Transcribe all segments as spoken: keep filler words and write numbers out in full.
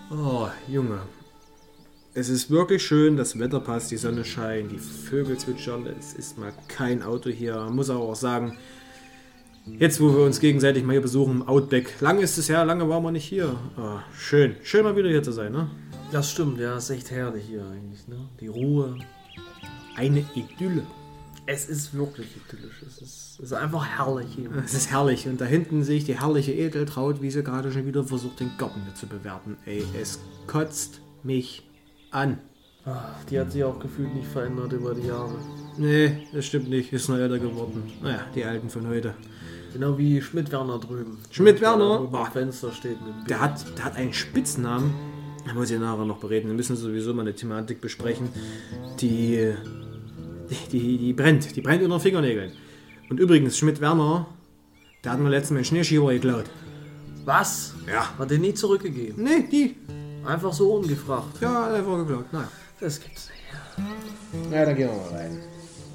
Oh, Junge. Es ist wirklich schön, das Wetter passt, die Sonne scheint, die Vögel zwitschern, es ist mal kein Auto hier. Man muss aber auch sagen, jetzt wo wir uns gegenseitig mal hier besuchen im Outback, lange ist es her, lange waren wir nicht hier. Oh, schön, schön mal wieder hier zu sein, ne? Das stimmt, ja, ist echt herrlich hier eigentlich, ne? Die Ruhe. Eine Idylle. Es ist wirklich idyllisch, es ist, es ist einfach herrlich hier. Es ist herrlich und da hinten sehe ich die herrliche Edeltraut, wie sie gerade schon wieder versucht, den Garten mit zu bewerten. Ey, es kotzt mich an. Ach, die hat sich auch gefühlt nicht verändert über die Jahre. Nee, das stimmt nicht, ist nur älter geworden. Naja, die Alten von heute. Genau wie Schmidt-Werner drüben. Schmidt-Werner? Der am Fenster steht. Mit Der hat, der hat einen Spitznamen, da muss ich nachher noch bereden. Wir müssen sowieso mal eine Thematik besprechen, die, die, die, die brennt, die brennt unter den Fingernägeln. Und übrigens, Schmidt-Werner, der hat mir letztens meinen Schneeschieber geklaut. Was? Ja. Hat den nie zurückgegeben? Nee, die. Einfach so ungefragt. Ja, einfach geklaut. Naja. Das gibt's nicht. Ja, dann gehen wir mal rein.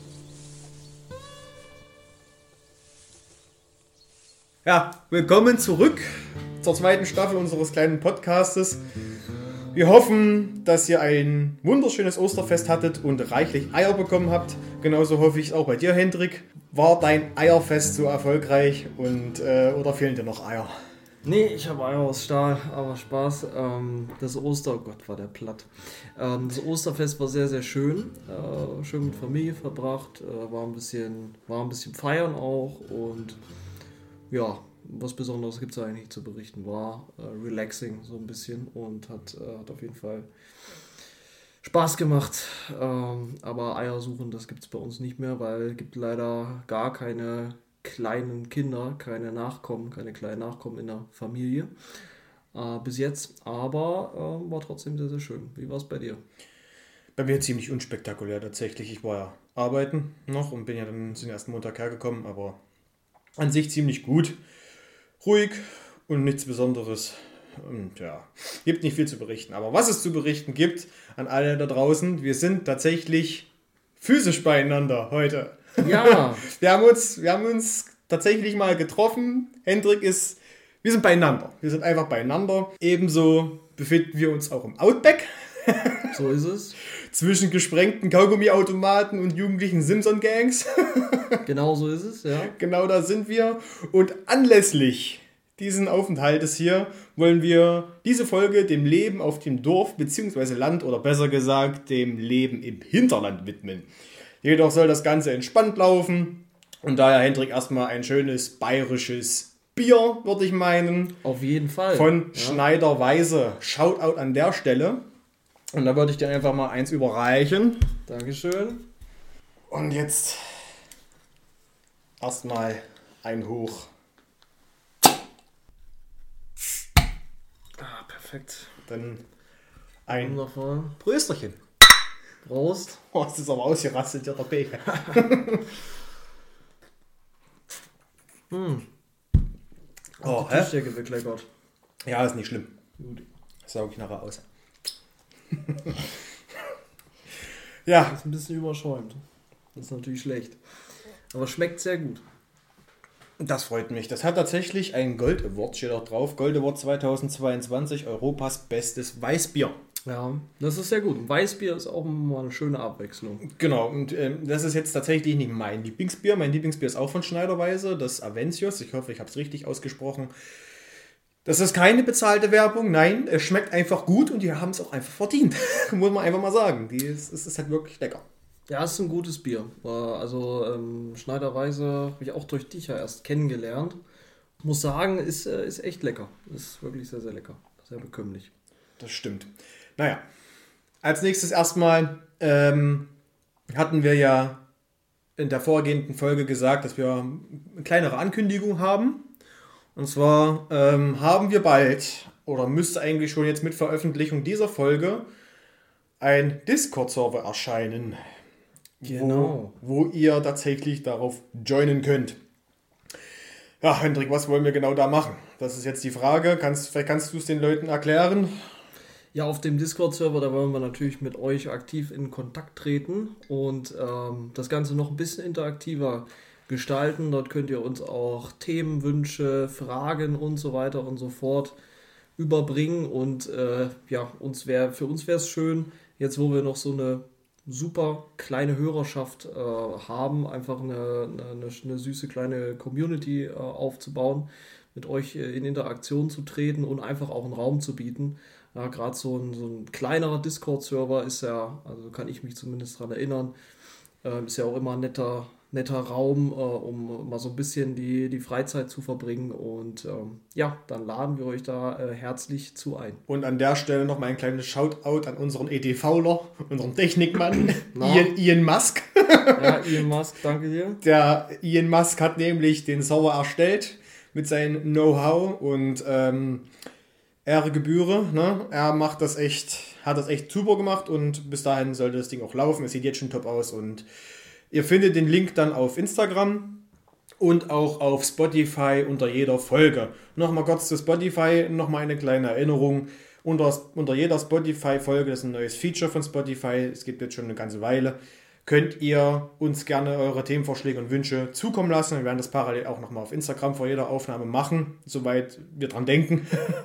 Ja, willkommen zurück zur zweiten Staffel unseres kleinen Podcastes. Wir hoffen, dass ihr ein wunderschönes Osterfest hattet und reichlich Eier bekommen habt. Genauso hoffe ich es auch bei dir, Hendrik. War dein Eierfest so erfolgreich und äh, oder fehlen dir noch Eier? Nee, ich habe Eier aus Stahl, aber Spaß. Ähm, das Oster, oh Gott, war der platt. Ähm, das Osterfest war sehr, sehr schön. Äh, schön mit Familie verbracht. Äh, war ein bisschen, war ein bisschen feiern auch. Und ja, was Besonderes gibt es eigentlich nicht zu berichten. War äh, relaxing so ein bisschen und hat, äh, hat auf jeden Fall Spaß gemacht. Ähm, aber Eier suchen, das gibt es bei uns nicht mehr, weil es gibt leider gar keine kleinen Kinder, keine Nachkommen, keine kleinen Nachkommen in der Familie äh, bis jetzt, aber äh, war trotzdem sehr, sehr schön. Wie war es bei dir? Bei mir ziemlich unspektakulär tatsächlich. Ich war ja arbeiten noch und bin ja dann zum ersten Montag hergekommen, aber an sich ziemlich gut. Ruhig und nichts Besonderes. Und ja, gibt nicht viel zu berichten. Aber was es zu berichten gibt an alle da draußen, wir sind tatsächlich physisch beieinander heute. Ja. wir, haben uns, wir haben uns tatsächlich mal getroffen. Hendrik ist, wir sind beieinander. Wir sind einfach beieinander. Ebenso befinden wir uns auch im Outback. So ist es. Zwischen gesprengten Kaugummiautomaten und jugendlichen Simpson-Gangs. Genau so ist es, ja. Genau da sind wir. Und anlässlich diesen Aufenthaltes hier wollen wir diese Folge dem Leben auf dem Dorf bzw. Land oder besser gesagt dem Leben im Hinterland widmen. Jedoch soll das Ganze entspannt laufen und daher Hendrik erstmal ein schönes bayerisches Bier, würde ich meinen. Auf jeden Fall. Von ja. Schneider-Weise. Shoutout an der Stelle. Und da würde ich dir einfach mal eins überreichen. Dankeschön. Und jetzt erstmal ein Hoch. Ah, perfekt. Dann ein Wundervoll. Prösterchen. Prost. Oh, das ist aber ausgerastet, der Becher. hm. Oh, die hä? Tischdecke bekleckert. Ja, ist nicht schlimm. Gut. Saug ich nachher aus. Ja. Ist ein bisschen überschäumt. Das ist natürlich schlecht. Aber schmeckt sehr gut. Das freut mich. Das hat tatsächlich einen Gold Award, steht auch drauf. Gold Award zweitausendzweiundzwanzig, Europas bestes Weißbier. Ja, das ist sehr gut. Und Weißbier ist auch mal eine schöne Abwechslung. Genau, und ähm, das ist jetzt tatsächlich nicht mein Lieblingsbier. Mein Lieblingsbier ist auch von Schneider-Weise, das Avencios. Ich hoffe, ich habe es richtig ausgesprochen. Das ist keine bezahlte Werbung, nein, es schmeckt einfach gut und die haben es auch einfach verdient. Muss man einfach mal sagen. Die ist, es ist halt wirklich lecker. Ja, es ist ein gutes Bier. Also ähm, Schneider-Weise habe ich auch durch dich ja erst kennengelernt. Muss sagen, ist, äh, ist echt lecker. Ist wirklich sehr, sehr lecker. Sehr bekömmlich. Das stimmt. Naja, als nächstes erstmal ähm, hatten wir ja in der vorgehenden Folge gesagt, dass wir eine kleinere Ankündigung haben. Und zwar ähm, haben wir bald, oder müsste eigentlich schon jetzt mit Veröffentlichung dieser Folge, ein Discord-Server erscheinen. Genau. Wo, wo ihr tatsächlich darauf joinen könnt. Ja, Hendrik, was wollen wir genau da machen? Das ist jetzt die Frage. Kannst, vielleicht kannst du es den Leuten erklären? Ja, auf dem Discord-Server, da wollen wir natürlich mit euch aktiv in Kontakt treten und ähm, das Ganze noch ein bisschen interaktiver gestalten. Dort könnt ihr uns auch Themenwünsche, Fragen und so weiter und so fort überbringen und äh, ja, uns wär, für uns wäre es schön, jetzt wo wir noch so eine super kleine Hörerschaft äh, haben, einfach eine, eine, eine süße kleine Community äh, aufzubauen, mit euch äh, in Interaktion zu treten und einfach auch einen Raum zu bieten. Ja, gerade so ein, so ein kleinerer Discord-Server ist ja, also kann ich mich zumindest daran erinnern, äh, ist ja auch immer ein netter, netter Raum, äh, um mal so ein bisschen die, die Freizeit zu verbringen. Und ähm, ja, dann laden wir euch da äh, herzlich zu ein. Und an der Stelle noch mal ein kleines Shoutout an unseren EDVler, unseren Technikmann, Ian, Ian Musk. Ja, Ian Musk, danke dir. Der Ian Musk hat nämlich den Server erstellt mit seinem Know-how und ähm, Ehre gebühre. Ne? Er macht das echt, hat das echt super gemacht und bis dahin sollte das Ding auch laufen. Es sieht jetzt schon top aus und ihr findet den Link dann auf Instagram und auch auf Spotify unter jeder Folge. Nochmal kurz zu Spotify, nochmal eine kleine Erinnerung. Unter, unter jeder Spotify-Folge, das ist ein neues Feature von Spotify, es gibt jetzt schon eine ganze Weile, könnt ihr uns gerne eure Themenvorschläge und Wünsche zukommen lassen. Wir werden das parallel auch nochmal auf Instagram vor jeder Aufnahme machen, soweit wir dran denken.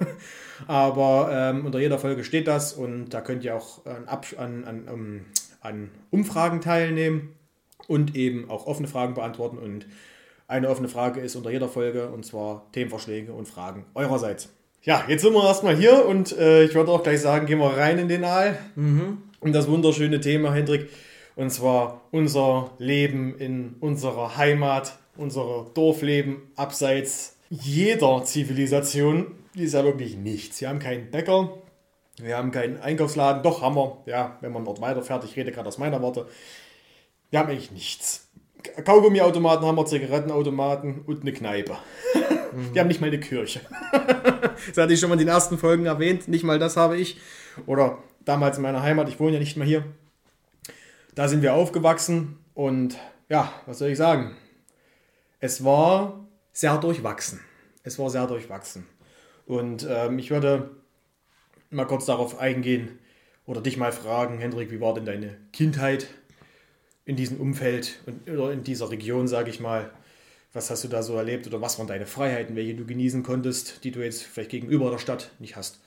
Aber ähm, unter jeder Folge steht das und da könnt ihr auch an, an, an, um, an Umfragen teilnehmen und eben auch offene Fragen beantworten. Und eine offene Frage ist unter jeder Folge und zwar Themenvorschläge und Fragen eurerseits. Ja, jetzt sind wir erstmal hier und äh, ich würde auch gleich sagen, gehen wir rein in den Aal. Mhm. Und das wunderschöne Thema, Hendrik, und zwar unser Leben in unserer Heimat, unser Dorfleben abseits jeder Zivilisation. Die ist ja wirklich nichts. Wir haben keinen Bäcker, wir haben keinen Einkaufsladen. Doch, haben wir, ja, wenn man dort weiterfährt. Ich rede gerade aus meiner Warte. Wir haben eigentlich nichts. Kaugummiautomaten haben wir, Zigarettenautomaten und eine Kneipe. Mhm. Wir haben nicht mal eine Kirche. Das hatte ich schon mal in den ersten Folgen erwähnt. Nicht mal das habe ich. Oder damals in meiner Heimat, ich wohne ja nicht mehr hier. Da sind wir aufgewachsen und ja, was soll ich sagen? Es war sehr durchwachsen. Es war sehr durchwachsen. Und ähm, ich würde mal kurz darauf eingehen oder dich mal fragen, Hendrik, wie war denn deine Kindheit in diesem Umfeld und, oder in dieser Region, sage ich mal? Was hast du da so erlebt oder was waren deine Freiheiten, welche du genießen konntest, die du jetzt vielleicht gegenüber der Stadt nicht hast?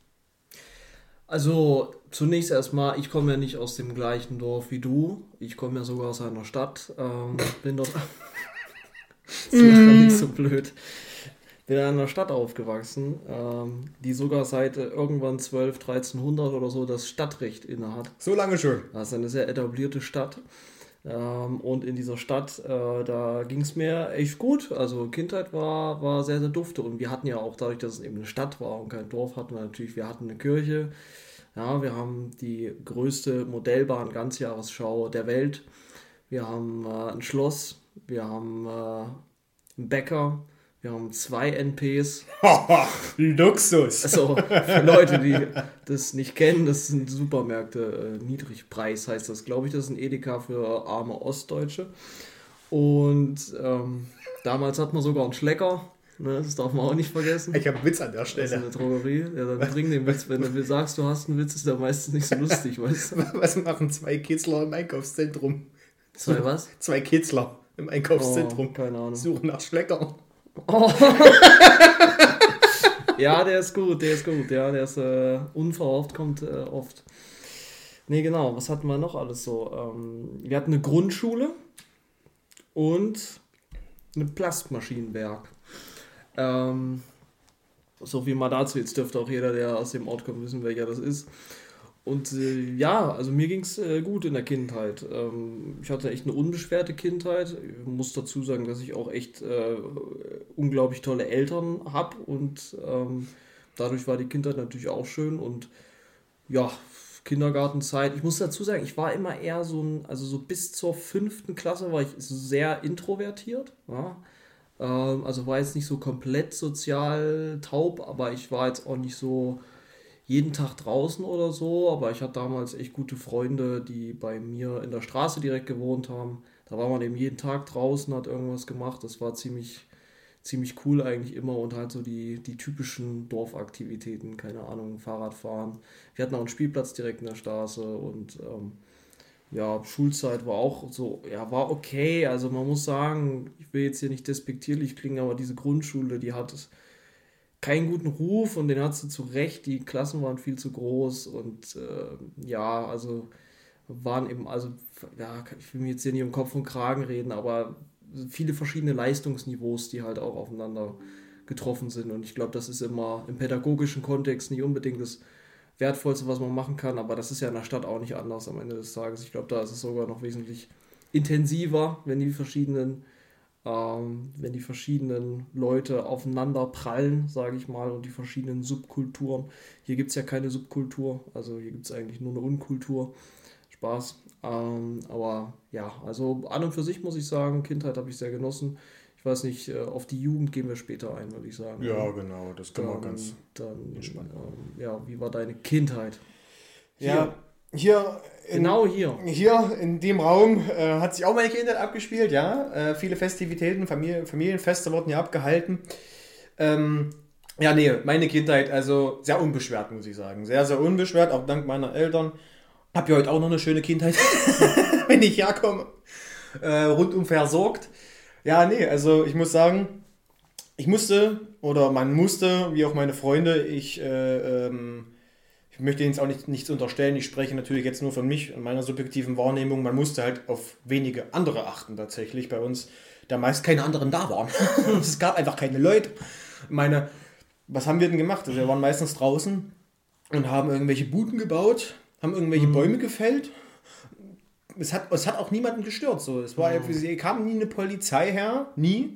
Also zunächst erstmal, ich komme ja nicht aus dem gleichen Dorf wie du. Ich komme ja sogar aus einer Stadt. Ähm, bin dort das ist nicht so blöd. Bin in einer Stadt aufgewachsen, ähm, die sogar seit äh, irgendwann zwölf, dreizehnhundert oder so das Stadtrecht innehat. So lange schon. Das ist eine sehr etablierte Stadt. Ähm, und in dieser Stadt, äh, da ging es mir echt gut. Also Kindheit war, war sehr, sehr dufte. Und wir hatten ja auch, dadurch, dass es eben eine Stadt war und kein Dorf, hatten wir natürlich, wir hatten eine Kirche. Ja, wir haben die größte Modellbahn-Ganzjahresschau der Welt. Wir haben äh, ein Schloss. Wir haben äh, einen Bäcker. Wir haben zwei N Ps. Luxus! Also für Leute, die das nicht kennen, das sind Supermärkte, äh, Niedrigpreis heißt das, glaube ich. Das ist ein Edeka für arme Ostdeutsche. Und ähm, damals hat man sogar einen Schlecker. Ne, das darf man auch nicht vergessen. Ich habe einen Witz an der Stelle. Das ist eine Drogerie. Ja, dann bring den Witz. Wenn du sagst, du hast einen Witz, ist der meistens nicht so lustig, weißt du? Was machen zwei Kitzler im Einkaufszentrum? Zwei was? Zwei Kitzler im Einkaufszentrum. Oh, keine Ahnung. Suchen nach Schlecker. Oh. Ja, der ist gut, der ist gut. Ja, der ist äh, unverhofft, kommt äh, oft. Nee, genau. Was hatten wir noch alles so? Ähm, wir hatten eine Grundschule und ein Plastmaschinenwerk. Ähm, so viel mal dazu. Jetzt dürfte auch jeder, der aus dem Ort kommt, wissen, welcher das ist. Und äh, ja, also mir ging es äh, gut in der Kindheit. Ähm, ich hatte echt eine unbeschwerte Kindheit. Ich muss dazu sagen, dass ich auch echt äh, unglaublich tolle Eltern habe und ähm, dadurch war die Kindheit natürlich auch schön und ja, Kindergartenzeit. Ich muss dazu sagen, ich war immer eher so ein, also so bis zur fünften Klasse war ich sehr introvertiert. Ja? Ähm, also war jetzt nicht so komplett sozial taub, aber ich war jetzt auch nicht so jeden Tag draußen oder so, aber ich hatte damals echt gute Freunde, die bei mir in der Straße direkt gewohnt haben. Da war man eben jeden Tag draußen, hat irgendwas gemacht. Das war ziemlich, ziemlich cool eigentlich immer und halt so die, die typischen Dorfaktivitäten, keine Ahnung, Fahrradfahren. Wir hatten auch einen Spielplatz direkt in der Straße und ähm, ja, Schulzeit war auch so, ja, war okay. Also man muss sagen, ich will jetzt hier nicht despektierlich klingen, aber diese Grundschule, die hat keinen guten Ruf und den hat sie zu Recht. Die Klassen waren viel zu groß und äh, ja, also waren eben, also ja, ich will mir jetzt hier nicht um Kopf und Kragen reden, aber viele verschiedene Leistungsniveaus, die halt auch aufeinander getroffen sind. Und ich glaube, das ist immer im pädagogischen Kontext nicht unbedingt das Wertvollste, was man machen kann, aber das ist ja in der Stadt auch nicht anders am Ende des Tages. Ich glaube, da ist es sogar noch wesentlich intensiver, wenn die verschiedenen ähm, wenn die verschiedenen Leute aufeinander prallen, sage ich mal, und die verschiedenen Subkulturen. Hier gibt es ja keine Subkultur, also hier gibt es eigentlich nur eine Unkultur. Spaß. Ähm, aber ja, also an und für sich muss ich sagen, Kindheit habe ich sehr genossen. Ich weiß nicht, äh, auf die Jugend gehen wir später ein, würde ich sagen. Ja, genau, das können dann, wir ganz dann, entspannen. Ähm, ja, wie war deine Kindheit? Hier. Ja, hier. In, genau hier. Hier in dem Raum äh, hat sich auch meine Kindheit abgespielt, ja. Äh, viele Festivitäten, Familie, Familienfeste wurden ja abgehalten. Ähm, ja, nee, meine Kindheit, also sehr unbeschwert, muss ich sagen. Sehr, sehr unbeschwert, auch dank meiner Eltern. Hab ja heute auch noch eine schöne Kindheit, wenn ich herkomme. Äh, rundum versorgt. Ja, nee, also ich muss sagen, ich musste, oder man musste, wie auch meine Freunde, ich, äh, ähm, ich möchte ihnen jetzt auch nicht, nichts unterstellen, ich spreche natürlich jetzt nur von mich und meiner subjektiven Wahrnehmung, man musste halt auf wenige andere achten tatsächlich bei uns, da meist keine anderen da waren. Es gab einfach keine Leute. Meine, was haben wir denn gemacht? Also wir waren meistens draußen und haben irgendwelche Buden gebaut, haben irgendwelche mhm. Bäume gefällt. Es hat, es hat auch niemanden gestört. So. Es war, mhm. es kam nie eine Polizei her, nie.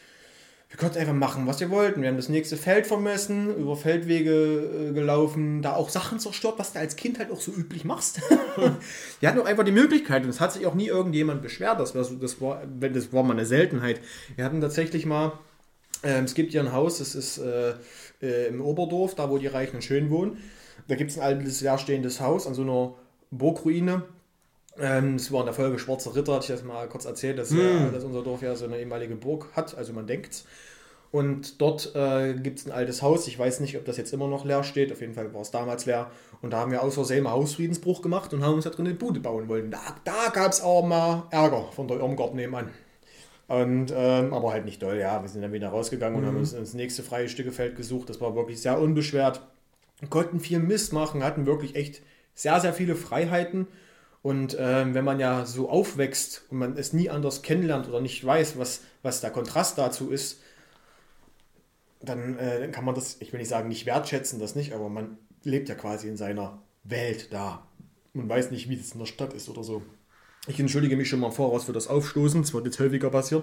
Wir konnten einfach machen, was wir wollten. Wir haben das nächste Feld vermessen, über Feldwege äh, gelaufen, da auch Sachen zerstört, was du als Kind halt auch so üblich machst. Wir hatten auch einfach die Möglichkeit und es hat sich auch nie irgendjemand beschwert. Das war, so, das war, das war mal eine Seltenheit. Wir hatten tatsächlich mal, äh, es gibt hier ein Haus, das ist äh, äh, im Oberdorf, da wo die Reichen und Schönen wohnen. Da gibt es ein altes, leerstehendes Haus an so einer Burgruine. Ähm, das war in der Folge Schwarzer Ritter, hatte ich das mal kurz erzählt, dass, mm. äh, dass unser Dorf ja so eine ehemalige Burg hat, also man denkt's. Und dort äh, gibt es ein altes Haus, ich weiß nicht, ob das jetzt immer noch leer steht, auf jeden Fall war es damals leer. Und da haben wir aus Versehen mal Hausfriedensbruch gemacht und haben uns da drin eine Bude bauen wollen. Da, da gab es auch mal Ärger von der Irmgard nebenan. Und, ähm, aber halt nicht doll, ja, wir sind dann wieder rausgegangen mm. und haben uns ins nächste freie Stückefeld gesucht. Das war wirklich sehr unbeschwert. Wir konnten viel Mist machen, hatten wirklich echt sehr, sehr viele Freiheiten. Und ähm, wenn man ja so aufwächst und man es nie anders kennenlernt oder nicht weiß, was, was der Kontrast dazu ist, dann äh, kann man das, ich will nicht sagen, nicht wertschätzen, das nicht, aber man lebt ja quasi in seiner Welt da. Man weiß nicht, wie das in der Stadt ist oder so. Ich entschuldige mich schon mal im Voraus für das Aufstoßen, das wird jetzt häufiger passiert.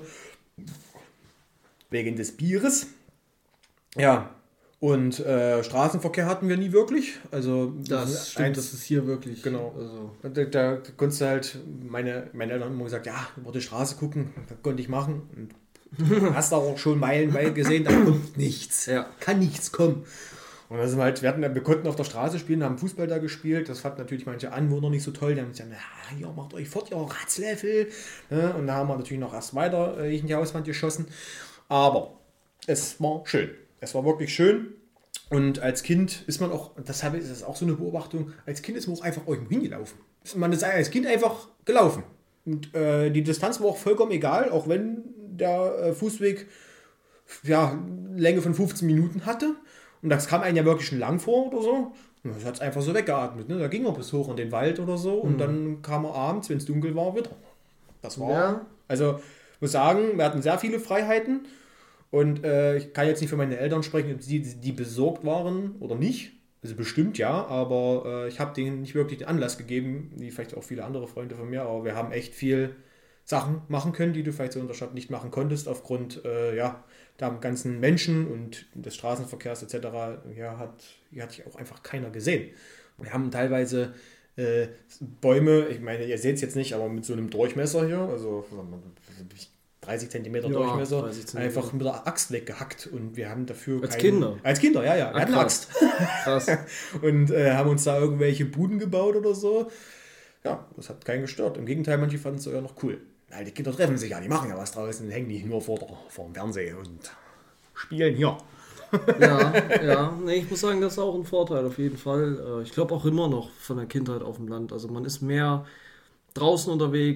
Wegen des Bieres. Ja. Und äh, Straßenverkehr hatten wir nie wirklich. Also das stimmt, eins, das ist hier wirklich. Genau. Also. Da, da konntest du halt, meine, meine Eltern haben immer gesagt, ja, über die Straße gucken, das konnte ich machen. Und hast auch schon meilenweit gesehen, da kommt nichts. Ja. Kann nichts kommen. Und dann sind wir halt, wir, hatten, wir konnten auf der Straße spielen, haben Fußball da gespielt. Das fanden natürlich manche Anwohner nicht so toll. Die haben gesagt, ja, hier, macht euch fort, ihr Ratzlöffel. Und da haben wir natürlich noch erst weiter äh, in die Hauswand geschossen. Aber es war schön. Es war wirklich schön und als Kind ist man auch, das ist auch so eine Beobachtung, als Kind ist man auch einfach irgendwo hingelaufen. Man ist als Kind einfach gelaufen. Und äh, die Distanz war auch vollkommen egal, auch wenn der äh, Fußweg ja, Länge von fünfzehn Minuten hatte. Und das kam einem ja wirklich schon lang vor oder so. Und das hat es einfach so weggeatmet. Ne? Da ging er bis hoch in den Wald oder so und mhm. dann kam er abends, wenn es dunkel war, wieder. Das war, ja. Also ich muss sagen, wir hatten sehr viele Freiheiten. Und äh, ich kann jetzt nicht für meine Eltern sprechen, ob die, die besorgt waren oder nicht. Also bestimmt ja, aber äh, ich habe denen nicht wirklich den Anlass gegeben, wie vielleicht auch viele andere Freunde von mir. Aber wir haben echt viel Sachen machen können, die du vielleicht so in der Stadt nicht machen konntest, aufgrund äh, ja, der ganzen Menschen und des Straßenverkehrs et cetera. Ja, hat, hier hat sich auch einfach keiner gesehen. Wir haben teilweise äh, Bäume, ich meine, ihr seht es jetzt nicht, aber mit so einem Durchmesser hier, also dreißig Zentimeter ja, Durchmesser, dreißig Zentimeter. Einfach mit der Axt weggehackt und wir haben dafür als keinen, Kinder? Als Kinder, ja, ja, wir hatten Axt. Krass. Und äh, haben uns da irgendwelche Buden gebaut oder so. Ja, das hat keinen gestört. Im Gegenteil, manche fanden es sogar noch cool. Weil die Kinder treffen sich ja, die machen ja was draußen, hängen nicht nur vor, der, vor dem Fernseher und spielen hier. Ja, ja, nee, ich muss sagen, das ist auch ein Vorteil auf jeden Fall. Ich glaube auch immer noch von der Kindheit auf dem Land. Also man ist mehr draußen unterwegs,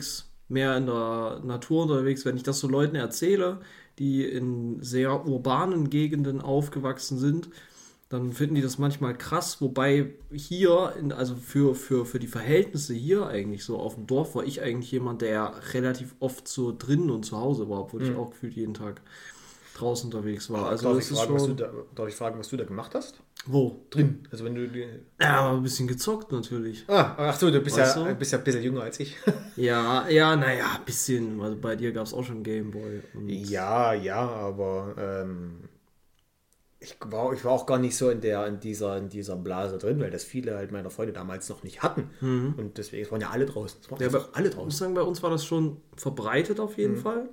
mehr in der Natur unterwegs. Wenn ich das so Leuten erzähle, die in sehr urbanen Gegenden aufgewachsen sind, dann finden die das manchmal krass, wobei hier, in, also für, für, für die Verhältnisse hier eigentlich so auf dem Dorf, war ich eigentlich jemand, der relativ oft so drinnen und zu Hause war, obwohl mhm. ich auch gefühlt jeden Tag draußen unterwegs war. Also darf, das ich ist fragen, schon... da, darf ich fragen, was du da gemacht hast? Wo? Drin. Also wenn du... Die... Ja, ein bisschen gezockt natürlich. Ah, ach so, du bist, ja, du? bist ja ein bisschen jünger als ich. Ja, ja, naja, ein bisschen. Also bei dir gab es auch schon Gameboy. Ja, ja, aber ähm, ich, war, ich war auch gar nicht so in, der, in, dieser, in dieser Blase drin, weil das viele halt meiner Freunde damals noch nicht hatten. Mhm. Und deswegen es waren ja alle draußen. Es waren ja, einfach alle draußen. Ich muss sagen, bei uns war das schon verbreitet auf jeden mhm. Fall.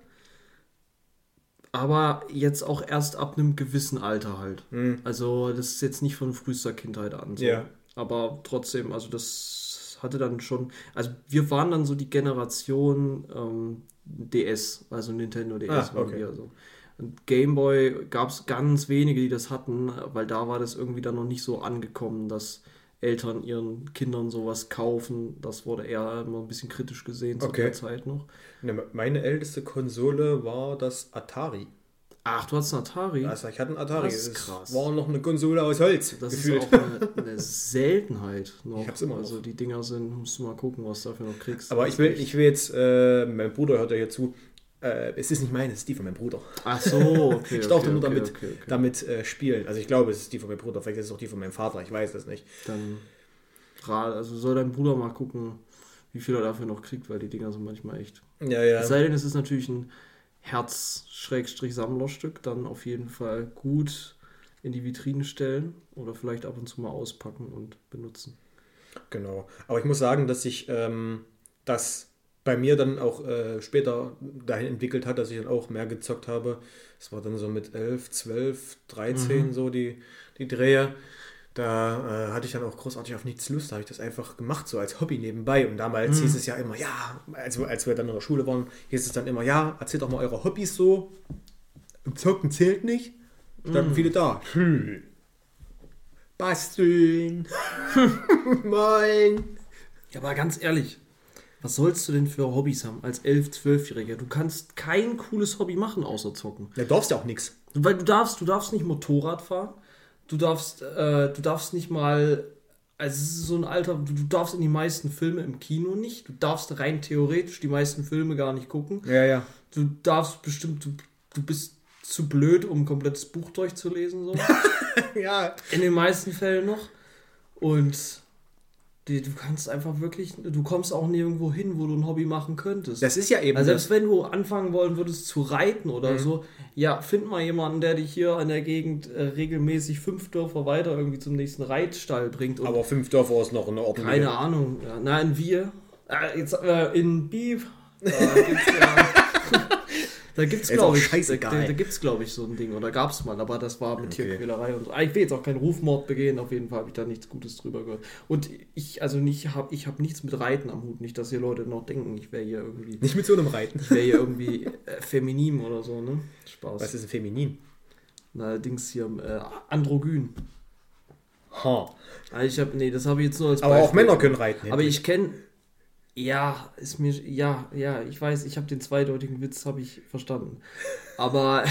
Aber jetzt auch erst ab einem gewissen Alter halt. Mhm. Also das ist jetzt nicht von frühester Kindheit an. So. Ja. Aber trotzdem, also das hatte dann schon... Also wir waren dann so die Generation ähm, D S, also Nintendo D S ah, waren okay. wir so. Und Gameboy gab es ganz wenige, die das hatten, weil da war das irgendwie dann noch nicht so angekommen, dass Eltern ihren Kindern sowas kaufen. Das wurde eher immer ein bisschen kritisch gesehen zu okay. der Zeit noch. Meine älteste Konsole war das Atari. Ach, du hattest einen Atari? Also ich hatte einen Atari. Das ist krass. Das war noch eine Konsole aus Holz. Das gefühlt. Ist auch eine, eine Seltenheit noch. Ich hab's immer noch. Also die Dinger sind, musst du mal gucken, was du dafür noch kriegst. Aber ich will, ich will jetzt, äh, mein Bruder hört ja hier zu, äh, es ist nicht meine, es ist die von meinem Bruder. Ach so, okay. Ich darf okay, nur okay, damit, okay, okay. damit äh, spielen. Also ich glaube, es ist die von meinem Bruder, vielleicht ist es auch die von meinem Vater, ich weiß es nicht. Dann also soll dein Bruder mal gucken, wie viel er dafür noch kriegt, weil die Dinger sind manchmal echt. Ja, ja. Es sei denn, es ist natürlich ein Herz-Sammlerstück, dann auf jeden Fall gut in die Vitrine stellen oder vielleicht ab und zu mal auspacken und benutzen. Genau. Aber ich muss sagen, dass sich ähm, das bei mir dann auch äh, später dahin entwickelt hat, dass ich dann auch mehr gezockt habe. Es war dann so mit elf, zwölf, dreizehn mhm. so die, die Drehe. Da äh, hatte ich dann auch großartig auf nichts Lust, da habe ich das einfach gemacht, so als Hobby nebenbei. Und damals mhm. hieß es ja immer, ja, also als wir dann in der Schule waren, hieß es dann immer, ja, erzählt doch mal eure Hobbys so. Zocken zählt nicht. Standen mhm. viele da. Hm. Basteln. Moin. Ja, aber ganz ehrlich, was sollst du denn für Hobbys haben als elf-, zwölfjähriger? Du kannst kein cooles Hobby machen, außer zocken. Ja, du darfst ja auch nichts. Weil du darfst, du darfst nicht Motorrad fahren. Du darfst, äh, du darfst nicht mal, also es ist so ein Alter, du, du darfst in die meisten Filme im Kino nicht, du darfst rein theoretisch die meisten Filme gar nicht gucken. Ja, ja. Du darfst bestimmt, du, du bist zu blöd, um ein komplettes Buch durchzulesen, so. Ja. In den meisten Fällen noch. Und die, du kannst einfach wirklich, du kommst auch nirgendwo hin, wo du ein Hobby machen könntest. Das ist ja eben... Also selbst wenn du anfangen wollen würdest zu reiten oder mhm. so, ja, find mal jemanden, der dich hier in der Gegend äh, regelmäßig fünf Dörfer weiter irgendwie zum nächsten Reitstall bringt. Und aber fünf Dörfer ist noch in Ordnung. Keine Ahnung. Ja, nein, wir. Äh, jetzt äh, in Beef. Da gibt's ja... Da gibt's glaube ich, da, da gibt's glaube ich so ein Ding oder gab's mal, aber das war mit okay. Tierquälerei und so. Ich will jetzt auch keinen Rufmord begehen, auf jeden Fall habe ich da nichts Gutes drüber gehört. Und ich also nicht habe ich habe nichts mit Reiten am Hut, nicht dass hier Leute noch denken, ich wäre hier irgendwie nicht mit so einem Reiten. Ich wäre hier irgendwie äh, feminin oder so, ne? Spaß. Was ist ein feminin? Na, Dings hier äh, androgyn. Ha. Also ich habe nee, das habe ich jetzt nur als aber Beispiel. Auch Männer können reiten. Aber ich kenne Ja, ist mir, ja, ja, ich weiß, ich habe den zweideutigen Witz, habe ich verstanden. Aber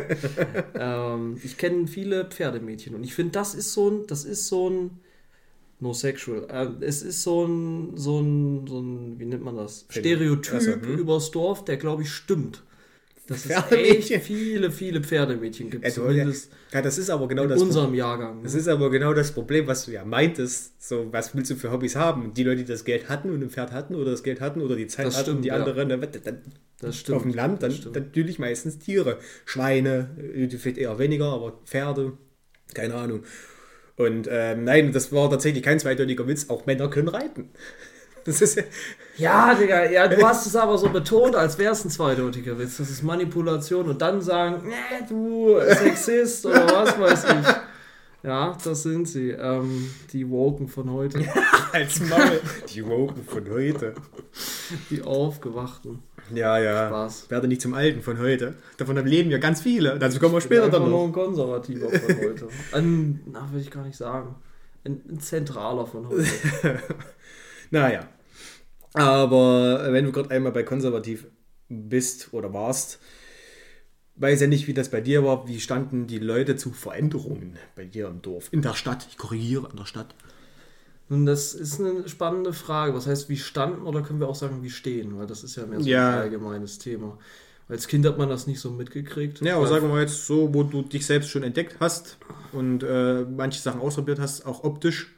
ähm, ich kenne viele Pferdemädchen und ich finde, das ist so ein, das ist so ein, no sexual, äh, es ist so ein, so ein, so ein, wie nennt man das? Stereotyp also, hm. übers Dorf, der, glaube ich, stimmt. Dass es echt viele, viele Pferdemädchen gibt. Ja, zumindest ja, das ist aber genau in das unserem Problem. Jahrgang. Das ist aber genau das Problem, was du ja meintest. So, was willst du für Hobbys haben? Die Leute, die das Geld hatten und ein Pferd hatten oder das Geld hatten oder die Zeit das hatten stimmt, und die ja. anderen, dann, dann, das stimmt, auf dem Land, dann, dann natürlich meistens Tiere. Schweine, vielleicht eher weniger, aber Pferde, keine Ahnung. Und ähm, nein, das war tatsächlich kein zweideutiger Witz. Auch Männer können reiten. Das ist ja, ja, Digga, ja, du hast es aber so betont, als wäre es ein zweideutiger Witz. Das ist Manipulation und dann sagen, nee, du Sexist oder was weiß ich. Ja, das sind sie. Ähm, die Woken von heute. Als Maul. Die Woken von heute. Die Aufgewachten. Ja, ja. Spaß. Werde nicht zum Alten von heute. Davon leben ja ganz viele. Dazu kommen wir später dann noch. noch ein Konservativer von heute. Ein, na, will ich gar nicht sagen. Ein, ein Zentraler von heute. Naja. Aber wenn du gerade einmal bei konservativ bist oder warst, weiß ja nicht, wie das bei dir war. Wie standen die Leute zu Veränderungen bei dir im Dorf? In der Stadt, ich korrigiere, in der Stadt. Nun, das ist eine spannende Frage. Was heißt, wie standen oder können wir auch sagen, wie stehen? Weil das ist ja mehr so Ja. ein allgemeines Thema. Als Kind hat man das nicht so mitgekriegt. Ja, aber Weil- sagen wir mal jetzt so, wo du dich selbst schon entdeckt hast und äh, manche Sachen ausprobiert hast, auch optisch.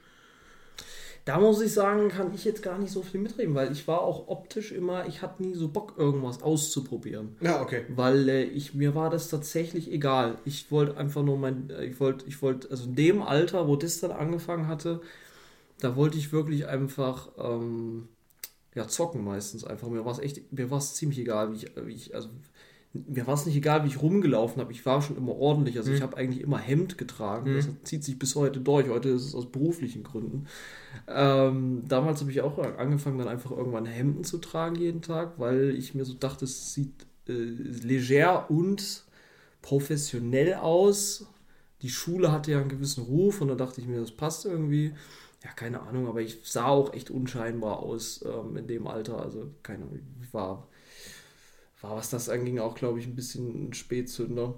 Da muss ich sagen, kann ich jetzt gar nicht so viel mitreden, weil ich war auch optisch immer, ich hatte nie so Bock, irgendwas auszuprobieren. Ja, okay. Weil äh, ich, mir war das tatsächlich egal. Ich wollte einfach nur mein, äh, ich wollte, ich wollte, also in dem Alter, wo das dann angefangen hatte, da wollte ich wirklich einfach ähm, ja, zocken meistens einfach. Mir war es echt, mir war es ziemlich egal, wie ich, wie ich, also mir war es nicht egal, wie ich rumgelaufen habe. Ich war schon immer ordentlich. Also Mhm. ich habe eigentlich immer Hemd getragen. Mhm. Das zieht sich bis heute durch. Heute ist es aus beruflichen Gründen. Ähm, damals habe ich auch angefangen, dann einfach irgendwann Hemden zu tragen jeden Tag, weil ich mir so dachte, es sieht äh, leger und professionell aus. Die Schule hatte ja einen gewissen Ruf und da dachte ich mir, das passt irgendwie. Ja, keine Ahnung, aber ich sah auch echt unscheinbar aus ähm, in dem Alter. Also, keine Ahnung, ich war, war, was das anging, auch, glaube ich, ein bisschen ein Spätzünder.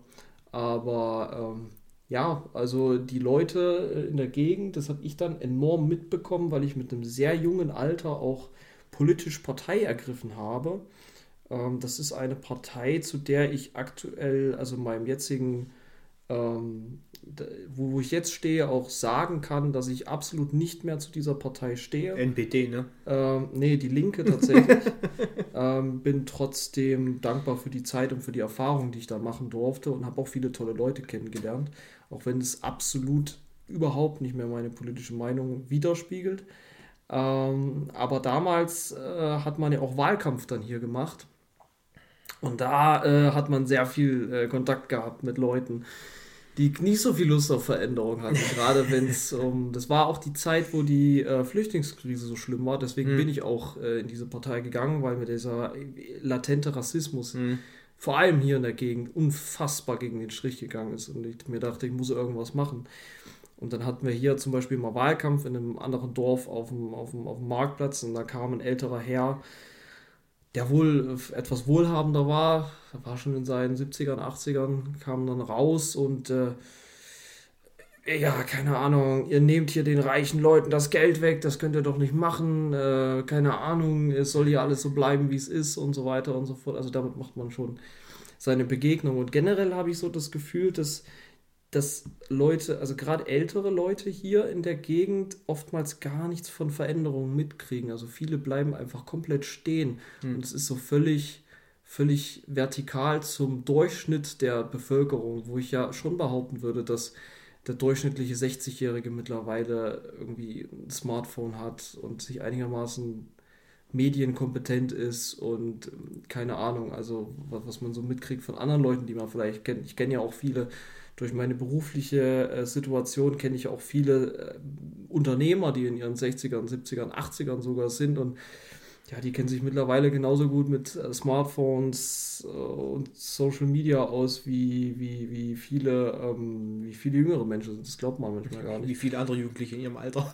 Aber ähm, ja, also die Leute in der Gegend, das habe ich dann enorm mitbekommen, weil ich mit einem sehr jungen Alter auch politisch Partei ergriffen habe. Ähm, das ist eine Partei, zu der ich aktuell, also in meinem jetzigen ähm, da- wo, wo ich jetzt stehe, auch sagen kann, dass ich absolut nicht mehr zu dieser Partei stehe. N P D, ne? Ähm, nee, die Linke tatsächlich. ähm, bin trotzdem dankbar für die Zeit und für die Erfahrung, die ich da machen durfte und habe auch viele tolle Leute kennengelernt, auch wenn es absolut überhaupt nicht mehr meine politische Meinung widerspiegelt. Ähm, aber damals äh, hat man ja auch Wahlkampf dann hier gemacht und da äh, hat man sehr viel äh, Kontakt gehabt mit Leuten, die nicht so viel Lust auf Veränderung hatten. Gerade wenn es um. Das war auch die Zeit, wo die äh, Flüchtlingskrise so schlimm war. Deswegen Mhm. bin ich auch äh, in diese Partei gegangen, weil mir dieser latente Rassismus, Mhm. vor allem hier in der Gegend, unfassbar gegen den Strich gegangen ist. Und ich mir dachte, ich muss irgendwas machen. Und dann hatten wir hier zum Beispiel mal Wahlkampf in einem anderen Dorf auf dem, auf dem, auf dem Marktplatz. Und da kam ein älterer Herr, der wohl äh, etwas wohlhabender war, er war schon in seinen siebzigern, achtzigern, kam dann raus und äh, ja, keine Ahnung, ihr nehmt hier den reichen Leuten das Geld weg, das könnt ihr doch nicht machen, äh, keine Ahnung, es soll hier alles so bleiben, wie es ist und so weiter und so fort. Also damit macht man schon seine Begegnung. Und generell habe ich so das Gefühl, dass dass Leute, also gerade ältere Leute hier in der Gegend oftmals gar nichts von Veränderungen mitkriegen. Also viele bleiben einfach komplett stehen. Hm. Und es ist so völlig, völlig vertikal zum Durchschnitt der Bevölkerung, wo ich ja schon behaupten würde, dass der durchschnittliche sechzigjährige mittlerweile irgendwie ein Smartphone hat und sich einigermaßen medienkompetent ist und ähm, keine Ahnung, also was, was man so mitkriegt von anderen Leuten, die man vielleicht kennt. Ich kenne ja auch viele, durch meine berufliche äh, Situation kenne ich auch viele äh, Unternehmer, die in ihren sechzigern, siebzigern, achtzigern sogar sind und ja, die kennen sich mittlerweile genauso gut mit äh, Smartphones äh, und Social Media aus wie, wie, wie, viele, ähm, wie viele jüngere Menschen sind. Das glaubt man manchmal gar nicht. Wie viele andere Jugendliche in ihrem Alter.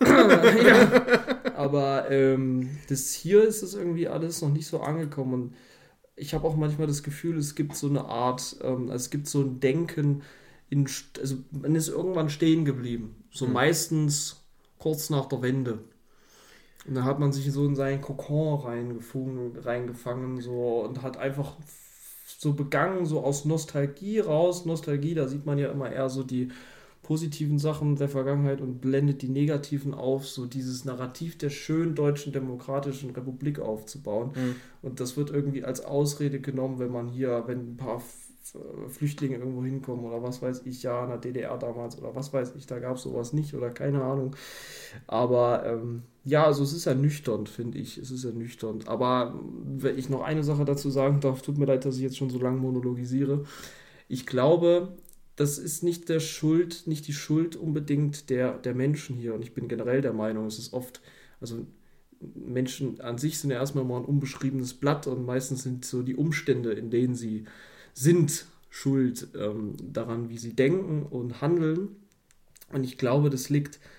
Ja. Aber ähm, das hier ist es irgendwie alles noch nicht so angekommen. Und ich habe auch manchmal das Gefühl, es gibt so eine Art, ähm, also es gibt so ein Denken, in, St- also man ist irgendwann stehen geblieben. So Mhm. meistens kurz nach der Wende. Und dann hat man sich so in seinen Kokon reingefangen, reingefangen so, und hat einfach so begangen, so aus Nostalgie raus. Nostalgie, da sieht man ja immer eher so die positiven Sachen der Vergangenheit und blendet die negativen auf, so dieses Narrativ der schönen deutschen demokratischen Republik aufzubauen. Mhm. Und das wird irgendwie als Ausrede genommen, wenn man hier, wenn ein paar F- Flüchtlinge irgendwo hinkommen oder was weiß ich, ja, in der D D R damals oder was weiß ich, da gab es sowas nicht oder keine Ahnung. Aber ähm, ja, also es ist ernüchternd, finde ich. Es ist ernüchternd. Aber wenn ich noch eine Sache dazu sagen darf, tut mir leid, dass ich jetzt schon so lange monologisiere. Ich glaube, das ist nicht der Schuld, nicht die Schuld unbedingt der, der Menschen hier. Und ich bin generell der Meinung, es ist oft, also Menschen an sich sind ja erstmal mal ein unbeschriebenes Blatt und meistens sind so die Umstände, in denen sie sind, schuld ähm, daran, wie sie denken und handeln. Und ich glaube, das liegt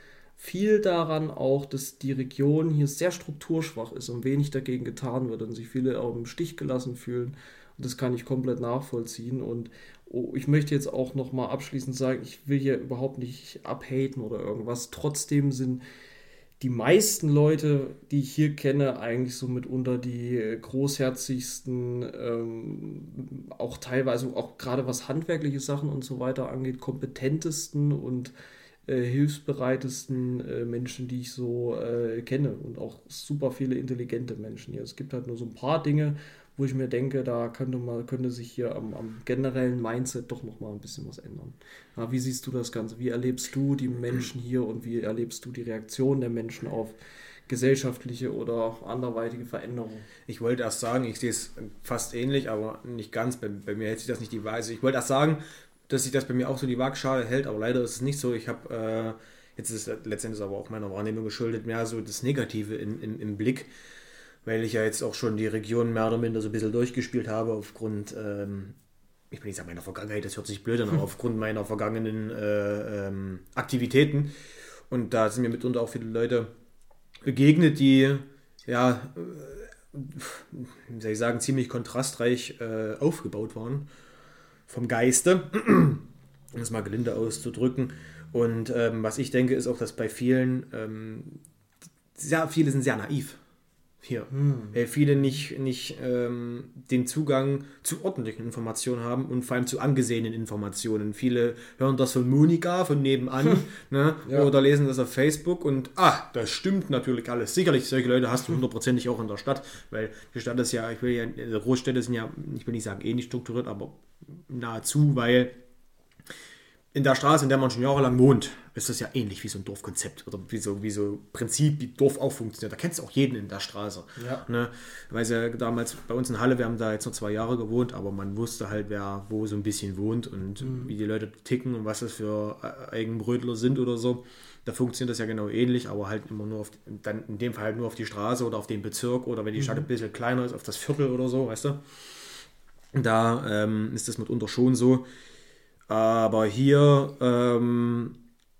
viel daran auch, dass die Region hier sehr strukturschwach ist und wenig dagegen getan wird und sich viele auch im Stich gelassen fühlen. Und das kann ich komplett nachvollziehen. Und oh, ich möchte jetzt auch nochmal abschließend sagen, ich will hier überhaupt nicht abhaten oder irgendwas. Trotzdem sind die meisten Leute, die ich hier kenne, eigentlich so mitunter die großherzigsten, ähm, auch teilweise, auch gerade was handwerkliche Sachen und so weiter angeht, kompetentesten und äh, hilfsbereitesten äh, Menschen, die ich so äh, kenne und auch super viele intelligente Menschen hier. Es gibt halt nur so ein paar Dinge, wo ich mir denke, da könnte man, könnte sich hier am, am generellen Mindset doch nochmal ein bisschen was ändern. Ja, wie siehst du das Ganze? Wie erlebst du die Menschen hier und wie erlebst du die Reaktion der Menschen auf gesellschaftliche oder anderweitige Veränderungen? Ich wollte erst sagen, ich sehe es fast ähnlich, aber nicht ganz. Bei, bei mir hält sich das nicht die Weise. Ich wollte erst sagen, dass sich das bei mir auch so die Waagschale hält, aber leider ist es nicht so. Ich habe, äh, jetzt ist es letztendlich aber auch meiner Wahrnehmung geschuldet, mehr so das Negative in, in, im Blick, weil ich ja jetzt auch schon die Region mehr oder minder so ein bisschen durchgespielt habe aufgrund, ähm, ich will nicht sagen meiner Vergangenheit, das hört sich blöd an, aber aufgrund meiner vergangenen äh, ähm, Aktivitäten. Und da sind mir mitunter auch viele Leute begegnet, die, ja, äh, wie soll ich sagen, ziemlich kontrastreich äh, aufgebaut waren vom Geiste, um es mal gelinde auszudrücken. Und ähm, was ich denke, ist auch, dass bei vielen, ähm, sehr viele sind sehr naiv hier. Hm. Weil viele nicht, nicht ähm, den Zugang zu ordentlichen Informationen haben und vor allem zu angesehenen Informationen. Viele hören das von Monika, von nebenan, ne? Ja. Oder lesen das auf Facebook und ah, das stimmt natürlich alles. Sicherlich, solche Leute hast du hundertprozentig auch in der Stadt, weil die Stadt ist ja, ich will ja, Großstädte sind ja, ich will nicht sagen ähnlich strukturiert, aber nahezu, weil in der Straße, in der man schon jahrelang wohnt, ist das ja ähnlich wie so ein Dorfkonzept oder wie so, wie so Prinzip, wie Dorf auch funktioniert. Da kennst du auch jeden in der Straße. Ja. Ne? Weil ja damals bei uns in Halle, wir haben da jetzt noch zwei Jahre gewohnt, aber man wusste halt, wer wo so ein bisschen wohnt und mhm. wie die Leute ticken und was das für Eigenbrötler sind oder so. Da funktioniert das ja genau ähnlich, aber halt immer nur auf, dann in dem Fall halt nur auf die Straße oder auf den Bezirk oder wenn die Stadt mhm. ein bisschen kleiner ist, auf das Viertel oder so, weißt du. Da ähm, ist das mitunter schon so. Aber hier, ähm,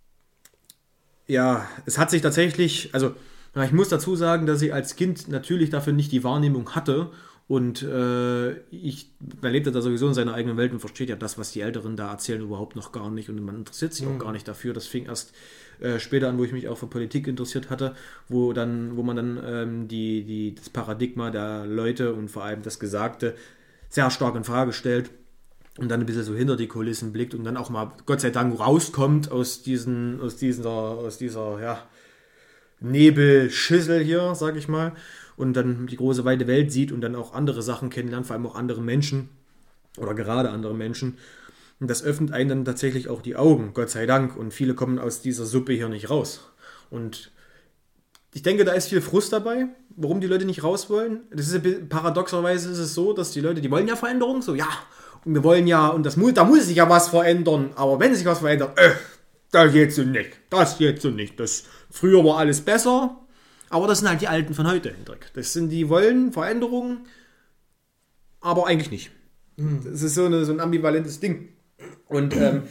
ja, es hat sich tatsächlich, also ich muss dazu sagen, dass ich als Kind natürlich dafür nicht die Wahrnehmung hatte und äh, ich, man lebt ja da sowieso in seiner eigenen Welt und versteht ja das, was die Älteren da erzählen, überhaupt noch gar nicht und man interessiert sich mhm. auch gar nicht dafür. Das fing erst äh, später an, wo ich mich auch für Politik interessiert hatte, wo dann, wo man dann ähm, die, die, das Paradigma der Leute und vor allem das Gesagte sehr stark in Frage stellt. Und dann ein bisschen so hinter die Kulissen blickt und dann auch mal, Gott sei Dank, rauskommt aus, diesen, aus dieser, aus dieser ja, Nebelschüssel hier, sag ich mal, und dann die große weite Welt sieht und dann auch andere Sachen kennenlernt, vor allem auch andere Menschen oder gerade andere Menschen. Und das öffnet einen dann tatsächlich auch die Augen, Gott sei Dank. Und viele kommen aus dieser Suppe hier nicht raus. Und ich denke, da ist viel Frust dabei, warum die Leute nicht raus wollen. Das ist paradoxerweise ist es so, dass die Leute, die wollen ja Veränderung, so ja, und wir wollen ja, und das muss, da muss sich ja was verändern, aber wenn sich was verändert, äh, das geht so nicht, das geht so nicht. Das, früher war alles besser, aber das sind halt die Alten von heute, Hendrik. Das sind, die wollen Veränderungen, aber eigentlich nicht. Mhm. Das ist so, eine, so ein ambivalentes Ding. Und ähm,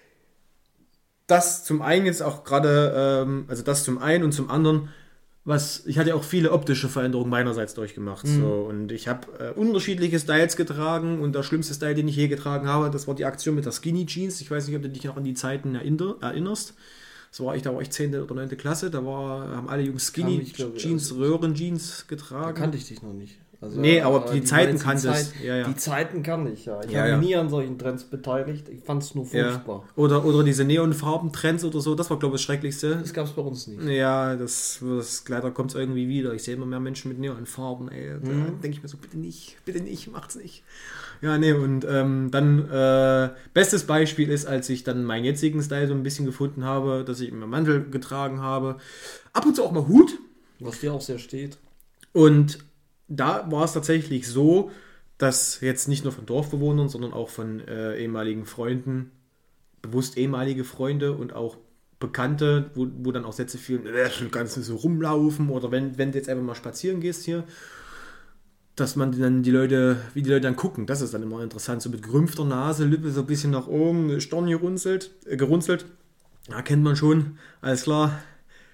das zum einen jetzt auch gerade, ähm, also das zum einen und zum anderen, was, ich hatte ja auch viele optische Veränderungen meinerseits durchgemacht. Mhm. So, und ich habe äh, unterschiedliche Styles getragen und der schlimmste Style, den ich je getragen habe, das war die Aktion mit der Skinny Jeans. Ich weiß nicht, ob du dich noch an die Zeiten erinnerst. Das war ich, da war ich zehnte oder neunte Klasse, da war, haben alle Jungs Skinny ich, glaub, Jeans, also, Röhrenjeans getragen. Da kannte ich dich noch nicht. Also, nee, aber die, die Zeiten kanntest du. Ja, ja. Die Zeiten kann ich, ja. Ich ja, habe ja. mich nie an solchen Trends beteiligt. Ich fand es nur furchtbar. Ja. Oder, oder diese Neonfarben-Trends oder so, das war, glaube ich, das Schrecklichste. Das gab es bei uns nicht. Ja, das, das leider kommt es irgendwie wieder. Ich sehe immer mehr Menschen mit Neonfarben, ey. Da mhm. denke ich mir so, bitte nicht, bitte nicht, macht's nicht. Ja, nee, und ähm, dann, äh, bestes Beispiel ist, als ich dann meinen jetzigen Style so ein bisschen gefunden habe, dass ich immer Mantel getragen habe. Ab und zu auch mal Hut. Was dir auch sehr steht. Und da war es tatsächlich so, dass jetzt nicht nur von Dorfbewohnern, sondern auch von äh, ehemaligen Freunden, bewusst ehemalige Freunde und auch Bekannte, wo, wo dann auch Sätze fielen, äh, du kannst nicht so rumlaufen oder wenn, wenn du jetzt einfach mal spazieren gehst hier, dass man dann die Leute, wie die Leute dann gucken, das ist dann immer interessant, so mit gerümpfter Nase, Lippe so ein bisschen nach oben, Stirn gerunzelt, äh, gerunzelt, da kennt man schon, alles klar,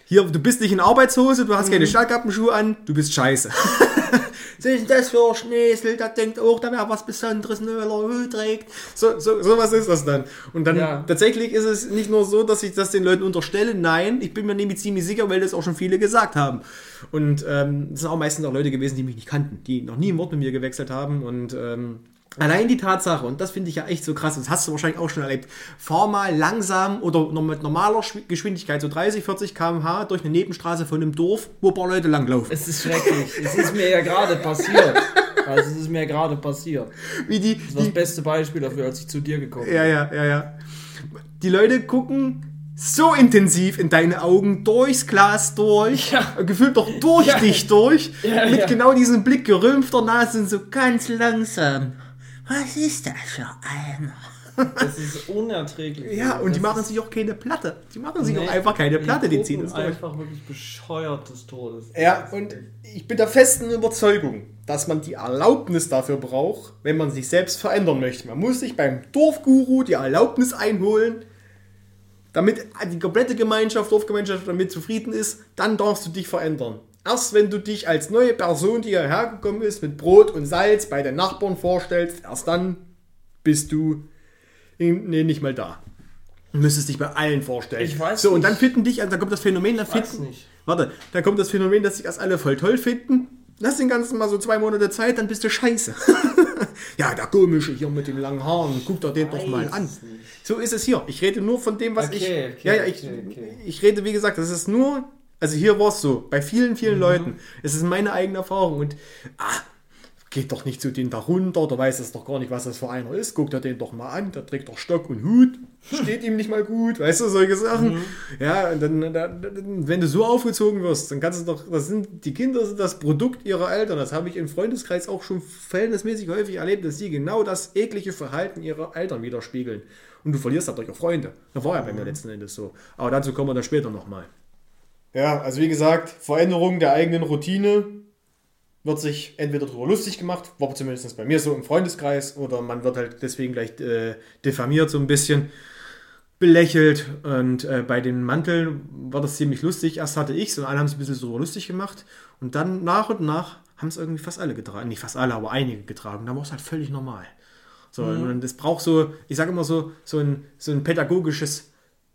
hier, du bist nicht in Arbeitshose, du hast keine Schallkappenschuhe an, du bist scheiße. Was ist denn das für ein Schneesel, der denkt auch, da wäre was Besonderes, ne, weil er Hut trägt. So, so, so was ist das dann. Und dann Ja. tatsächlich ist es nicht nur so, dass ich das den Leuten unterstelle, nein, ich bin mir nämlich ziemlich sicher, weil das auch schon viele gesagt haben. Und ähm, das sind auch meistens auch Leute gewesen, die mich nicht kannten, die noch nie ein Wort mit mir gewechselt haben und ähm, allein die Tatsache, und das finde ich ja echt so krass, das hast du wahrscheinlich auch schon erlebt, fahr mal langsam oder noch mit normaler Schw- Geschwindigkeit, so dreißig, vierzig Kilometer pro Stunde durch eine Nebenstraße von einem Dorf, wo ein paar Leute langlaufen. Es ist schrecklich. Es ist mir ja gerade passiert. Also es ist mir gerade passiert. Wie die, Das war das die, beste Beispiel dafür, als ich zu dir gekommen bin. ja, ja, ja, ja. Die Leute gucken so intensiv in deine Augen durchs Glas durch, Ja. gefühlt doch durch Ja. dich durch, Ja, mit ja. genau diesem Blick gerümpfter Nase und so ganz langsam. Was ist das für einer? Das ist unerträglich. Ja, und das die machen ist, sich auch keine Platte. Die machen sich nee, auch einfach keine Platte, die ziehen gucken das durch. einfach wirklich bescheuert des Todes. Ja, und ich bin der festen Überzeugung, dass man die Erlaubnis dafür braucht, wenn man sich selbst verändern möchte. Man muss sich beim Dorfguru die Erlaubnis einholen, damit die komplette Gemeinschaft, Dorfgemeinschaft damit zufrieden ist, dann darfst du dich verändern. Erst wenn du dich als neue Person, die hierher gekommen ist, mit Brot und Salz bei den Nachbarn vorstellst, erst dann bist du in, nee, nicht mal da. Du müsstest dich bei allen vorstellen. Ich weiß so, und nicht. dann finden dich, also da kommt das Phänomen, da Ich weiß finden, nicht. warte, da kommt das Phänomen, dass sich erst alle voll toll finden. Lass den ganzen mal so zwei Monate Zeit, dann bist du scheiße. Ja, der komische hier mit den langen Haaren, guck dir den doch mal Weiß an. nicht. So ist es hier. Ich rede nur von dem, was Okay, ich. okay, ja, ja, ich, okay, okay. ich rede, wie gesagt, das ist nur. Also hier war es so, bei vielen, vielen Mhm. Leuten. Es ist meine eigene Erfahrung und ah, geht doch nicht zu denen da runter, der weiß es doch gar nicht, was das für einer ist. Guckt er den doch mal an, der trägt doch Stock und Hut, steht ihm nicht mal gut, weißt du, solche Sachen. Mhm. Ja, und dann, dann, dann, wenn du so aufgezogen wirst, dann kannst du doch, das sind, die Kinder sind das Produkt ihrer Eltern. Das habe ich im Freundeskreis auch schon verhältnismäßig häufig erlebt, dass sie genau das eklige Verhalten ihrer Eltern widerspiegeln. Und du verlierst dadurch auch Freunde. Das war ja bei mir letzten Endes so. Aber dazu kommen wir dann später nochmal. Ja, also wie gesagt, Veränderung der eigenen Routine wird sich entweder darüber lustig gemacht, war zumindest bei mir so im Freundeskreis, oder man wird halt deswegen gleich äh, diffamiert so ein bisschen, belächelt. Und äh, bei den Manteln war das ziemlich lustig. Erst hatte ich es und alle haben sich ein bisschen darüber lustig gemacht. Und dann nach und nach haben es irgendwie fast alle getragen. Nicht fast alle, aber einige getragen. Da war es halt völlig normal. So, mhm. Und es braucht so, ich sage immer so, so ein, so ein pädagogisches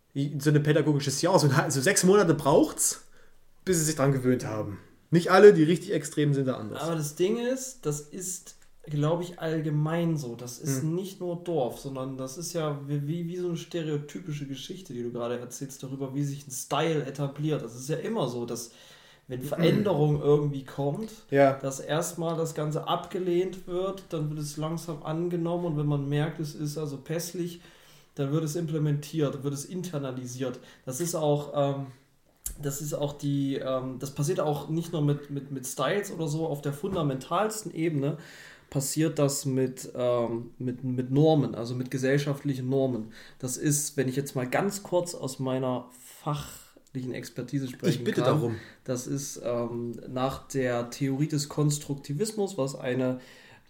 so ein pädagogisches Jahr, so, so sechs Monate braucht's, bis sie sich dran gewöhnt haben. Nicht alle, die richtig extrem sind, da anders. Aber das Ding ist, das ist, glaube ich, allgemein so. Das ist Hm. nicht nur Dorf, sondern das ist ja wie, wie so eine stereotypische Geschichte, die du gerade erzählst, darüber, wie sich ein Style etabliert. Das ist ja immer so, dass wenn Veränderung irgendwie kommt, Ja. dass erstmal das Ganze abgelehnt wird, dann wird es langsam angenommen und wenn man merkt, es ist also pässlich, dann wird es implementiert, dann wird es internalisiert. Das ist auch, ähm, das ist auch die, ähm, das passiert auch nicht nur mit, mit, mit Styles oder so, auf der fundamentalsten Ebene passiert das mit, ähm, mit, mit Normen, also mit gesellschaftlichen Normen. Das ist, wenn ich jetzt mal ganz kurz aus meiner fachlichen Expertise sprechen Ich bitte kann, darum. das ist ähm, nach der Theorie des Konstruktivismus, was eine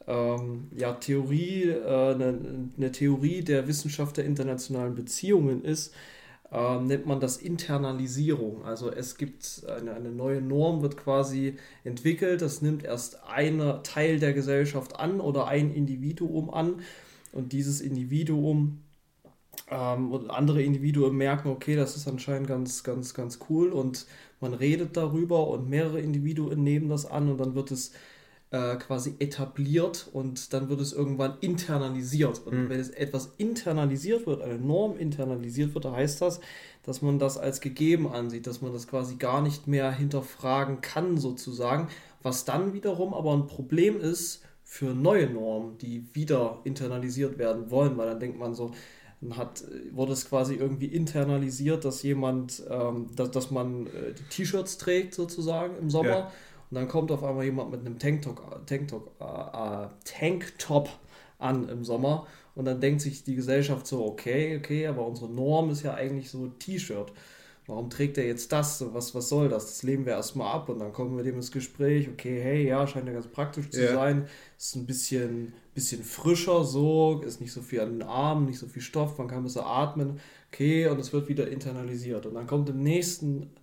Ähm, ja, Theorie, äh, eine, eine Theorie der Wissenschaft der internationalen Beziehungen ist, ähm, nennt man das Internalisierung. Also es gibt eine, eine neue Norm, wird quasi entwickelt, das nimmt erst ein Teil der Gesellschaft an oder ein Individuum an und dieses Individuum ähm, und andere Individuen merken, okay, das ist anscheinend ganz, ganz, ganz cool und man redet darüber und mehrere Individuen nehmen das an und dann wird es quasi etabliert und dann wird es irgendwann internalisiert. Und mhm. wenn es etwas internalisiert wird, eine Norm internalisiert wird, da heißt das, dass man das als gegeben ansieht, dass man das quasi gar nicht mehr hinterfragen kann sozusagen, was dann wiederum aber ein Problem ist für neue Normen, die wieder internalisiert werden wollen, weil dann denkt man so, dann hat, wurde es quasi irgendwie internalisiert, dass jemand, ähm, dass, dass man äh, die T-Shirts trägt sozusagen im Sommer. Ja. Und dann kommt auf einmal jemand mit einem Tanktop, Tanktop, äh, äh, Tanktop an im Sommer und dann denkt sich die Gesellschaft so, okay, okay, aber unsere Norm ist ja eigentlich so T-Shirt. Warum trägt er jetzt das? Was, was soll das? Das lehnen wir erstmal ab und dann kommen wir dem ins Gespräch, okay, hey, ja, scheint ja ganz praktisch zu ja. sein, ist ein bisschen, bisschen frischer so, ist nicht so viel an den Armen, nicht so viel Stoff, man kann besser atmen, okay, und es wird wieder internalisiert. Und dann kommt im nächsten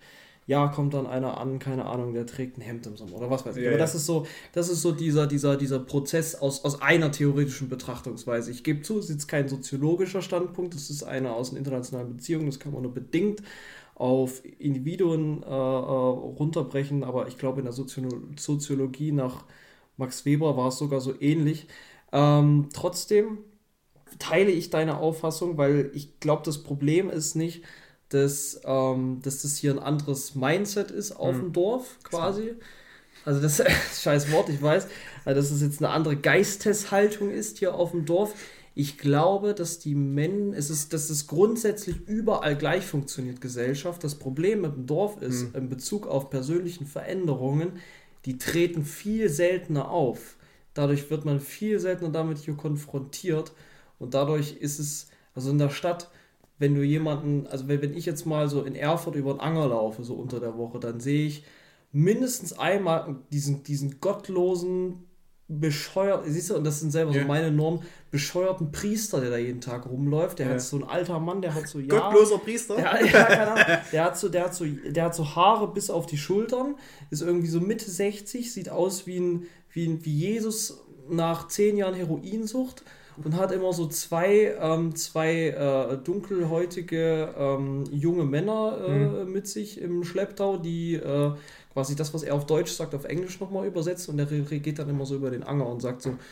ja, kommt dann einer an, keine Ahnung, der trägt ein Hemd im Sommer oder was weiß ich. Ja, Aber ja. das ist so, das ist so dieser, dieser, dieser Prozess aus, aus einer theoretischen Betrachtungsweise. Ich gebe zu, es ist jetzt kein soziologischer Standpunkt, es ist einer aus den internationalen Beziehungen, das kann man nur bedingt auf Individuen äh, äh, runterbrechen, aber ich glaube in der Soziolo- Soziologie nach Max Weber war es sogar so ähnlich. Ähm, trotzdem teile ich deine Auffassung, weil ich glaube, das Problem ist nicht, dass, ähm, dass das hier ein anderes Mindset ist auf dem Dorf quasi. Also das ist ein scheiß Wort, ich weiß, also dass es jetzt eine andere Geisteshaltung ist hier auf dem Dorf. Ich glaube, dass die Menschen, es ist, dass es grundsätzlich überall gleich funktioniert, Gesellschaft. Das Problem mit dem Dorf ist, Mhm. in Bezug auf persönlichen Veränderungen, die treten viel seltener auf. Dadurch wird man viel seltener damit hier konfrontiert und dadurch ist es, also in der Stadt, wenn du jemanden, also wenn, wenn ich jetzt mal so in Erfurt über den Anger laufe, so unter der Woche, dann sehe ich mindestens einmal diesen, diesen gottlosen, bescheuert, siehst du, und das sind selber Ja. so meine Normen, bescheuerten Priester, der da jeden Tag rumläuft. Der Ja. hat so ein alter Mann, der hat so ja, Gottloser Priester? der, ja, keine Ahnung, der hat so, der hat so, der hat so Haare bis auf die Schultern, ist irgendwie so Mitte sechzig, sieht aus wie ein, wie ein, wie Jesus nach zehn Jahren Heroinsucht und hat immer so zwei, ähm, zwei äh, dunkelhäutige ähm, junge Männer äh, mit sich im Schlepptau, die äh, quasi das, was er auf Deutsch sagt, auf Englisch nochmal übersetzt und der geht dann immer so über den Anger und sagt so,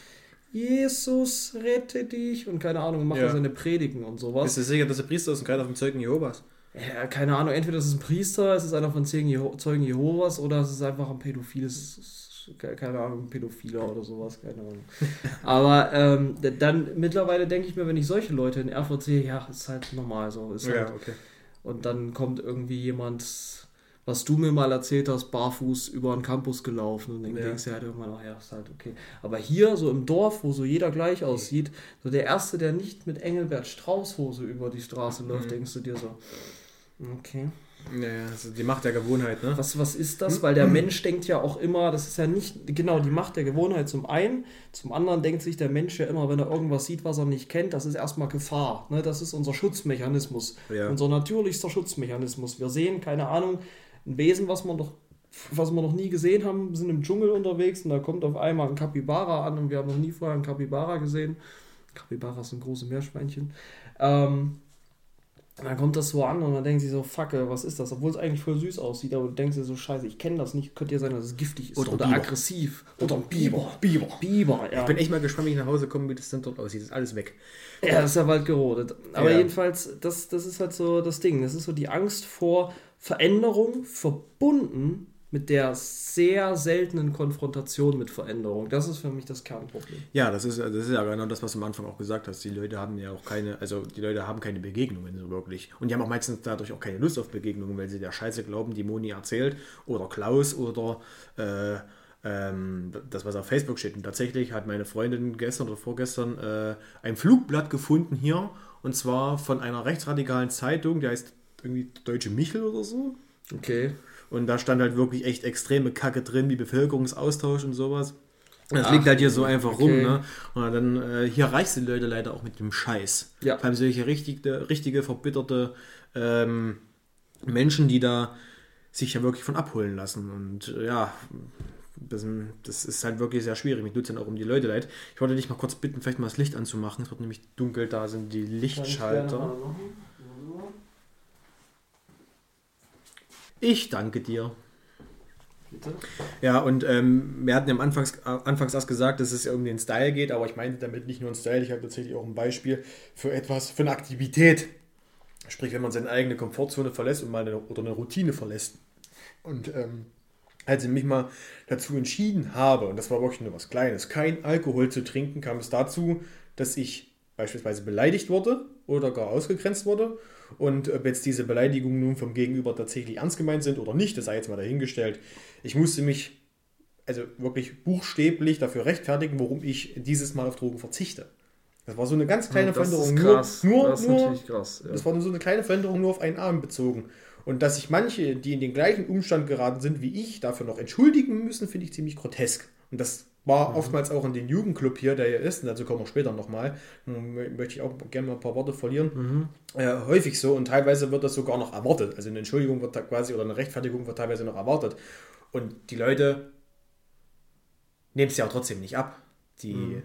Jesus, rette dich und keine Ahnung, macht Ja. er seine Predigen und sowas. Bist du sicher, dass er Priester ist und keiner von Zeugen Jehovas? Ja, keine Ahnung, entweder ist es ein Priester, es ist einer von Zeugen Jeho- Zeugen Jehovas oder es ist einfach ein pädophiles, keine Ahnung, ein Pädophiler oder sowas, keine Ahnung. Aber ähm, d- dann mittlerweile denke ich mir, wenn ich solche Leute in Erfurt sehe, ja, ist halt normal so. Ist halt, Ja, okay. und dann kommt irgendwie jemand, was du mir mal erzählt hast, barfuß über den Campus gelaufen und dann Ja. denkst du halt irgendwann, ach ja, ist halt okay. Aber hier so im Dorf, wo so jeder gleich aussieht, so der Erste, der nicht mit Engelbert Strauß-Hose über die Straße läuft, Mhm. denkst du dir so, okay. Naja, also die Macht der Gewohnheit, ne? Was, was ist das? Weil der Mensch denkt ja auch immer, das ist ja nicht, genau, die Macht der Gewohnheit zum einen, zum anderen denkt sich der Mensch ja immer, wenn er irgendwas sieht, was er nicht kennt, das ist erstmal Gefahr. Ne? Das ist unser Schutzmechanismus, Ja. unser natürlichster Schutzmechanismus. Wir sehen, keine Ahnung, ein Wesen, was wir, noch, was wir noch nie gesehen haben, sind im Dschungel unterwegs und da kommt auf einmal ein Kapibara an und wir haben noch nie vorher einen Kapibara gesehen. Kapibaras sind große Meerschweinchen. Ähm, Und dann kommt das so an und man denkt sich so, fuck, was ist das? Obwohl es eigentlich voll süß aussieht, aber du denkst dir so, scheiße, ich kenne das nicht. Könnte ja sein, dass es giftig ist Oder oder, ein Biber. aggressiv. Oder ein Biber. Biber. Biber, ja. Ich bin echt mal gespannt, wie ich nach Hause komme, wie das dann dort aussieht. Das ist alles weg. Ja, das ist ja bald gerodet. Aber Ja. jedenfalls, das, das ist halt so das Ding. Das ist so die Angst vor Veränderung verbunden mit der sehr seltenen Konfrontation mit Veränderung. Das ist für mich das Kernproblem. Ja, das ist, das ist ja genau das, was du am Anfang auch gesagt hast. Die Leute haben ja auch keine, also die Leute haben keine Begegnungen so wirklich. Und die haben auch meistens dadurch auch keine Lust auf Begegnungen, weil sie der Scheiße glauben, die Moni erzählt oder Klaus oder äh, ähm, das, was auf Facebook steht. Und tatsächlich hat meine Freundin gestern oder vorgestern äh, ein Flugblatt gefunden hier und zwar von einer rechtsradikalen Zeitung, die heißt irgendwie Deutsche Michel oder so. Okay. Und da stand halt wirklich echt extreme Kacke drin, wie Bevölkerungsaustausch und sowas. Das Ach, liegt halt hier so einfach rum, okay. ne? Und dann, äh, hier reichst die Leute leider auch mit dem Scheiß. Ja. Vor allem solche richtige, richtige verbitterte ähm, Menschen, die da sich ja wirklich von abholen lassen. Und äh, ja, das, das ist halt wirklich sehr schwierig. Mich tut es dann auch um die Leute leid. Ich wollte dich mal kurz bitten, vielleicht mal das Licht anzumachen. Es wird nämlich dunkel, da sind die Lichtschalter. Ich danke dir. Bitte? Ja, und ähm, wir hatten ja am Anfangs, äh, anfangs erst gesagt, dass es ja um den Style geht, aber ich meinte damit nicht nur einen Style, ich habe tatsächlich auch ein Beispiel für etwas, für eine Aktivität. Sprich, wenn man seine eigene Komfortzone verlässt und mal eine, oder eine Routine verlässt. Und ähm, als ich mich mal dazu entschieden habe, und das war wirklich nur was Kleines, kein Alkohol zu trinken, kam es dazu, dass ich beispielsweise beleidigt wurde oder gar ausgegrenzt wurde. Und ob jetzt diese Beleidigungen nun vom Gegenüber tatsächlich ernst gemeint sind oder nicht, das sei jetzt mal dahingestellt. Ich musste mich also wirklich buchstäblich dafür rechtfertigen, warum ich dieses Mal auf Drogen verzichte. Das war so eine ganz kleine Ja, das Veränderung. ist krass. Nur, nur, das ist nur, natürlich krass. Ja. das war nur so eine kleine Veränderung nur auf einen Abend bezogen. Und dass sich manche, die in den gleichen Umstand geraten sind wie ich, dafür noch entschuldigen müssen, finde ich ziemlich grotesk. Und das war mhm. oftmals auch in den Jugendclub hier, der hier ist, und dazu kommen wir später nochmal, möchte ich auch gerne mal ein paar Worte verlieren, mhm. äh, häufig so und teilweise wird das sogar noch erwartet. Also eine Entschuldigung wird da quasi oder eine Rechtfertigung wird teilweise noch erwartet. Und die Leute nehmen es ja auch trotzdem nicht ab. Die, mhm.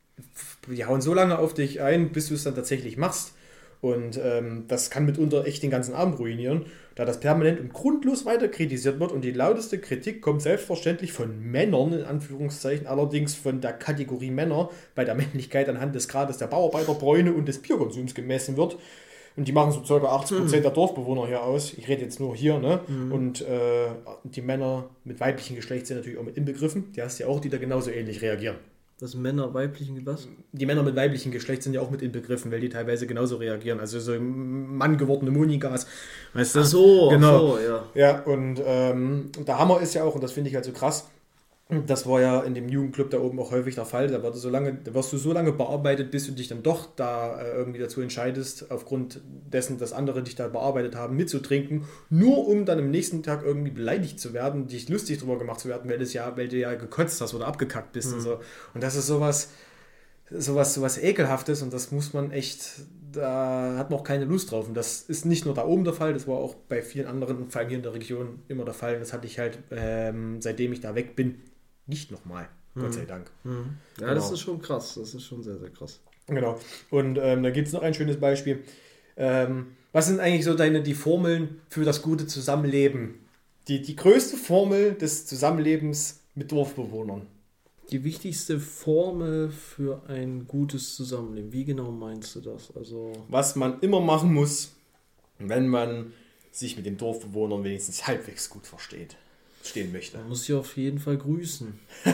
die hauen so lange auf dich ein, bis du es dann tatsächlich machst. Und ähm, das kann mitunter echt den ganzen Abend ruinieren, da das permanent und grundlos weiter kritisiert wird. Und die lauteste Kritik kommt selbstverständlich von Männern, in Anführungszeichen, allerdings von der Kategorie Männer, bei der Männlichkeit anhand des Grades der Bauarbeiterbräune und des Bierkonsums gemessen wird. Und die machen so ca. achtzig Prozent mhm. der Dorfbewohner hier aus. Ich rede jetzt nur hier, ne? Mhm. Und äh, die Männer mit weiblichem Geschlecht sind natürlich auch mit inbegriffen. Die hast ja auch, die da genauso ähnlich reagieren. Das Männer weiblichen was? Die Männer mit weiblichem Geschlecht sind ja auch mit inbegriffen, weil die teilweise genauso reagieren. Also so Mann gewordene Monigas. Weißt du? Ach so, genau. Ach so, ja. Ja, und ähm, der Hammer ist ja auch, und das finde ich halt so krass, das war ja in dem Jugendclub da oben auch häufig der Fall. Da, so lange, da wirst du so lange bearbeitet, bis du dich dann doch da äh, irgendwie dazu entscheidest, aufgrund dessen, dass andere dich da bearbeitet haben, mitzutrinken, nur um dann am nächsten Tag irgendwie beleidigt zu werden, dich lustig drüber gemacht zu werden, weil, das ja, weil du ja gekotzt hast oder abgekackt bist. Mhm. Und, so. Und das ist sowas, sowas, sowas Ekelhaftes und das muss man echt, da hat man auch keine Lust drauf. Und das ist nicht nur da oben der Fall, das war auch bei vielen anderen, vor allem hier in der Region, immer der Fall. Und das hatte ich halt, ähm, seitdem ich da weg bin, nicht nochmal, hm. Gott sei Dank. Hm. Ja, genau. Das ist schon krass. Das ist schon sehr, sehr krass. Genau. Und ähm, da gibt es noch ein schönes Beispiel. Ähm, was sind eigentlich so deine die Formeln für das gute Zusammenleben? Die, die größte Formel des Zusammenlebens mit Dorfbewohnern? Die wichtigste Formel für ein gutes Zusammenleben. Wie genau meinst du das? Also was man immer machen muss, wenn man sich mit den Dorfbewohnern wenigstens halbwegs gut versteht. Stehen möchte. Man muss sie auf jeden Fall grüßen.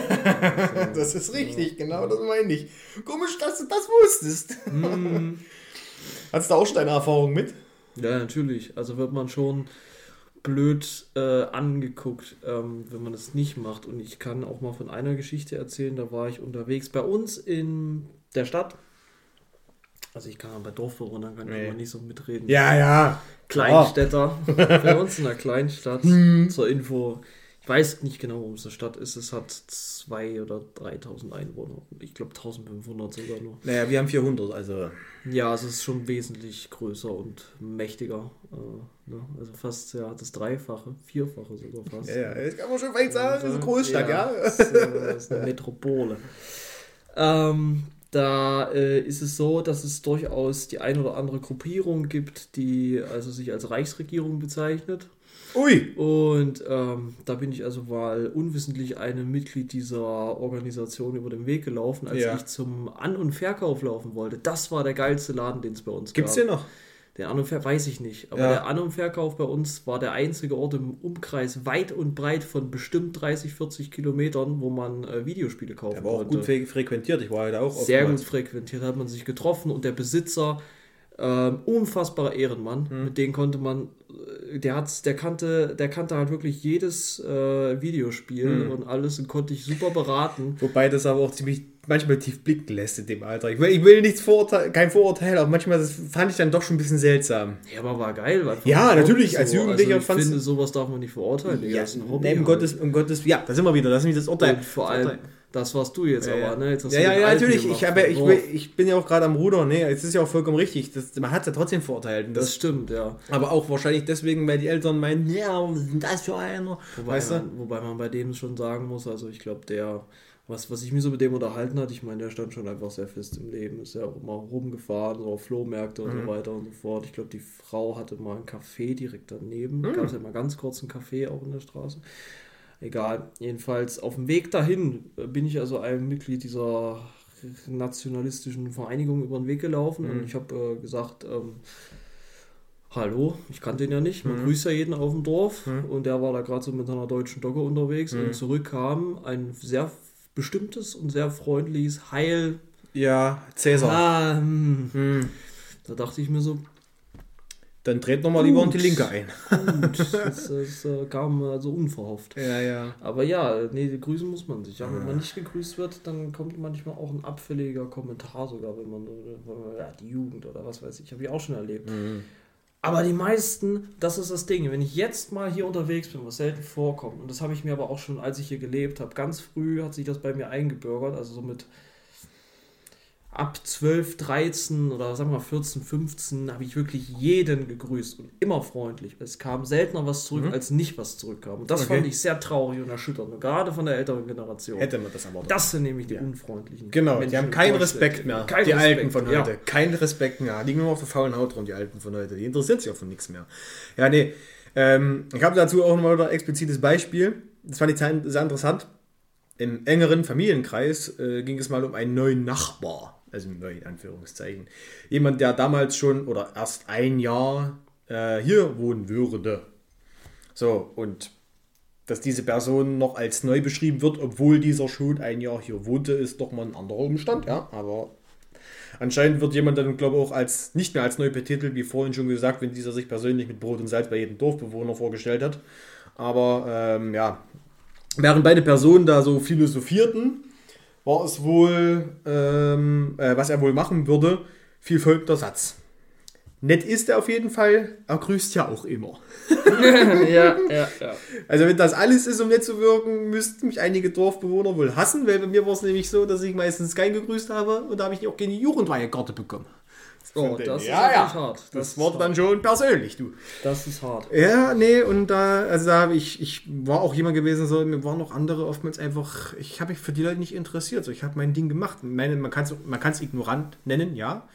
Das ist richtig, ja. Genau das meine ich. Komisch, dass du das wusstest. Mm. Hast du auch deine Erfahrung mit? Ja, natürlich. Also wird man schon blöd äh, angeguckt, ähm, wenn man das nicht macht. Und ich kann auch mal von einer Geschichte erzählen, da war ich unterwegs bei uns in der Stadt. Also ich kann ja bei Dorfbewohnern kann ich nee. immer nicht so mitreden. Ja, ja. Kleinstädter. Oh. Bei uns in einer Kleinstadt. Hm. Zur Info. Ich weiß nicht genau, wo es eine Stadt ist. Es hat zweitausend oder dreitausend Einwohner. Ich glaube eintausendfünfhundert sogar nur. Naja, wir haben vierhundert, also... Ja, es ist schon wesentlich größer und mächtiger. Äh, ne? Also fast ja, das Dreifache, Vierfache sogar fast. Ja, ja, das kann man schon vielleicht sagen. Das ist eine Großstadt, ja. ja. Das, ist, das ist eine Metropole. ähm... Da äh, ist es so, dass es durchaus die ein oder andere Gruppierung gibt, die also sich als Reichsregierung bezeichnet. Ui! Und ähm, da bin ich also mal unwissentlich einem Mitglied dieser Organisation über den Weg gelaufen, als ja. ich zum An- und Verkauf laufen wollte. Das war der geilste Laden, den es bei uns Gibt's gab. Gibt's den noch? Den An- und Verkauf weiß ich nicht. Aber ja. der An- und Verkauf bei uns war der einzige Ort im Umkreis weit und breit von bestimmt dreißig, vierzig Kilometern, wo man äh, Videospiele kaufen konnte. Der war auch gut frequentiert. Ich war ja da auch Sehr oftmals. Gut frequentiert, hat man sich getroffen und der Besitzer, äh, unfassbarer Ehrenmann, hm. mit dem konnte man, der hat's, der kannte, der kannte halt wirklich jedes äh, Videospiel hm. und alles und konnte ich super beraten. Wobei das aber auch ziemlich manchmal tief blicken lässt in dem Alter. Ich will, ich will nichts Vorurteil, kein Vorurteil, aber manchmal das fand ich dann doch schon ein bisschen seltsam. Ja, aber war geil. War ja, natürlich, so. Als Jugendlicher also ich finde, sowas darf man nicht verurteilen. Ja, das ist ein Hobby. Nee, um, Gottes, um Gottes, ja, da sind wir wieder, das ist nicht das Urteil. Und vor allem, das warst du jetzt ja, aber, ne? Jetzt hast ja, du ja, ja natürlich, ich, habe, ich, will, ich bin ja auch gerade am Ruder, ne, es ist ja auch vollkommen richtig, das, man hat es ja trotzdem verurteilt. Das, das stimmt, ja. Aber auch wahrscheinlich deswegen, weil die Eltern meinen, ja, was ist denn das für einer? Wobei, weißt man, du? wobei man bei dem schon sagen muss, also ich glaube, der... Was, was ich mir so mit dem unterhalten hat, ich meine, der stand schon einfach sehr fest im Leben, ist ja auch immer rumgefahren, so auf Flohmärkte und mhm. so weiter und so fort. Ich glaube, die Frau hatte mal ein Café direkt daneben. Mhm. Gab es ja mal ganz kurz ein Café auch in der Straße. Egal, jedenfalls auf dem Weg dahin bin ich also einem Mitglied dieser nationalistischen Vereinigung über den Weg gelaufen mhm. und ich habe äh, gesagt, ähm, hallo, ich kannte ihn ja nicht, man mhm. grüßt ja jeden auf dem Dorf mhm. und der war da gerade so mit einer deutschen Dogge unterwegs mhm. und zurückkam ein sehr bestimmtes und sehr freundliches Heil. Ja, Cäsar. Ah, hm. Hm. Da dachte ich mir so, dann dreht nochmal lieber in die Linke ein. Gut, das, das äh, kam also unverhofft. Ja, ja. Aber ja, nee, grüßen muss man sich. Ja, wenn man nicht gegrüßt wird, dann kommt manchmal auch ein abfälliger Kommentar sogar, wenn man, ja, die Jugend oder was weiß ich, habe ich auch schon erlebt. Mhm. Aber die meisten, das ist das Ding, wenn ich jetzt mal hier unterwegs bin, was selten vorkommt, und das habe ich mir aber auch schon, als ich hier gelebt habe, ganz früh hat sich das bei mir eingebürgert, also so mit ab zwölf, dreizehn oder sagen wir mal vierzehn, fünfzehn habe ich wirklich jeden gegrüßt und immer freundlich. Es kam seltener was zurück, mhm. als nicht was zurückkam. Und das okay. fand ich sehr traurig und erschütternd, und gerade von der älteren Generation. Hätte man das aber doch. Das sind nämlich die ja. unfreundlichen. Genau, Menschen, die haben keinen Respekt mehr. Kein die Respekt, Alten von heute. Ja. Keinen Respekt mehr. Die liegen nur auf der faulen Haut rum, die Alten von heute. Die interessieren sich auch von nichts mehr. Ja, nee. Ähm, ich habe dazu auch nochmal ein explizites Beispiel. Das fand ich sehr interessant. Im engeren Familienkreis äh, ging es mal um einen neuen Nachbar. Also neu in Anführungszeichen. Jemand, der damals schon oder erst ein Jahr äh, hier wohnen würde. So, und dass diese Person noch als neu beschrieben wird, obwohl dieser schon ein Jahr hier wohnte, ist doch mal ein anderer Umstand, ja. Aber anscheinend wird jemand dann, glaube ich, auch als nicht mehr als neu betitelt, wie vorhin schon gesagt, wenn dieser sich persönlich mit Brot und Salz bei jedem Dorfbewohner vorgestellt hat. Aber ähm, ja, während beide Personen da so philosophierten, war es wohl, ähm, äh, was er wohl machen würde, fiel folgender Satz. Nett ist er auf jeden Fall, er grüßt ja auch immer. ja, ja, ja. Also wenn das alles ist, um nett zu wirken, müssten mich einige Dorfbewohner wohl hassen, weil bei mir war es nämlich so, dass ich meistens keinen gegrüßt habe und da habe ich auch keine Jugendweihekarte bekommen. Oh, das ist ja, ja. hart. Das, das wurde dann schon persönlich, du. Das ist hart. Ja, nee, und da, also da habe ich, ich war auch jemand gewesen, so, mir waren noch andere oftmals einfach, ich habe mich für die Leute nicht interessiert, so, ich habe mein Ding gemacht. Meine, man kann es man kann's ignorant nennen, ja.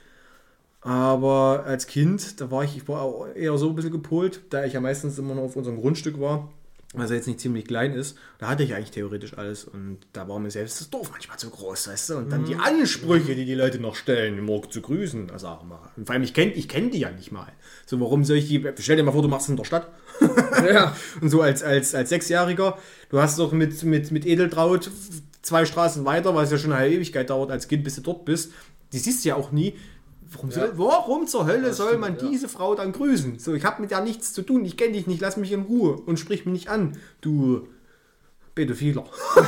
Aber als Kind, da war ich, ich war auch eher so ein bisschen gepolt, da ich ja meistens immer noch auf unserem Grundstück war, was ja jetzt nicht ziemlich klein ist, da hatte ich eigentlich theoretisch alles und da war mir selbst das Dorf manchmal zu groß, weißt du, und dann mhm. die Ansprüche, die die Leute noch stellen, immer zu grüßen, also auch mal. Und vor allem, ich kenne ich kenn die ja nicht mal. So, warum soll ich die, stell dir mal vor, du machst es in der Stadt. Ja. Und so als, als, als Sechsjähriger, du hast doch mit, mit, mit Edeltraut zwei Straßen weiter, weil es ja schon eine Ewigkeit dauert als Kind, bis du dort bist, die siehst du ja auch nie. Warum, soll, ja. warum zur Hölle das soll stimmt, man diese ja. Frau dann grüßen? So, ich habe mit der nichts zu tun, ich kenne dich nicht, lass mich in Ruhe und sprich mich nicht an, du Pädophiler.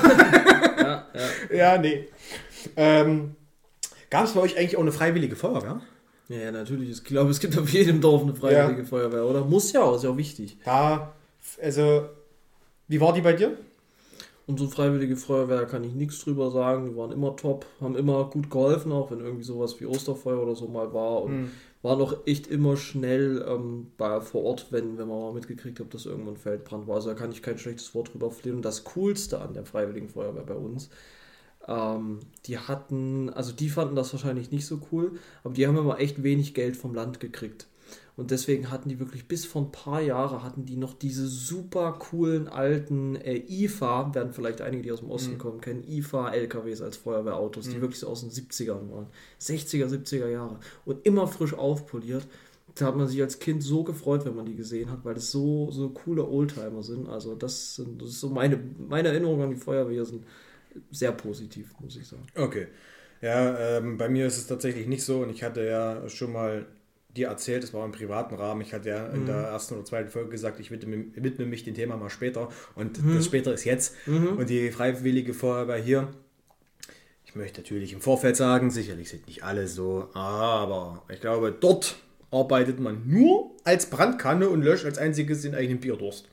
ja, ja. ja, nee. Ähm, Gab es bei euch eigentlich auch eine freiwillige Feuerwehr? Ja, ja, natürlich. Ich glaube, es gibt auf jedem Dorf eine freiwillige ja. Feuerwehr, oder? Muss ja auch, ist ja auch wichtig. Ja, also, wie war die bei dir? Unsere freiwillige Feuerwehr kann ich nichts drüber sagen. Die waren immer top, haben immer gut geholfen, auch wenn irgendwie sowas wie Osterfeuer oder so mal war. Und mhm. waren auch echt immer schnell ähm, bei, vor Ort, wenn, wenn man mal mitgekriegt hat, dass irgendwo ein Feldbrand war. Also da kann ich kein schlechtes Wort drüber verlieren. Und das Coolste an der freiwilligen Feuerwehr bei uns, ähm, die hatten, also die fanden das wahrscheinlich nicht so cool, aber die haben immer echt wenig Geld vom Land gekriegt. Und deswegen hatten die wirklich bis vor ein paar Jahren hatten die noch diese super coolen alten äh, I F A, werden vielleicht einige, die aus dem Osten mhm. kommen, kennen, I F A-L K Ws als Feuerwehrautos, mhm. die wirklich so aus den siebzigern waren. sechziger, siebziger Jahre. Und immer frisch aufpoliert. Da hat man sich als Kind so gefreut, wenn man die gesehen hat, weil das so, so coole Oldtimer sind. Also das, sind, das ist so meine, meine Erinnerungen an die Feuerwehr sind sehr positiv, muss ich sagen. Okay. Ja, ähm, bei mir ist es tatsächlich nicht so und ich hatte ja schon mal dir erzählt, es war im privaten Rahmen. Ich hatte ja in mhm. der ersten oder zweiten Folge gesagt, ich widme, widme mich dem Thema mal später. Und mhm. das später ist jetzt. Mhm. Und die freiwillige Feuerwehr hier, ich möchte natürlich im Vorfeld sagen, sicherlich sind nicht alle so, aber ich glaube, dort arbeitet man nur als Brandkanne und löscht als einziges den eigenen Bierdurst.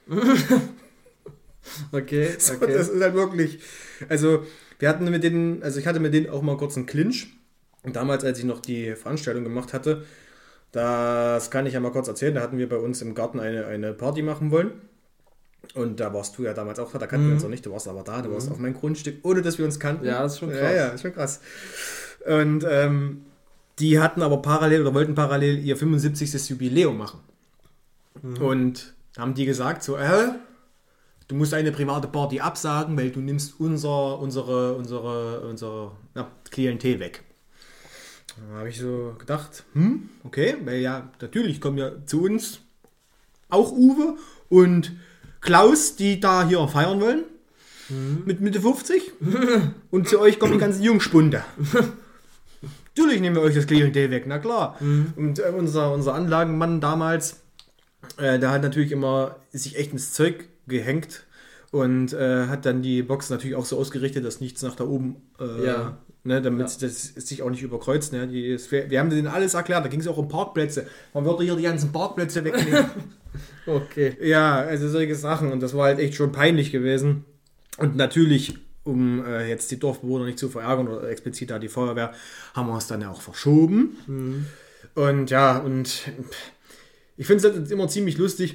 okay, so, okay. Das ist halt wirklich, also wir hatten mit denen, also ich hatte mit denen auch mal kurz einen Clinch. Und damals, als ich noch die Veranstaltung gemacht hatte, das kann ich ja mal kurz erzählen. Da hatten wir bei uns im Garten eine, eine Party machen wollen. Und da warst du ja damals auch da. Da kannten mhm. wir uns auch nicht. Du warst aber da. Du mhm. warst auf meinem Grundstück, ohne dass wir uns kannten. Ja, das ist schon krass. Ja, ja, ist schon krass. Und ähm, die hatten aber parallel oder wollten parallel ihr fünfundsiebzigstes Jubiläum machen. Mhm. Und haben die gesagt, so, äh, du musst eine private Party absagen, weil du nimmst unser, unsere, unsere, unsere ja, Klientel weg. Da habe ich so gedacht, hm, okay, weil ja, natürlich kommen ja zu uns auch Uwe und Klaus, die da hier feiern wollen, mhm. mit Mitte fünfzig. Und zu euch kommen die ganzen Jungspunde. Natürlich nehmen wir euch das Klientel weg, na klar. Mhm. Und äh, unser, unser Anlagenmann damals, äh, der hat natürlich immer sich echt ins Zeug gehängt und äh, hat dann die Box natürlich auch so ausgerichtet, dass nichts nach da oben, äh, Ja. ne, damit Ja. das sich auch nicht überkreuzt. Ne? Die, es, wir, wir haben denen alles erklärt, da ging es auch um Parkplätze. Man würde hier die ganzen Parkplätze wegnehmen. Okay. Ja, also solche Sachen und das war halt echt schon peinlich gewesen. Und natürlich, um äh, jetzt die Dorfbewohner nicht zu verärgern oder explizit da die Feuerwehr, haben wir es dann ja auch verschoben. Mhm. Und ja, und ich finde es halt immer ziemlich lustig,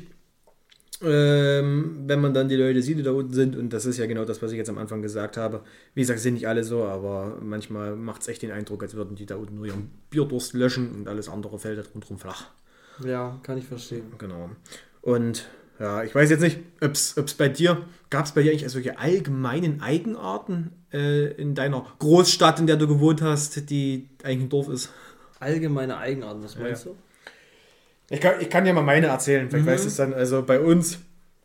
ähm, wenn man dann die Leute sieht, die da unten sind. Und das ist ja genau das, was ich jetzt am Anfang gesagt habe. Wie gesagt, sind nicht alle so, aber manchmal macht es echt den Eindruck, als würden die da unten nur ihren Bierdurst löschen und alles andere fällt halt rundherum flach. Ja, kann ich verstehen. Genau. Und ja, ich weiß jetzt nicht, ob es bei dir, gab es bei dir eigentlich solche allgemeinen Eigenarten äh, in deiner Großstadt, in der du gewohnt hast, die eigentlich ein Dorf ist? Allgemeine Eigenarten, was meinst Ja. du? Ich kann, ich kann ja mal meine erzählen, vielleicht Mhm. weißt du es dann. Also bei uns,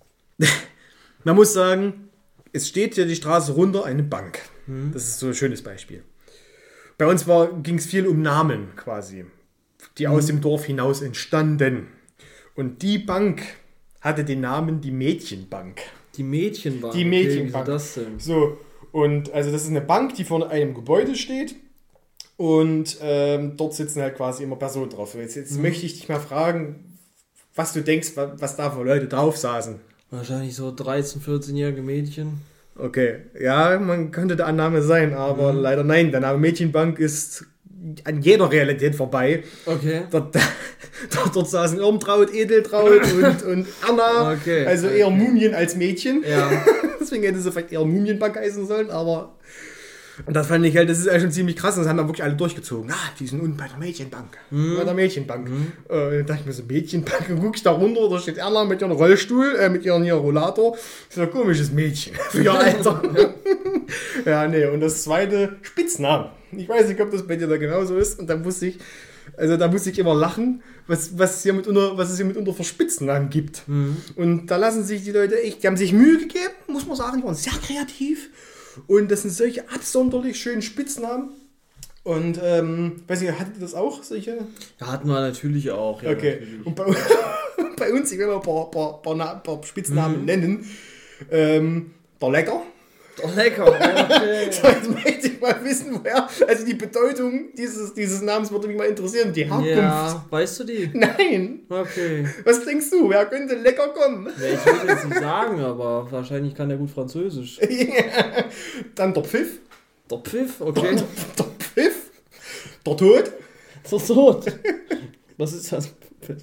man muss sagen, es steht hier die Straße runter eine Bank. Mhm. Das ist so ein schönes Beispiel. Bei uns ging es viel um Namen quasi, die Mhm. aus dem Dorf hinaus entstanden. Und die Bank hatte den Namen die Mädchenbank. Die Mädchenbank. Die Okay, Mädchenbank. wieso das denn? So, und also das ist eine Bank, die vor einem Gebäude steht. Und ähm, dort sitzen halt quasi immer Personen drauf. Jetzt, jetzt Mhm. möchte ich dich mal fragen, was du denkst, wa- was da für Leute drauf saßen. Wahrscheinlich so dreizehn-, vierzehn-jährige Mädchen. Okay, ja, man könnte der Annahme sein, aber Mhm. leider nein. Der Name Mädchenbank ist an jeder Realität vorbei. Okay. Dort, dort, dort saßen Irmtraut, Edeltraut und, und Anna. Okay. Also eher Okay. Mumien als Mädchen. Ja. Deswegen hätte sie vielleicht eher Mumienbank heißen sollen, aber. Und das fand ich halt, das ist eigentlich schon ziemlich krass. Und das haben dann wirklich alle durchgezogen. Ah, die sind unten bei der Mädchenbank. Mhm. Bei der Mädchenbank. Äh, dann dachte ich mir so, Mädchenbank, dann guck ich da runter, da steht Erna mit ihrem Rollstuhl, äh, mit ihrem hier Rollator. Das ist ein komisches Mädchen für ihr Alter. Ja, nee, und das zweite, Spitznamen. Ich weiß nicht, ob das bei dir da genauso ist. Und da musste ich, also da musste ich immer lachen, was, was, es hier mitunter, was es hier mitunter für Spitznamen gibt. Mhm. Und da lassen sich die Leute echt, die haben sich Mühe gegeben, muss man sagen, die waren sehr kreativ. Und das sind solche absonderlich schönen Spitznamen. Und, ähm, weiß nicht, hattet ihr das auch, solche? Ja, hatten wir natürlich auch. Ja, Okay. Natürlich. Und bei, bei uns, ich will mal ein paar, paar, paar, Na- paar Spitznamen Mhm. nennen. Ähm, der Lecker. Oh, lecker. Okay. So, jetzt möchte ich mal wissen, woher, also die Bedeutung dieses, dieses Namens würde mich mal interessieren, die Herkunft. Ja, weißt du die? Nein. Okay. Was denkst du, wer könnte lecker kommen? Ja, ich will jetzt nicht sagen, aber wahrscheinlich kann er gut Französisch. Dann der Pfiff. Der Pfiff, okay. Der Pfiff. Der Tod. Der Tod. Was ist das?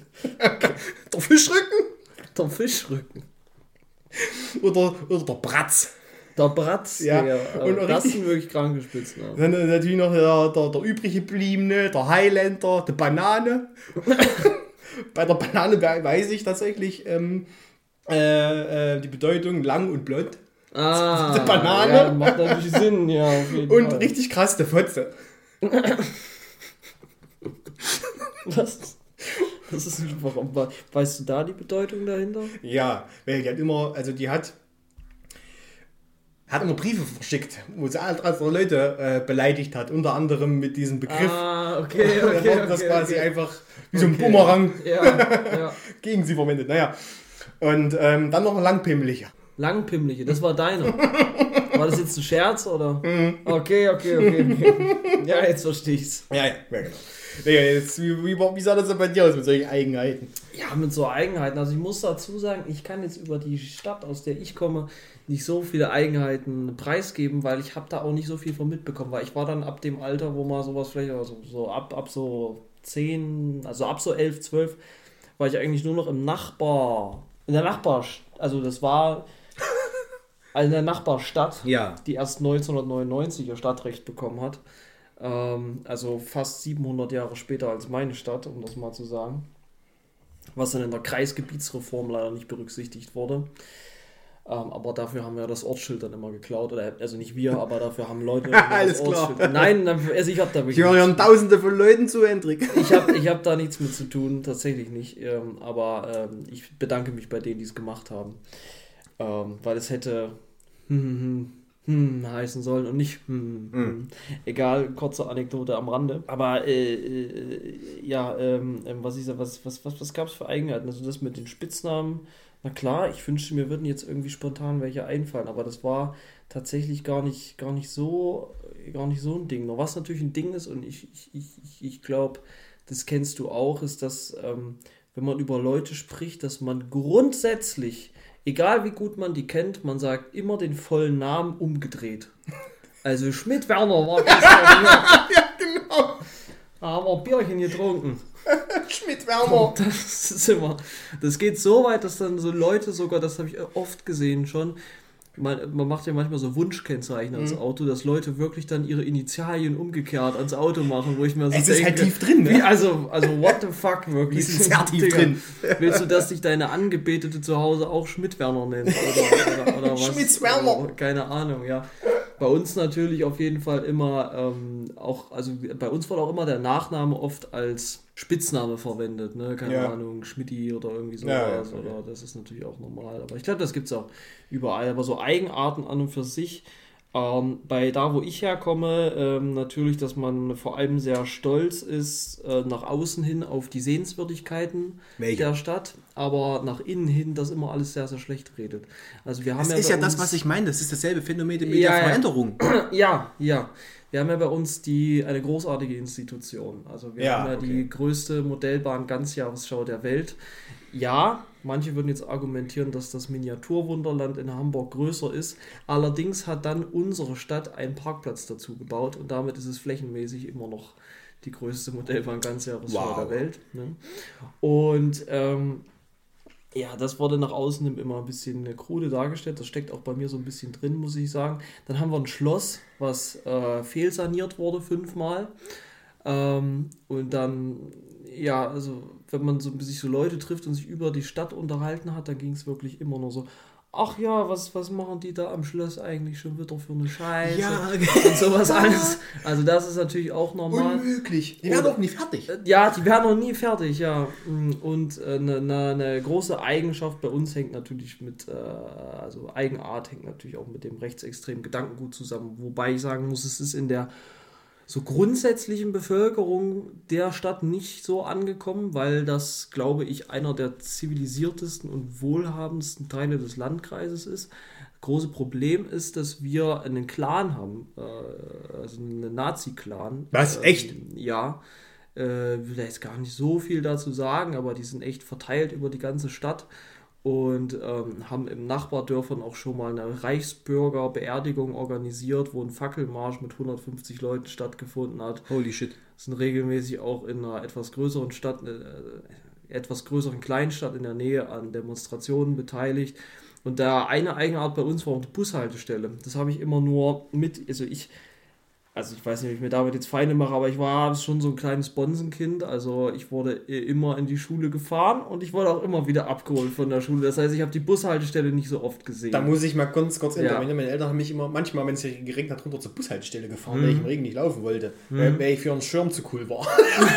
Der Fischrücken. Der Fischrücken. Oder, oder der Bratz. Der Bratz. Ja, Ja, und und auch das richtig- sind wirklich kranke Spitznamen. Dann äh, natürlich noch der, der, der übrig gebliebene, der Highlander, der Banane. Bei der Banane we- weiß ich tatsächlich ähm, äh, äh, die Bedeutung lang und blond. Ah, Die Banane. Ja, macht natürlich Sinn, ja, auf jeden Und Fall. richtig krass, der Fotze. Was? Das ist nicht, warum, weißt du da die Bedeutung dahinter? Ja, weil die hat immer, also die hat hat immer Briefe verschickt, wo sie andere Leute äh, beleidigt hat, unter anderem mit diesem Begriff. Ah, okay, Da okay, wurde das okay, quasi okay. einfach wie so ein Okay. Bumerang Ja, ja. gegen sie verwendet. Naja. Und ähm, dann noch ein langpimmeliger. Langpimmliche, das war deiner. War das jetzt ein Scherz, oder? Mhm. Okay, okay, okay, okay. Ja, jetzt verstehe ich's. Ja, ja, ja, genau. Ja, jetzt, wie, wie, wie sah das denn bei dir aus mit solchen Eigenheiten? Ja, mit so Eigenheiten. Also ich muss dazu sagen, ich kann jetzt über die Stadt, aus der ich komme, nicht so viele Eigenheiten preisgeben, weil ich habe da auch nicht so viel von mitbekommen, weil ich war dann ab dem Alter, wo man sowas vielleicht, also so ab, ab so zehn, also ab so elf, zwölf, war ich eigentlich nur noch im Nachbar, in der Nachbar, also das war also in der Nachbarstadt, Ja. die erst neunzehnhundertneunundneunzig ihr Stadtrecht bekommen hat. Ähm, also fast siebenhundert Jahre später als meine Stadt, um das mal zu sagen. Was dann in der Kreisgebietsreform leider nicht berücksichtigt wurde. Ähm, aber dafür haben wir das Ortsschild dann immer geklaut. Oder, also nicht wir, aber dafür haben Leute immer Alles das klar. Ortsschild. Nein, also ich habe da Ich wirklich höre ja tausende von Leuten zu, Hendrik. ich habe ich hab da nichts mit zu tun, tatsächlich nicht. Ähm, aber ähm, ich bedanke mich bei denen, die es gemacht haben. Ähm, weil es hätte. Hm, hm, hm, hm heißen sollen und nicht hm. Mm. hm. Egal, kurze Anekdote am Rande. Aber äh, äh, ja, ähm, was, ist, was, was, was, was gab es für Eigenheiten? Also das mit den Spitznamen, na klar, ich wünschte, mir würden jetzt irgendwie spontan welche einfallen, aber das war tatsächlich gar nicht, gar nicht so, gar nicht so ein Ding. Noch was natürlich ein Ding ist, und ich, ich, ich, ich, ich glaube, das kennst du auch, ist, dass ähm, wenn man über Leute spricht, dass man grundsätzlich, egal wie gut man die kennt, man sagt immer den vollen Namen umgedreht. Also Schmidt-Werner war gestern hier. Ja, genau. Da haben wir ein Bierchen getrunken. Schmidt-Werner. Das ist immer, das geht so weit, dass dann so Leute sogar, das habe ich oft gesehen schon, man, man macht ja manchmal so Wunschkennzeichen ans Auto, dass Leute wirklich dann ihre Initialien umgekehrt ans Auto machen, wo ich mir so Es denke, ist halt tief drin, ne? wie, also, also what the fuck, wirklich. Die sind sehr tief Digga, drin. Willst du, dass dich deine Angebetete zu Hause auch Schmidt-Werner nennt? Oder, oder, oder was? Schmitz-Werner. Oder, keine Ahnung, ja. Bei uns natürlich auf jeden Fall immer ähm, auch, also bei uns wurde auch immer der Nachname oft als Spitzname verwendet, ne? Keine Ja. Ahnung, Schmidti oder irgendwie sowas. Ja, ja, okay. Oder das ist natürlich auch normal. Aber ich glaube, das gibt es auch überall. Aber so Eigenarten an und für sich. Ähm, bei da, wo ich herkomme, ähm, natürlich, dass man vor allem sehr stolz ist äh, nach außen hin auf die Sehenswürdigkeiten Welche? der Stadt, aber nach innen hin das immer alles sehr, sehr schlecht redet. Also wir haben Das ja ist bei ja das, uns- was ich meine. Das ist dasselbe Phänomen mit Ja, der ja. Veränderung. Ja, ja. Wir haben ja bei uns die, eine großartige Institution. Also wir Ja, haben ja okay. die größte Modellbahn-Ganzjahresschau der Welt. Ja, manche würden jetzt argumentieren, dass das Miniaturwunderland in Hamburg größer ist. Allerdings hat dann unsere Stadt einen Parkplatz dazu gebaut und damit ist es flächenmäßig immer noch die größte Modellbahn-Ganzjahresschau Wow. der Welt. Ne? Und ähm, ja, das wurde nach außen hin immer ein bisschen krude dargestellt. Das steckt auch bei mir so ein bisschen drin, muss ich sagen. Dann haben wir ein Schloss, was äh, fehlsaniert wurde fünfmal. Ähm, und dann, ja, also wenn man so, sich so Leute trifft und sich über die Stadt unterhalten hat, dann ging es wirklich immer nur so, ach ja, was, was machen die da am Schloss eigentlich schon wieder für eine Scheiße? Ja, Und sowas alles. Also das ist natürlich auch normal. unmöglich. Die werden doch nie fertig. Ja, die werden noch nie fertig, ja. Und äh, eine ne, ne große Eigenschaft bei uns hängt natürlich mit, äh, also Eigenart hängt natürlich auch mit dem rechtsextremen Gedankengut zusammen. Wobei ich sagen muss, es ist in der so grundsätzlichen Bevölkerung der Stadt nicht so angekommen, weil das, glaube ich, einer der zivilisiertesten und wohlhabendsten Teile des Landkreises ist. Große Problem ist, dass wir einen Clan haben, äh, also einen Nazi-Clan. Was? Ähm, Echt? Ja. Äh, will da jetzt gar nicht so viel dazu sagen, aber die sind echt verteilt über die ganze Stadt und ähm, haben im Nachbardörfern auch schon mal eine Reichsbürgerbeerdigung organisiert, wo ein Fackelmarsch mit hundertfünfzig Leuten stattgefunden hat. Holy shit. Sind regelmäßig auch in einer etwas größeren Stadt, äh, etwas größeren Kleinstadt in der Nähe an Demonstrationen beteiligt. Und da eine Eigenart bei uns war auch die Bushaltestelle. Das habe ich immer nur mit, also ich, also ich weiß nicht, ob ich mir damit jetzt Feinde mache, aber ich war schon so ein kleines Bonsenkind. Also ich wurde immer in die Schule gefahren und ich wurde auch immer wieder abgeholt von der Schule. Das heißt, ich habe die Bushaltestelle nicht so oft gesehen. Da muss ich mal ganz kurz Ja. Ja. intervenieren. Meine Eltern haben mich immer, manchmal, wenn es geregnet hat, runter zur Bushaltestelle gefahren, Mhm. weil ich im Regen nicht laufen wollte. Mhm. Weil, weil ich für einen Schirm zu cool war.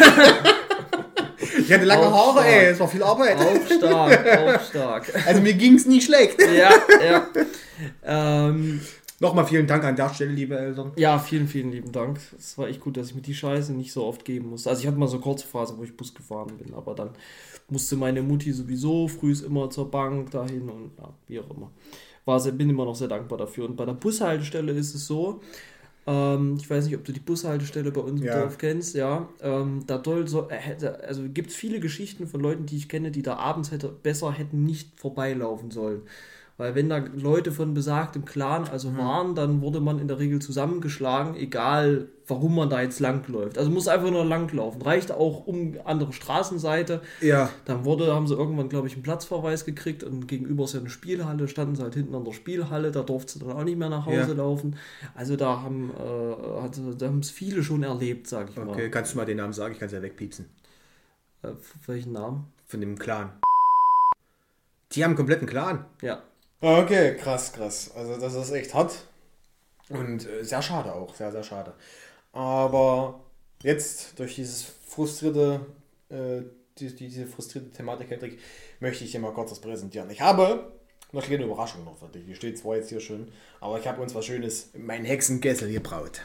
Ich hatte lange Auch Haare, stark. ey, es war viel Arbeit. Auch stark, auch stark. Also mir ging es nie schlecht. Ja, ja. Ähm, Nochmal vielen Dank an der Stelle, liebe Eltern. ja, vielen, vielen lieben Dank. Es war echt gut, dass ich mir die Scheiße nicht so oft geben musste. Also ich hatte mal so eine kurze Phase, wo ich Bus gefahren bin, aber dann musste meine Mutti sowieso früh immer zur Bank dahin und ja, wie auch immer. War sehr, bin immer noch sehr dankbar dafür. Und bei der Bushaltestelle ist es so, ähm, ich weiß nicht, ob du die Bushaltestelle bei uns im Ja. Dorf kennst, ja. Ähm, da doll so, äh, hätte, also gibt es viele Geschichten von Leuten, die ich kenne, die da abends hätte, besser hätten nicht vorbeilaufen sollen. Weil wenn da Leute von besagtem Clan also Mhm. waren, dann wurde man in der Regel zusammengeschlagen, egal warum man da jetzt langläuft. Also muss einfach nur langlaufen. Reicht auch um andere Straßenseite. Ja. Dann wurde, haben sie irgendwann, glaube ich, einen Platzverweis gekriegt und gegenüber ist ja eine Spielhalle, standen sie halt hinten an der Spielhalle, da durfte sie dann auch nicht mehr nach Hause Ja. laufen. Also da haben äh, also, da haben es viele schon erlebt, sag ich Okay, kannst du mal den Namen sagen? Ich kann es ja wegpiepsen. mal. Äh, welchen Namen? Von dem Clan. Die haben einen kompletten Clan. Ja. Okay, krass, krass. Also das ist echt hart. Und äh, sehr schade auch, sehr, sehr schade. Aber jetzt durch dieses frustrierte, äh, die, diese frustrierte Thematik, Hendrik, möchte ich dir mal kurz das präsentieren. Ich habe Noch eine kleine Überraschung noch für dich. Die steht zwar jetzt hier schon, aber ich habe uns was Schönes, mein Hexengessel gebraut.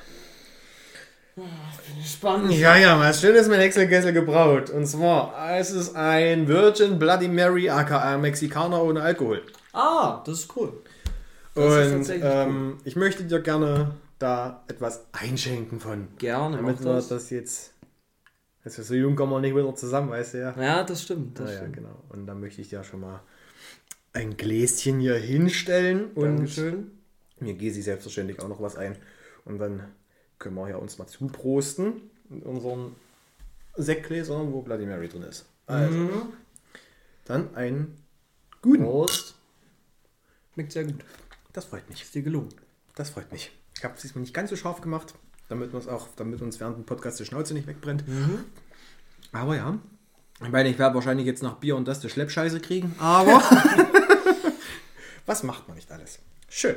Spannend. Ja, ja, was Schönes mein Hexengessel gebraut. Und zwar, es ist ein Virgin Bloody Mary, aka Mexikaner ohne Alkohol. Ah, das ist cool. Das Und ist tatsächlich ähm, cool. Ich möchte dir gerne da etwas einschenken von. Gerne. Damit wir das. das jetzt. Also so jung kommen wir nicht wieder zusammen, weißt du ja. Ja, das stimmt. Das ja, stimmt. Ja, genau. Und dann möchte ich dir schon mal ein Gläschen hier hinstellen. Dankeschön. Und mir gieße ich selbstverständlich auch noch was ein. Und dann können wir ja uns mal zuprosten in unseren Sektgläsern, wo Bloody Mary drin ist. Also, mhm. Dann einen guten. Prost. Schmeckt sehr gut. Das freut mich. Ist dir gelungen. Das freut mich. Ich habe es diesmal nicht ganz so scharf gemacht, damit, auch, damit uns während dem Podcast die Schnauze nicht wegbrennt. Mhm. Aber ja, ich meine, ich werde wahrscheinlich jetzt nach Bier und das die Schleppscheiße kriegen, aber was macht man nicht alles? Schön.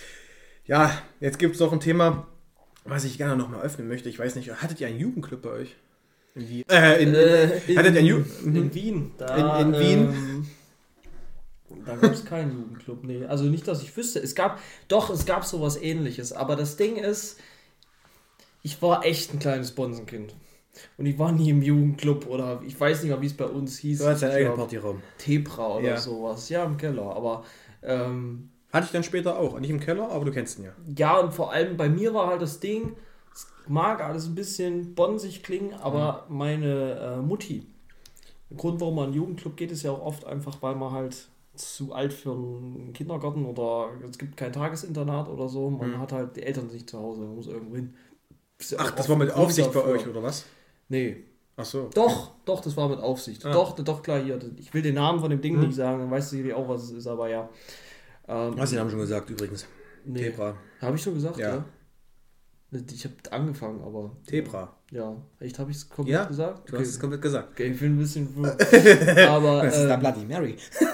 Ja, jetzt gibt es noch ein Thema, was ich gerne noch mal öffnen möchte. Ich weiß nicht, hattet ihr einen Jugendclub bei euch? In Wien? Äh, in, äh, in, hattet ihr einen Ju- in Wien. Da, in, in Wien? Ähm, da gab es keinen Jugendclub, nee. Also nicht, dass ich wüsste. Es gab, doch, es gab sowas Ähnliches. Aber das Ding ist, ich war echt ein kleines Bonsenkind. Und ich war nie im Jugendclub oder ich weiß nicht mal, wie es bei uns hieß. Du hast deinen eigenen Partyraum. Tebra oder ja. sowas. Ja, im Keller. Aber ähm, hatte ich dann später auch. Nicht im Keller, aber du kennst ihn ja. Ja, und vor allem bei mir war halt das Ding, es mag alles ein bisschen bonsig klingen, aber mhm. meine äh, Mutti, der Grund, warum man in einen Jugendclub geht, ist ja auch oft einfach, weil man halt zu alt für einen Kindergarten oder es gibt kein Tagesinternat oder so. Man mhm. hat halt die Eltern nicht zu Hause, man muss irgendwo hin. Ja Ach, das war mit Aufsicht bei euch, oder was? Nee. Ach so. Doch, doch, das war mit Aufsicht. Ah. Doch, doch, klar, hier. Ich will den Namen von dem Ding mhm. nicht sagen, dann weißt du sicherlich auch, was es ist, aber ja. Ähm, Hast du den Namen schon gesagt, übrigens? Nee. Tebra. Habe ich schon gesagt, ja. ja? Ich habe angefangen, aber... Tebra. Ja. Echt, habe ich es komplett ja, gesagt? du okay. hast es komplett gesagt. Okay, ich bin ein bisschen... aber... Das ist ähm, da Bloody Mary.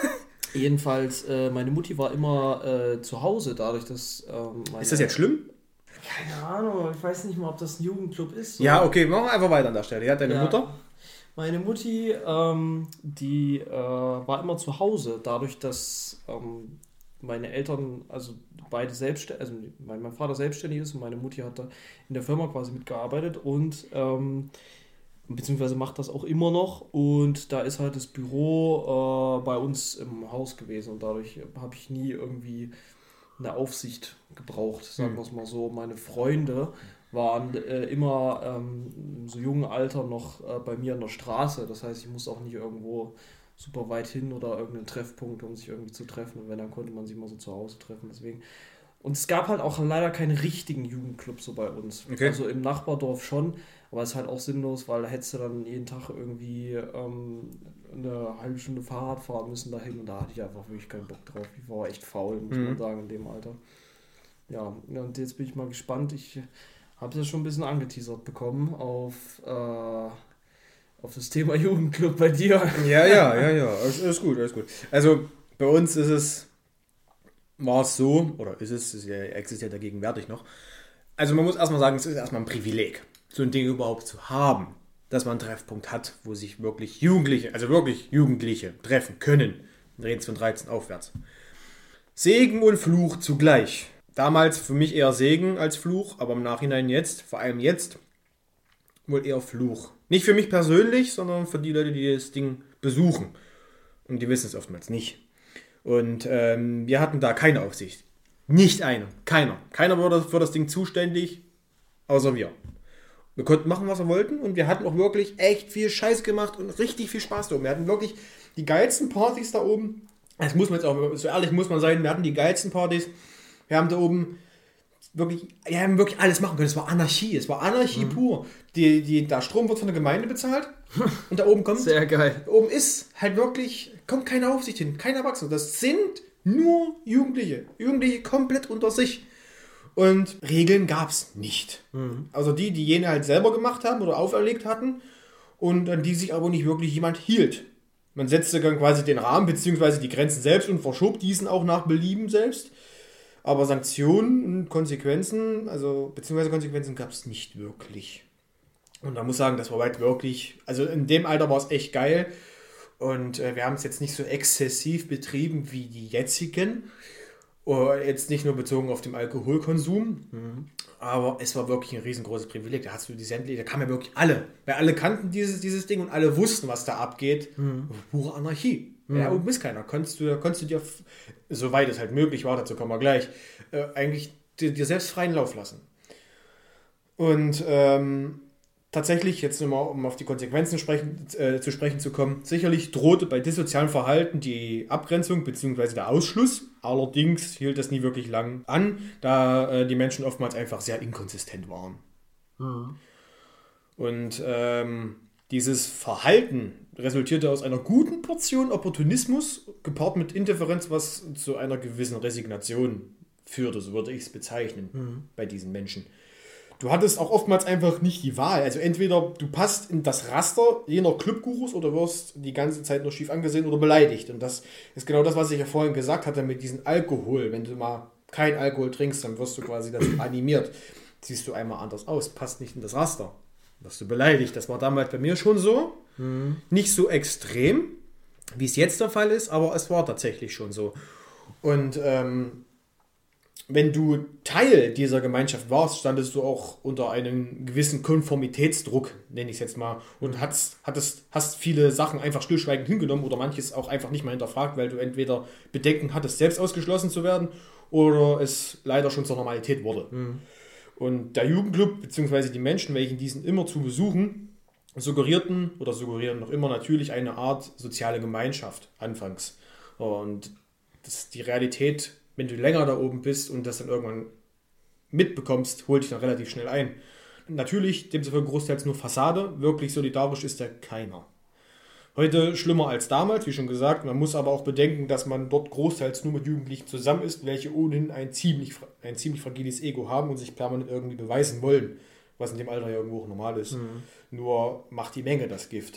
Jedenfalls, äh, meine Mutti war immer äh, zu Hause, dadurch, dass... Ähm, meine, ist das jetzt schlimm? Keine Ahnung, ich weiß nicht mal, ob das ein Jugendclub ist. So. Ja, okay, machen wir einfach weiter an der Stelle. Ja, deine ja. Mutter? Meine Mutti, ähm, die äh, war immer zu Hause, dadurch, dass ähm, meine Eltern, also beide selbstständig, also mein, mein Vater selbstständig ist und meine Mutti hat da in der Firma quasi mitgearbeitet und ähm, beziehungsweise macht das auch immer noch und da ist halt das Büro äh, bei uns im Haus gewesen und dadurch habe ich nie irgendwie eine Aufsicht gebraucht, sagen wir es mal so. Meine Freunde waren äh, immer ähm, im so jungen Alter noch äh, bei mir an der Straße. Das heißt, ich musste auch nicht irgendwo super weit hin oder irgendeinen Treffpunkt, um sich irgendwie zu treffen. Und wenn, dann konnte man sich mal so zu Hause treffen. Deswegen. Und es gab halt auch leider keinen richtigen Jugendclub so bei uns. Okay. Also im Nachbardorf schon, aber es ist halt auch sinnlos, weil da hättest du dann jeden Tag irgendwie ähm, eine halbe Stunde Fahrrad fahren müssen dahin und da hatte ich einfach wirklich keinen Bock drauf. Ich war echt faul, muss mhm. man sagen, in dem Alter. Ja, und jetzt bin ich mal gespannt. Ich habe es ja schon ein bisschen angeteasert bekommen auf, äh, auf das Thema Jugendclub bei dir. Ja, ja, ja, ja. Alles, alles gut, alles gut. Also bei uns ist es, war es so, oder ist es, es existiert ja gegenwärtig noch. Also man muss erstmal sagen, es ist erstmal ein Privileg, so ein Ding überhaupt zu haben, dass man einen Treffpunkt hat, wo sich wirklich Jugendliche, also wirklich Jugendliche treffen können. Wir reden von dreizehn aufwärts. Segen und Fluch zugleich. Damals für mich eher Segen als Fluch, aber im Nachhinein jetzt, vor allem jetzt, wohl eher Fluch. Nicht für mich persönlich, sondern für die Leute, die das Ding besuchen. Und die wissen es oftmals nicht. Und ähm, wir hatten da keine Aufsicht. Nicht eine. Keiner. Keiner war für das Ding zuständig, außer wir. Wir konnten machen, was wir wollten und wir hatten auch wirklich echt viel Scheiß gemacht und richtig viel Spaß da oben. Wir hatten wirklich die geilsten Partys da oben. Das muss man jetzt auch, so ehrlich muss man sein, wir hatten die geilsten Partys. Wir haben da oben wirklich, wir haben wirklich alles machen können. Es war Anarchie, es war Anarchie mhm. pur. Die, die, der Strom wird von der Gemeinde bezahlt und da oben kommt, sehr geil. Da oben ist halt wirklich, kommt keine Aufsicht hin, kein Erwachsener. Das sind nur Jugendliche. Jugendliche komplett unter sich. Und Regeln gab es nicht. Mhm. Also die, die jene halt selber gemacht haben oder auferlegt hatten und an die sich aber nicht wirklich jemand hielt. Man setzte dann quasi den Rahmen bzw. die Grenzen selbst und verschob diesen auch nach Belieben selbst. Aber Sanktionen und Konsequenzen, also beziehungsweise Konsequenzen gab es nicht wirklich. Und man muss sagen, das war weit wirklich, also in dem Alter war es echt geil. Und äh, wir haben es jetzt nicht so exzessiv betrieben wie die jetzigen. Oder jetzt nicht nur bezogen auf den Alkoholkonsum. Mhm. Aber es war wirklich ein riesengroßes Privileg. Da hast du die sämtliche, da kamen ja wirklich alle. Weil alle kannten dieses, dieses Ding und alle wussten, was da abgeht. Mhm. Pure Anarchie. Mhm. Ja, oben ist keiner. Konntest du, konntest du dir, soweit es halt möglich war, dazu kommen wir gleich, äh, eigentlich dir, dir selbst freien Lauf lassen. Und ähm, tatsächlich, jetzt nochmal, um auf die Konsequenzen sprechen, äh, zu sprechen zu kommen, sicherlich drohte bei dissozialem Verhalten die Abgrenzung bzw. der Ausschluss. Allerdings hielt das nie wirklich lang an, da äh, die Menschen oftmals einfach sehr inkonsistent waren. Mhm. Und ähm, dieses Verhalten resultierte aus einer guten Portion Opportunismus, gepaart mit Indifferenz, was zu einer gewissen Resignation führte, so würde ich es bezeichnen, mhm. bei diesen Menschen. Du hattest auch oftmals einfach nicht die Wahl. Also entweder du passt in das Raster jener Clubgurus oder wirst die ganze Zeit nur schief angesehen oder beleidigt. Und das ist genau das, was ich ja vorhin gesagt hatte mit diesem Alkohol. Wenn du mal kein Alkohol trinkst, dann wirst du quasi dazu animiert. Siehst du einmal anders aus, passt nicht in das Raster. Wirst du beleidigt. Das war damals bei mir schon so. Mhm. Nicht so extrem, wie es jetzt der Fall ist, aber es war tatsächlich schon so. Und ähm, wenn du Teil dieser Gemeinschaft warst, standest du auch unter einem gewissen Konformitätsdruck, nenne ich es jetzt mal, und hast, hattest, hast viele Sachen einfach stillschweigend hingenommen oder manches auch einfach nicht mal hinterfragt, weil du entweder Bedenken hattest, selbst ausgeschlossen zu werden oder es leider schon zur Normalität wurde. Mhm. Und der Jugendclub bzw. die Menschen, welche diesen immer zu besuchen, suggerierten oder suggerieren noch immer natürlich eine Art soziale Gemeinschaft anfangs. Und das ist die Realität, wenn du länger da oben bist und das dann irgendwann mitbekommst, holt dich dann relativ schnell ein. Natürlich, demzufolge großteils nur Fassade, wirklich solidarisch ist da keiner. Heute schlimmer als damals, wie schon gesagt, man muss aber auch bedenken, dass man dort großteils nur mit Jugendlichen zusammen ist, welche ohnehin ein ziemlich, ein ziemlich fragiles Ego haben und sich permanent irgendwie beweisen wollen, was in dem Alter ja irgendwo auch normal ist. Mhm. Nur macht die Menge das Gift.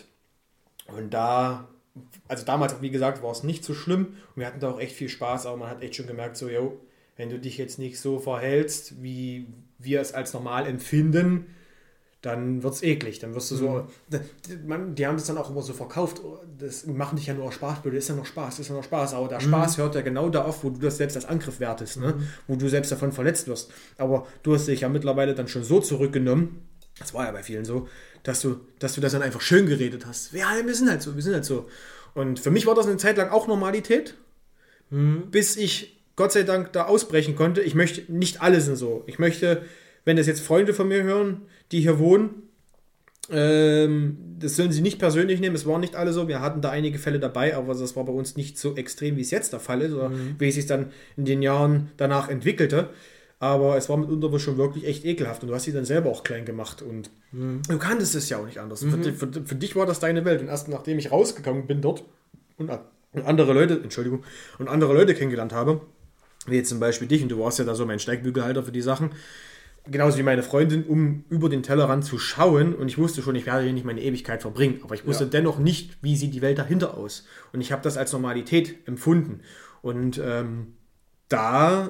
Und da... Also damals, wie gesagt, war es nicht so schlimm und wir hatten da auch echt viel Spaß, aber man hat echt schon gemerkt, so, yo, wenn du dich jetzt nicht so verhältst, wie wir es als normal empfinden, dann wird es eklig, dann wirst du so, mhm. man, die haben das dann auch immer so verkauft, das machen dich ja nur aus Spaß, das ist ja noch Spaß, das ist ja noch Spaß, aber der mhm. Spaß hört ja genau da auf, wo du das selbst als Angriff wertest, ne? Mhm. Wo du selbst davon verletzt wirst, aber du hast dich ja mittlerweile dann schon so zurückgenommen, das war ja bei vielen so, dass du, dass du das dann einfach schön geredet hast. Ja, wir sind halt so, wir sind halt so. Und für mich war das eine Zeit lang auch Normalität, mhm. bis ich Gott sei Dank da ausbrechen konnte. Ich möchte, nicht alle sind so. Ich möchte, wenn das jetzt Freunde von mir hören, die hier wohnen, ähm, das sollen sie nicht persönlich nehmen. Es waren nicht alle so. Wir hatten da einige Fälle dabei, aber das war bei uns nicht so extrem, wie es jetzt der Fall ist oder mhm. wie es sich dann in den Jahren danach entwickelte. Aber es war mitunter schon wirklich echt ekelhaft und du hast sie dann selber auch klein gemacht und mhm. du kanntest es ja auch nicht anders. Mhm. Für, für, für dich war das deine Welt und erst nachdem ich rausgegangen bin dort und, und andere Leute, Entschuldigung, und andere Leute kennengelernt habe, wie jetzt zum Beispiel dich und du warst ja da so mein Steigbügelhalter für die Sachen, genauso wie meine Freundin, um über den Tellerrand zu schauen und ich wusste schon, ich werde hier nicht meine Ewigkeit verbringen, aber ich wusste ja. dennoch nicht, wie sieht die Welt dahinter aus und ich habe das als Normalität empfunden und ähm, da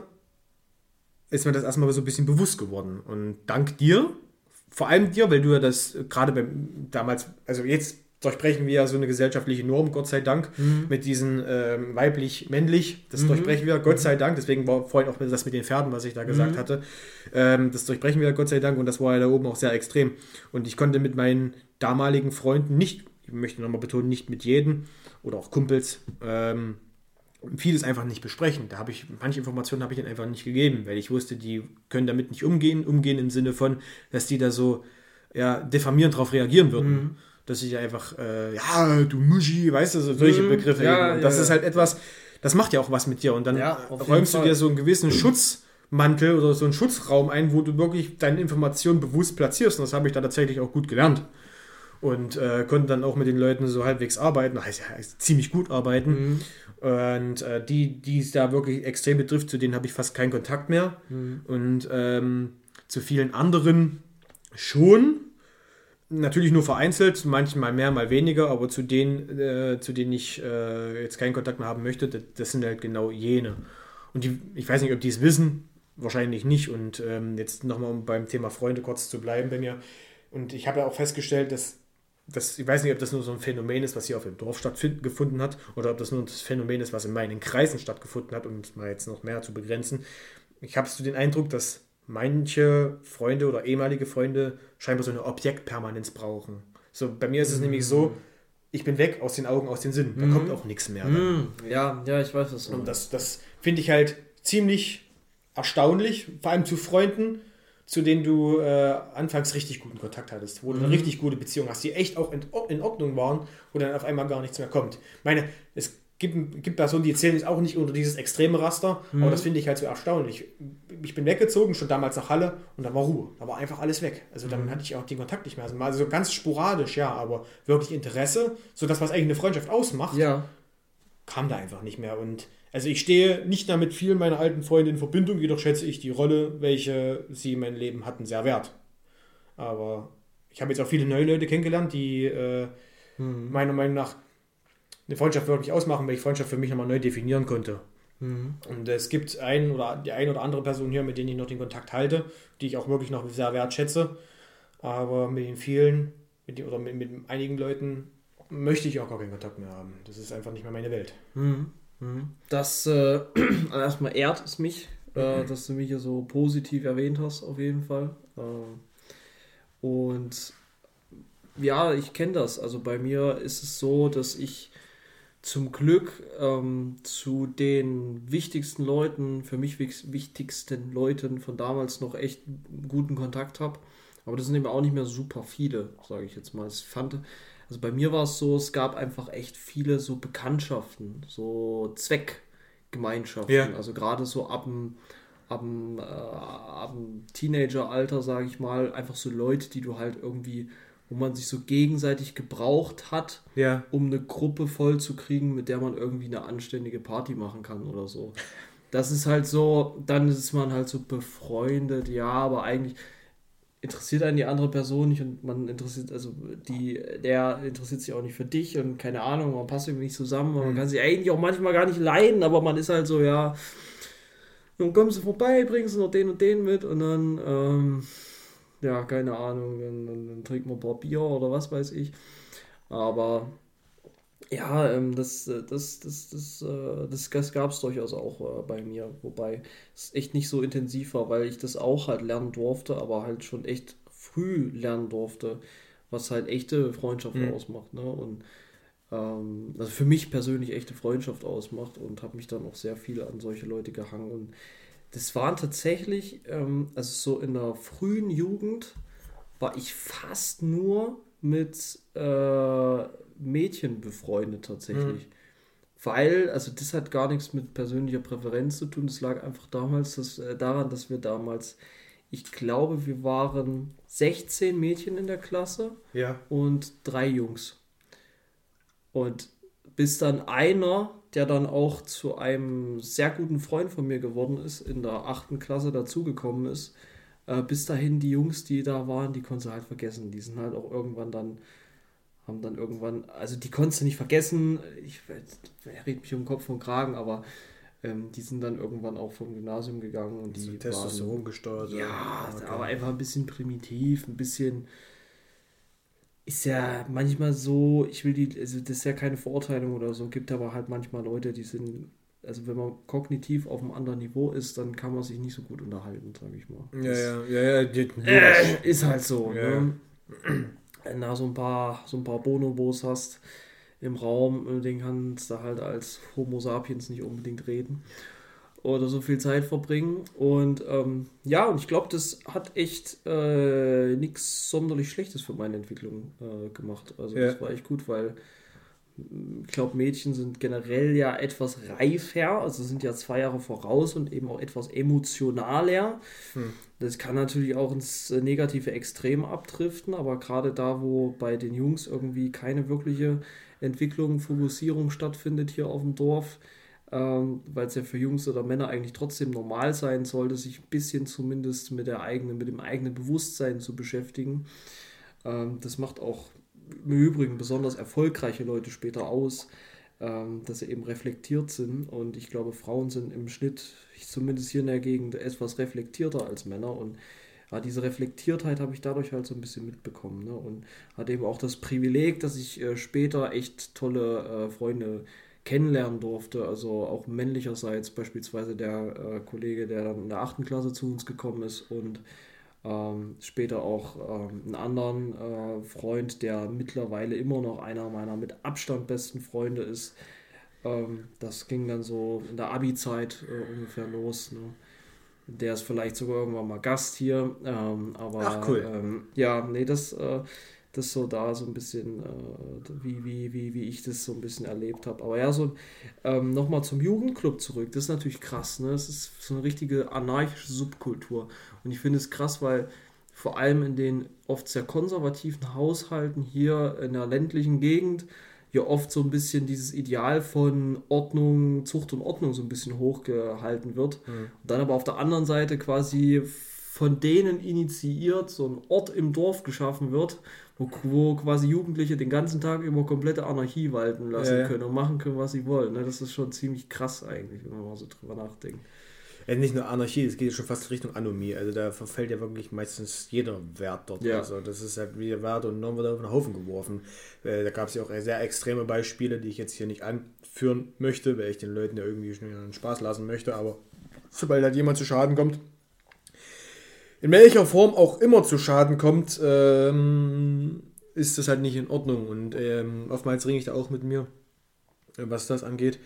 ist mir das erstmal so ein bisschen bewusst geworden. Und dank dir, vor allem dir, weil du ja das gerade beim damals, also jetzt durchbrechen wir ja so eine gesellschaftliche Norm, Gott sei Dank, mhm. mit diesen ähm, weiblich-männlich, das mhm. durchbrechen wir, Gott sei Dank, deswegen war vorhin auch das mit den Pferden, was ich da gesagt mhm. hatte, ähm, das durchbrechen wir, Gott sei Dank, und das war ja da oben auch sehr extrem. Und ich konnte mit meinen damaligen Freunden nicht, ich möchte nochmal betonen, nicht mit jedem oder auch Kumpels, ähm, vieles einfach nicht besprechen. Da habe ich, manche Informationen habe ich ihnen einfach nicht gegeben, weil ich wusste, die können damit nicht umgehen, umgehen im Sinne von, dass die da so ja, diffamierend drauf reagieren würden. Mhm. Dass ich einfach, äh, ja, du Muschi, weißt du, so solche mhm. Begriffe. Ja, und das ja, ist halt etwas, das macht ja auch was mit dir. Und dann ja, räumst du dir so einen gewissen Schutzmantel oder so einen Schutzraum ein, wo du wirklich deine Informationen bewusst platzierst. Und das habe ich da tatsächlich auch gut gelernt. Und äh, konnte dann auch mit den Leuten so halbwegs arbeiten, heißt ja heißt ziemlich gut arbeiten. Mhm. Und äh, die, die es da wirklich extrem betrifft, zu denen habe ich fast keinen Kontakt mehr. Mhm. Und ähm, zu vielen anderen schon. Natürlich nur vereinzelt, manchmal mehr, mal weniger, aber zu denen, äh, zu denen ich äh, jetzt keinen Kontakt mehr haben möchte, das, das sind halt genau jene. Und die, ich weiß nicht, ob die es wissen, wahrscheinlich nicht. Und ähm, jetzt nochmal, um beim Thema Freunde kurz zu bleiben bei mir. Und ich habe ja auch festgestellt, dass das, ich weiß nicht, ob das nur so ein Phänomen ist, was hier auf dem Dorf stattgefunden hat, oder ob das nur das Phänomen ist, was in meinen Kreisen stattgefunden hat, um es mal jetzt noch mehr zu begrenzen. Ich habe so den Eindruck, dass manche Freunde oder ehemalige Freunde scheinbar so eine Objektpermanenz brauchen. So, bei mir ist es mhm. nämlich so, ich bin weg aus den Augen, aus den Sinnen. Da mhm. kommt auch nichts mehr. Mhm. Ja, ja, ich weiß das. Und das, das finde ich halt ziemlich erstaunlich, vor allem zu Freunden, zu denen du äh, anfangs richtig guten Kontakt hattest, wo du eine mhm. richtig gute Beziehung hast, die echt auch in, in Ordnung waren, wo dann auf einmal gar nichts mehr kommt. Ich meine, es gibt, gibt Personen, die zählen jetzt auch nicht unter dieses extreme Raster, mhm. aber das finde ich halt so erstaunlich. Ich bin weggezogen, schon damals nach Halle, und da war Ruhe. Da war einfach alles weg. Also dann mhm. hatte ich auch den Kontakt nicht mehr. Also, also ganz sporadisch, ja, aber wirklich Interesse, so das, was eigentlich eine Freundschaft ausmacht, ja. kam da einfach nicht mehr. Und also ich stehe nicht mehr mit vielen meiner alten Freunde in Verbindung, jedoch schätze ich die Rolle, welche sie in meinem Leben hatten, sehr wert. Aber ich habe jetzt auch viele neue Leute kennengelernt, die äh, mhm. meiner Meinung nach eine Freundschaft wirklich ausmachen, weil ich Freundschaft für mich nochmal neu definieren konnte. Mhm. Und es gibt einen oder die eine oder andere Person hier, mit denen ich noch den Kontakt halte, die ich auch wirklich noch sehr wertschätze. Aber mit den vielen mit den, oder mit, mit einigen Leuten möchte ich auch gar keinen Kontakt mehr haben. Das ist einfach nicht mehr meine Welt. Mhm. Das äh, also erstmal ehrt es mich, mhm. äh, dass du mich hier so positiv erwähnt hast, auf jeden Fall. Äh, und ja, ich kenne das. Also bei mir ist es so, dass ich zum Glück ähm, zu den wichtigsten Leuten, für mich wichtigsten Leuten von damals noch echt guten Kontakt habe. Aber das sind eben auch nicht mehr super viele, sage ich jetzt mal. Ich fand... Also bei mir war es so, es gab einfach echt viele so Bekanntschaften, so Zweckgemeinschaften. Ja. Also gerade so ab dem, ab dem, äh, ab dem Teenageralter, sage ich mal, einfach so Leute, die du halt irgendwie, wo man sich so gegenseitig gebraucht hat, ja. um eine Gruppe voll zu kriegen, mit der man irgendwie eine anständige Party machen kann oder so. Das ist halt so, dann ist man halt so befreundet, ja, aber eigentlich... interessiert einen die andere Person nicht und man interessiert, also die, der interessiert sich auch nicht für dich und keine Ahnung, man passt irgendwie nicht zusammen, mhm. man kann sich eigentlich auch manchmal gar nicht leiden, aber man ist halt so, ja, dann kommst du vorbei, bringst du noch den und den mit und dann, ähm, ja, keine Ahnung, dann, dann, dann trinken wir ein paar Bier oder was weiß ich, aber ja, ähm, das, das, das, das, äh, das, das gab es durchaus auch äh, bei mir, wobei es echt nicht so intensiv war, weil ich das auch halt lernen durfte, aber halt schon echt früh lernen durfte, was halt echte Freundschaft mhm. ausmacht, ne? Und ähm, also für mich persönlich echte Freundschaft ausmacht und habe mich dann auch sehr viel an solche Leute gehangen. Und das waren tatsächlich, ähm, also so in der frühen Jugend war ich fast nur mit äh, Mädchen befreundet tatsächlich. Mhm. Weil, also das hat gar nichts mit persönlicher Präferenz zu tun, das lag einfach damals dass, äh, daran, dass wir damals, ich glaube, wir waren sechzehn Mädchen in der Klasse ja. und drei Jungs. Und bis dann einer, der dann auch zu einem sehr guten Freund von mir geworden ist, in der achten Klasse dazugekommen ist, äh, bis dahin die Jungs, die da waren, die konntest du halt vergessen. Die sind halt auch irgendwann dann haben dann irgendwann, also die konntest du nicht vergessen, ich, ich rede mich um Kopf und Kragen, aber ähm, die sind dann irgendwann auch vom Gymnasium gegangen und die Testosteron gesteuert. Ja, okay. Aber einfach ein bisschen primitiv, ein bisschen, ist ja manchmal so, ich will die, also das ist ja keine Verurteilung oder so, gibt aber halt manchmal Leute, die sind, also wenn man kognitiv auf einem anderen Niveau ist, dann kann man sich nicht so gut unterhalten, sage ich mal. Ja, das, ja, ja, ja, die, äh, ist halt so, ja. ne? Na, so ein paar, so ein paar Bonobos hast im Raum, mit denen kannst du halt als Homo sapiens nicht unbedingt reden oder so viel Zeit verbringen. Und ähm, ja, und ich glaube, das hat echt äh, nichts sonderlich Schlechtes für meine Entwicklung äh, gemacht. Also ja. Das war echt gut, weil ich glaube, Mädchen sind generell ja etwas reifer, also sind ja zwei Jahre voraus und eben auch etwas emotionaler. Hm. Das kann natürlich auch ins negative Extrem abdriften, aber gerade da, wo bei den Jungs irgendwie keine wirkliche Entwicklung, Fokussierung stattfindet hier auf dem Dorf, ähm, weil es ja für Jungs oder Männer eigentlich trotzdem normal sein sollte, sich ein bisschen zumindest mit der eigenen, mit dem eigenen Bewusstsein zu beschäftigen. Ähm, das macht auch im Übrigen besonders erfolgreiche Leute später aus, ähm, dass sie eben reflektiert sind. Und ich glaube, Frauen sind im Schnitt, zumindest hier in der Gegend, etwas reflektierter als Männer. Und ja, diese Reflektiertheit habe ich dadurch halt so ein bisschen mitbekommen. Ne? Und hatte eben auch das Privileg, dass ich äh, später echt tolle äh, Freunde kennenlernen durfte. Also auch männlicherseits, beispielsweise der äh, Kollege, der dann in der achten Klasse zu uns gekommen ist und ähm, später auch ähm, einen anderen äh, Freund, der mittlerweile immer noch einer meiner mit Abstand besten Freunde ist. Ähm, das ging dann so in der Abi-Zeit äh, ungefähr los. Ne? Der ist vielleicht sogar irgendwann mal Gast hier. Ähm, aber Ach, cool. Ähm, ja, nee, das, äh, das so da so ein bisschen, äh, wie, wie, wie, wie ich das so ein bisschen erlebt habe. Aber ja, so ähm, nochmal zum Jugendclub zurück. Das ist natürlich krass. Ne? Das ist so eine richtige anarchische Subkultur. Und ich finde es krass, weil vor allem in den oft sehr konservativen Haushalten hier in der ländlichen Gegend ja oft so ein bisschen dieses Ideal von Ordnung, Zucht und Ordnung so ein bisschen hochgehalten wird. Mhm. Und dann aber auf der anderen Seite quasi von denen initiiert so ein Ort im Dorf geschaffen wird, wo, wo quasi Jugendliche den ganzen Tag über komplette Anarchie walten lassen ja, können und machen können, was sie wollen. Das ist schon ziemlich krass eigentlich, wenn man mal so drüber nachdenkt. Ja, nicht nur Anarchie, es geht schon fast Richtung Anomie. Also da verfällt ja wirklich meistens jeder Wert dort. Ja. Also das ist halt wie Wert und dann wird er auf den Haufen geworfen. Äh, da gab es ja auch sehr extreme Beispiele, die ich jetzt hier nicht anführen möchte, weil ich den Leuten ja irgendwie einen Spaß lassen möchte. Aber sobald halt jemand zu Schaden kommt, in welcher Form auch immer zu Schaden kommt, ähm, ist das halt nicht in Ordnung. Und ähm, oftmals ringe ich da auch mit mir, was das angeht.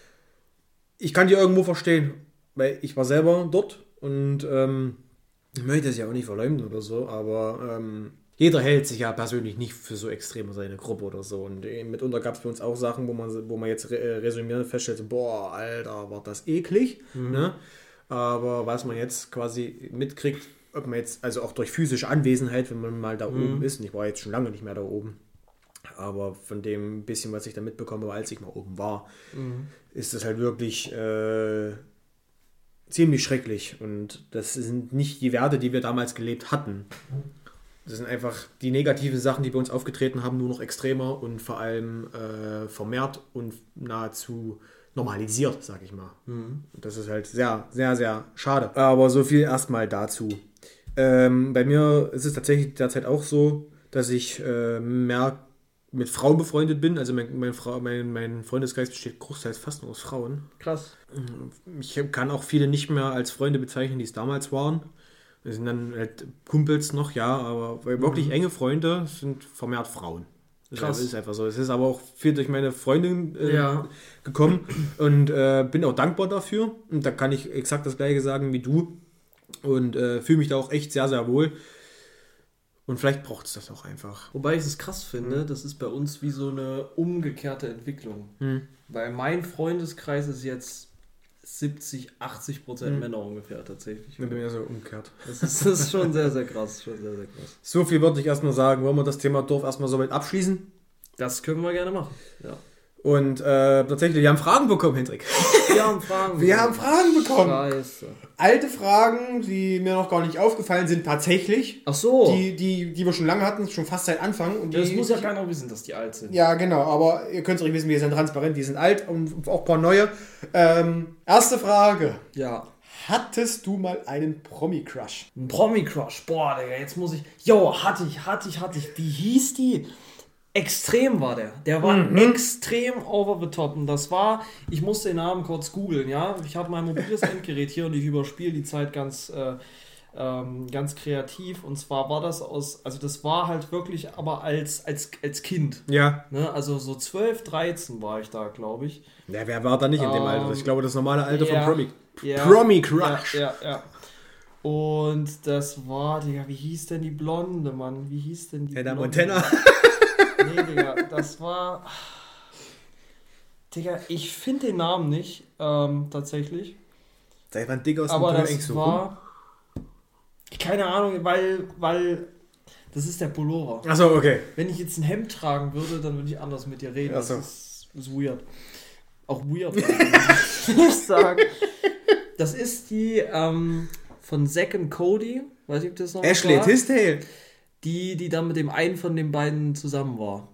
Ich kann die irgendwo verstehen, weil ich war selber dort und ähm, ich möchte es ja auch nicht verleumden oder so, aber ähm, jeder hält sich ja persönlich nicht für so extrem seine Gruppe oder so. Und äh, mitunter gab es bei uns auch Sachen, wo man, wo man jetzt re- resümieren feststellt, boah, Alter, war das eklig. Mhm. Ne? Aber was man jetzt quasi mitkriegt, ob man jetzt, also auch durch physische Anwesenheit, wenn man mal da mhm. oben ist, und ich war jetzt schon lange nicht mehr da oben, aber von dem bisschen, was ich da mitbekomme, als ich mal oben war, mhm. ist das halt wirklich äh, ziemlich schrecklich. Und das sind nicht die Werte, die wir damals gelebt hatten. Das sind einfach die negativen Sachen, die bei uns aufgetreten haben, nur noch extremer und vor allem äh, vermehrt und nahezu normalisiert, sag ich mal. Mhm. Und das ist halt sehr, sehr, sehr schade. Aber so viel erstmal dazu. Ähm, bei mir ist es tatsächlich derzeit auch so, dass ich äh, mehr mit Frauen befreundet bin. Also mein, mein, Frau, mein, mein Freundeskreis besteht großteils fast nur aus Frauen. Krass. Ich kann auch viele nicht mehr als Freunde bezeichnen, die es damals waren. Wir sind dann halt Kumpels noch, ja, aber wirklich mhm. enge Freunde sind vermehrt Frauen. Das ist einfach so. Es ist aber auch viel durch meine Freundin äh, ja. gekommen und äh, bin auch dankbar dafür. Und da kann ich exakt das Gleiche sagen wie du. Und äh, fühle mich da auch echt sehr, sehr wohl. Und vielleicht braucht es das auch einfach. Wobei ich es krass finde, mhm. das ist bei uns wie so eine umgekehrte Entwicklung. Mhm. Weil mein Freundeskreis ist jetzt siebzig, achtzig Prozent mhm. Männer ungefähr tatsächlich. Ich bin mir so umgekehrt. Das ist, das ist schon sehr, sehr krass. Schon sehr, sehr krass. So viel würde ich erstmal sagen. Wollen wir das Thema Dorf erstmal so weit abschließen? Das können wir gerne machen, ja. Und äh, tatsächlich, wir haben Fragen bekommen, Hendrik. Wir haben Fragen Wir haben Fragen bekommen. Scheiße. Alte Fragen, die mir noch gar nicht aufgefallen sind, tatsächlich. Ach so. Die, die, die wir schon lange hatten, schon fast seit Anfang. Und die, das muss ja keiner wissen, dass die alt sind. Ja, genau, aber ihr könnt es euch wissen, wir sind transparent, die sind alt und auch ein paar neue. Ähm, erste Frage. Ja. Hattest du mal einen Promi-Crush? Ein Promi-Crush? Boah, Digga, jetzt muss ich... Jo, hatte ich, hatte ich, hatte ich. Wie hieß die? Extrem war der. Der war mhm. extrem over the top. Und das war, ich musste den Namen kurz googeln, ja. Ich habe mein mobiles Endgerät hier und ich überspiele die Zeit ganz, äh, ähm, ganz kreativ. Und zwar war das aus, also das war halt wirklich aber als, als, als Kind. Ja. Ne? Also so zwölf, dreizehn war ich da, glaube ich. Ja, wer war da nicht in dem ähm, Alter? Ich glaube, das normale Alter ja, von Promi. Ja, Promi-Crush. Ja, ja, ja. Und das war, Digga, wie hieß denn die Blonde, Mann? Wie hieß denn die Hannah Blonde? Montana. Nee, Digga, das war... Digga, ich finde den Namen nicht, ähm, tatsächlich. Da war ein Dick aus dem Aber das so war... Rum. Keine Ahnung, weil, weil... Das ist der Pullover. Achso, okay. Wenn ich jetzt ein Hemd tragen würde, dann würde ich anders mit dir reden. Achso. Das ist, ist weird. Auch weird, würde ich sagen. Das ist die ähm, von Zack und Cody. Weiß ich, ob das noch Ashley Tisdale. Die, die dann mit dem einen von den beiden zusammen war.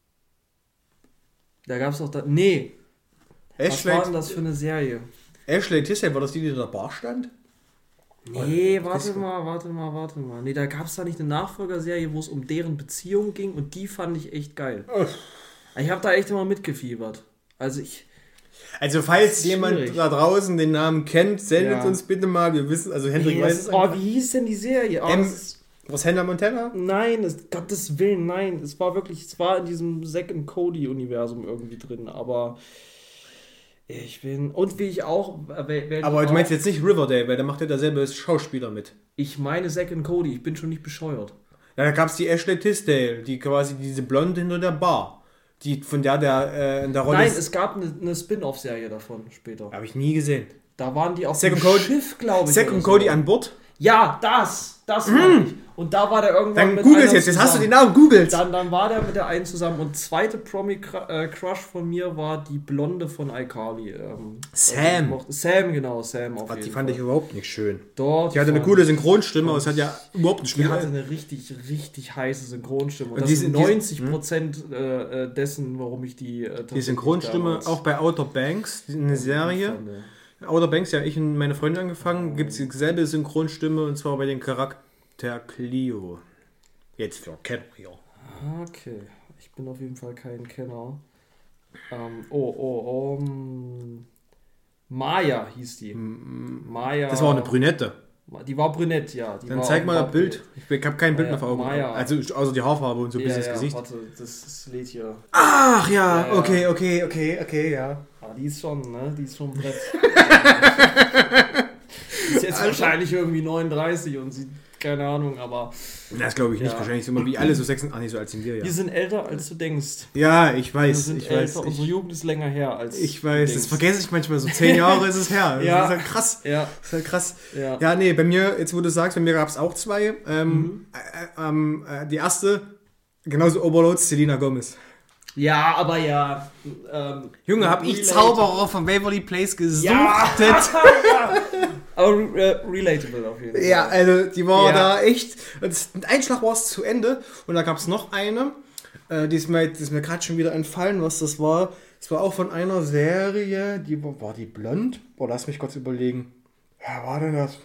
Da gab es auch da. Nee. Ashley, was war denn das für eine Serie? Ashley Tisdale, war das die, die in der Bar stand? Nee, warte mal, warte mal, warte mal. Nee, da gab es da nicht eine Nachfolgerserie, wo es um deren Beziehung ging und die fand ich echt geil. Ich habe da echt immer mitgefiebert. Also ich... Also falls jemand schwierig. Da draußen den Namen kennt, sendet ja. uns bitte mal. Wir wissen, also Hendrik nee, weiß es. Oh, wie hieß denn die Serie? Oh, M- was Hannah Montana? Nein, es, Gottes Willen, nein. Es war wirklich, es war in diesem Zack and Cody-Universum irgendwie drin, aber ich bin, und wie ich auch... Wer, aber du meinst jetzt nicht Riverdale, weil da macht ja derselbe Schauspieler mit. Ich meine Zack and Cody, ich bin schon nicht bescheuert. Ja, da gab es die Ashley Tisdale, die quasi diese Blonde hinter der Bar. Die, von der der äh, in der Rolle Nein, ist. es gab eine, eine Spin-off-Serie davon später. Habe ich nie gesehen. Da waren die auf dem Schiff, glaube ich. Zack und Cody so. An Bord? Ja, das. Das war ich. Und da war der irgendwann dann mit googelst jetzt, jetzt hast du den Namen googelt. Dann, dann war der mit der einen zusammen. Und zweite Promi-Crush von mir war die Blonde von iCarly. Ähm, Sam. Also Sam, genau, Sam. Auf Ach, jeden die fand Fall. ich überhaupt nicht schön. Dort die hatte eine coole Synchronstimme, aber es hat ja überhaupt nicht Die hatte eine richtig, richtig heiße Synchronstimme. Und, und das die, ist neunzig Prozent hm? äh, dessen, warum ich die äh, Die Synchronstimme, auch bei Outer Banks, eine Serie. Outer Banks, ja, ich und meine Freundin angefangen, gibt es dieselbe Synchronstimme und zwar bei dem Charakter Cleo. Jetzt für Kenner. Okay, ich bin auf jeden Fall kein Kenner. Ähm, oh, oh, oh. Um, Maya hieß die. Maya. Das war auch eine Brünette. Die war brünett, ja. Die Dann war zeig mal das Bild. Ich habe kein Bild Maya, mehr vor Augen. Maya. Also außer die Haarfarbe und so ein ja, bisschen ja, das Gesicht. Warte, das, das lädt hier. Ach ja, ja, ja, okay, okay, okay, okay, ja. Ah, die ist schon, ne? Die ist schon ein Brett. Die ist jetzt also, wahrscheinlich irgendwie neununddreißig und sie, keine Ahnung, aber... Das glaube ich nicht, ja. Wahrscheinlich sind wir wie alle so sechs, ach nicht so alt sind wir, ja. Wir sind älter, als du denkst. Ja, ich weiß, wir sind ich älter, weiß. Ich, unsere Jugend ist länger her, als ich weiß, das vergesse ich manchmal, so zehn Jahre ist es her. Ja. Das ist halt krass. Ja. Das ist halt krass. Ja, ja nee, bei mir, jetzt wo du sagst, bei mir gab es auch zwei. Ähm, mhm. äh, äh, die erste, genauso Overloads, Selena Gomez. Ja, aber ja. Ähm, Junge, hab ich Zauberer von Waverly Place gesuchtet. Ja. ja. Aber äh, relatable auf jeden Fall. Ja, also die war ja. da echt. Mit Einschlag war es zu Ende. Und da gab es noch eine. Äh, die ist mir, mir gerade schon wieder entfallen, was das war. Das war auch von einer Serie. Die war, war die blond? Boah, lass mich kurz überlegen. Ja, war denn das?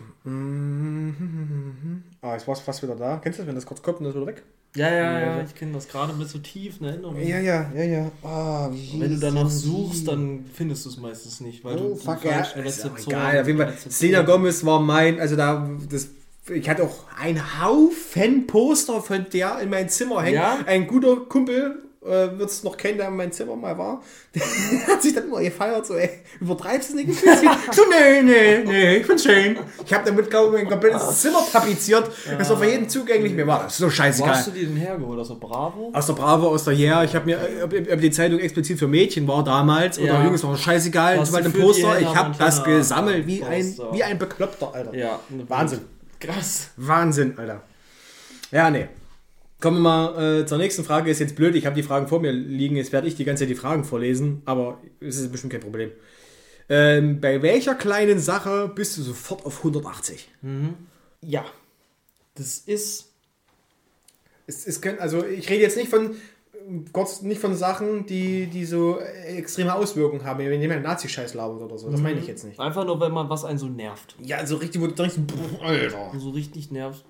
Ah, jetzt war es fast wieder da. Kennst du das, wenn das kurz kommt und das wieder weg? Ja, ja, ja, ich kenne das gerade mit so tiefen Erinnerungen. Ja, ja, ja, ja. Oh, wenn du danach suchst, dann findest du es meistens nicht, weil oh, du fuck die ja. falschen Rezeptoren... Egal, auf jeden Fall. Selena Gomez war mein, also da, das, ich hatte auch einen Haufen Poster von der in mein Zimmer hängen. Ja? Ein guter Kumpel, äh, wird es noch kennen, der in meinem Zimmer mal war, der hat sich dann immer gefeiert, so, ey, übertreibst du nicht ein bisschen? So, nee, nee, nee, ich find's schön. Ich habe damit, glaube ich, mein komplettes Zimmer tapeziert. Ja. Das war für jeden zugänglich. Mir war das so scheißegal. Wo hast du die denn hergeholt? Aus der Bravo? Aus der Bravo, aus der Yeah. Ich habe mir, ob, ob die Zeitung explizit für Mädchen war damals ja. oder Jungs, war scheißegal. Sobald ein Poster, ich habe das gesammelt wie ein, wie ein Bekloppter, Alter. Ja, Wahnsinn. Krass. Wahnsinn, Alter. Ja, nee. Kommen wir mal äh, zur nächsten Frage. Ist jetzt blöd, ich habe die Fragen vor mir liegen. Jetzt werde ich die ganze Zeit die Fragen vorlesen, aber es ist bestimmt kein Problem. Ähm, bei welcher kleinen Sache bist du sofort auf hundertachtzig? Mhm. Ja. Das ist... Es, es können, also ich rede jetzt nicht von kurz nicht von Sachen, die, die so extreme Auswirkungen haben, wenn jemand Nazi-Scheiß labert oder so. Das mhm. meine ich jetzt nicht. Einfach nur, wenn man was einen so nervt. Ja, also richtig, wo du denkst, Alter. So richtig nervt.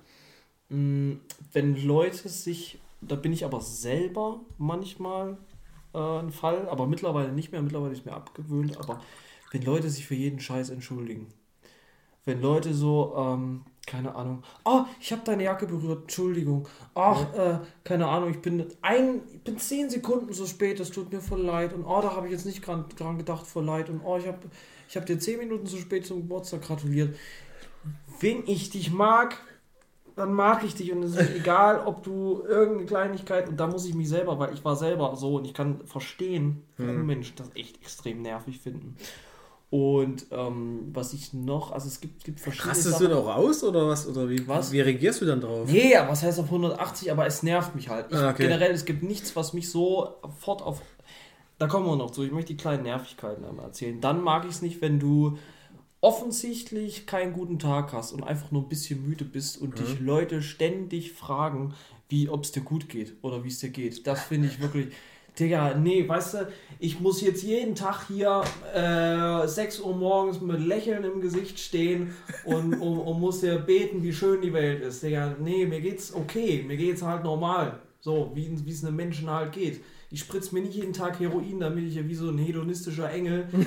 Wenn Leute sich, da bin ich aber selber manchmal äh, ein Fall, aber mittlerweile nicht mehr, mittlerweile ist mir abgewöhnt, aber wenn Leute sich für jeden Scheiß entschuldigen. Wenn Leute so, ähm, keine Ahnung, oh, ich habe deine Jacke berührt, Entschuldigung, ach, äh, keine Ahnung, ich bin ein, ich bin zehn Sekunden so spät, es tut mir voll leid und oh, da habe ich jetzt nicht dran, dran gedacht, voll leid und oh, ich habe ich hab dir zehn Minuten zu spät zum Geburtstag gratuliert. Wenn ich dich mag, dann mag ich dich und es ist egal, ob du irgendeine Kleinigkeit, und da muss ich mich selber, weil ich war selber so und ich kann verstehen, warum hm. Menschen das echt extrem nervig finden. Und ähm, was ich noch, also es gibt, gibt verschiedene Rastest du da auch aus oder was? Oder wie, was? Wie reagierst du dann drauf? Nee, was heißt auf hundertachtzig, aber es nervt mich halt. Ich, ah, okay. Generell, es gibt nichts, was mich so fort auf... Da kommen wir noch zu, ich möchte die kleinen Nervigkeiten einmal erzählen. Dann mag ich es nicht, wenn du offensichtlich keinen guten Tag hast und einfach nur ein bisschen müde bist und mhm. dich Leute ständig fragen, wie ob es dir gut geht oder wie es dir geht. Das finde ich wirklich... Digga, nee, weißt du, ich muss jetzt jeden Tag hier äh, sechs Uhr morgens mit Lächeln im Gesicht stehen und, und, und muss dir beten, wie schön die Welt ist. Digga, nee, mir geht's okay, mir geht's halt normal. So, wie es einem Menschen halt geht. Ich spritze mir nicht jeden Tag Heroin, damit ich ja wie so ein hedonistischer Engel äh,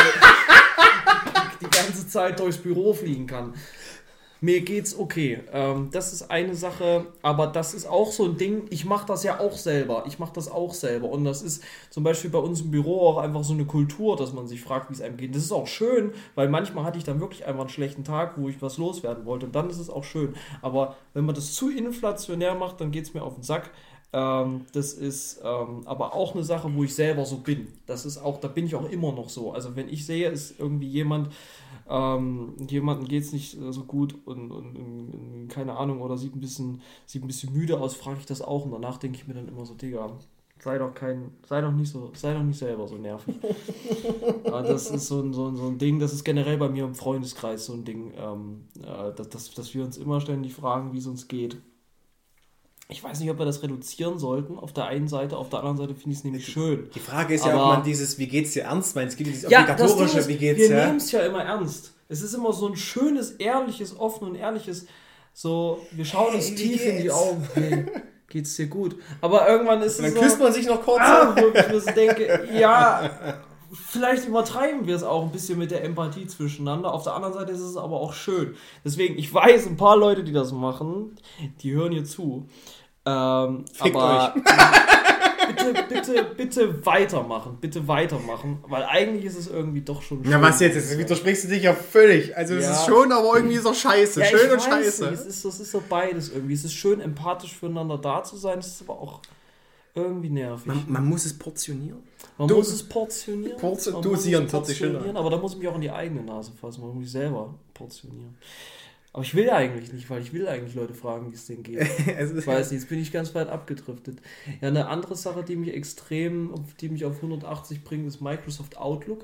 die ganze Zeit durchs Büro fliegen kann. Mir geht's okay. Ähm, das ist eine Sache, aber das ist auch so ein Ding, ich mache das ja auch selber. Ich mache das auch selber. Und das ist zum Beispiel bei uns im Büro auch einfach so eine Kultur, dass man sich fragt, wie es einem geht. Das ist auch schön, weil manchmal hatte ich dann wirklich einfach einen schlechten Tag, wo ich was loswerden wollte. Und dann ist es auch schön. Aber wenn man das zu inflationär macht, dann geht's mir auf den Sack. Ähm, das ist ähm, aber auch eine Sache, wo ich selber so bin. Das ist auch, da bin ich auch immer noch so. Also wenn ich sehe, ist irgendwie jemand, ähm, jemandem geht es nicht so gut und, und, und keine Ahnung, oder sieht ein bisschen, sieht ein bisschen müde aus, frage ich das auch und danach denke ich mir dann immer so, Digga, sei doch kein, sei doch nicht so, sei doch nicht selber so nervig. Ja, das ist so ein, so, ein, so ein Ding, das ist generell bei mir im Freundeskreis so ein Ding, ähm, äh, dass, dass, dass wir uns immer ständig fragen, wie es uns geht. Ich weiß nicht, ob wir das reduzieren sollten, auf der einen Seite, auf der anderen Seite finde ich es nämlich schön. Die Frage ist aber ja, ob man dieses wie geht's dir ernst meint. Es gibt dieses ja, obligatorische, ist, wie geht's wir ja. Wir nehmen es ja immer ernst. Es ist immer so ein schönes, ehrliches, offen und ehrliches, so, wir schauen uns hey, tief in die Augen. Hey, geht's dir gut? Aber irgendwann ist und es dann so, küsst man sich noch kurz. Ah, wo ich mir so denke, ja, vielleicht übertreiben wir es auch ein bisschen mit der Empathie zwischeneinander. Auf der anderen Seite ist es aber auch schön. Deswegen, ich weiß, ein paar Leute, die das machen, die hören hier zu. Ähm, Fickt aber euch. bitte, bitte, bitte weitermachen, bitte weitermachen, weil eigentlich ist es irgendwie doch schon schön. Ja, was jetzt? Jetzt widersprichst du dich ja völlig. Also es ja. ist schon, aber irgendwie ist auch scheiße. Ja, schön und weiß scheiße. Nicht. Es ist, es ist so beides irgendwie. Es ist schön, empathisch füreinander da zu sein, es ist aber auch irgendwie nervig. Man, man muss es portionieren. Man du, muss es portionieren. Portion, dosieren, portionieren, aber da muss ich mich auch in die eigene Nase fassen, man muss mich selber portionieren. Aber ich will ja eigentlich nicht, weil ich will eigentlich Leute fragen, wie es denen geht. Ich weiß nicht, jetzt bin ich ganz weit abgedriftet. Ja, eine andere Sache, die mich extrem, die mich auf hundertachtzig bringt, ist Microsoft Outlook.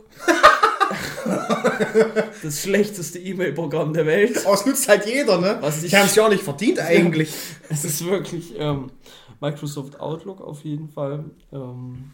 Das schlechteste E-Mail-Programm der Welt. Das nutzt halt jeder, ne? Was ich habe es ja auch nicht verdient eigentlich. Es ist wirklich ähm, Microsoft Outlook auf jeden Fall. Ähm,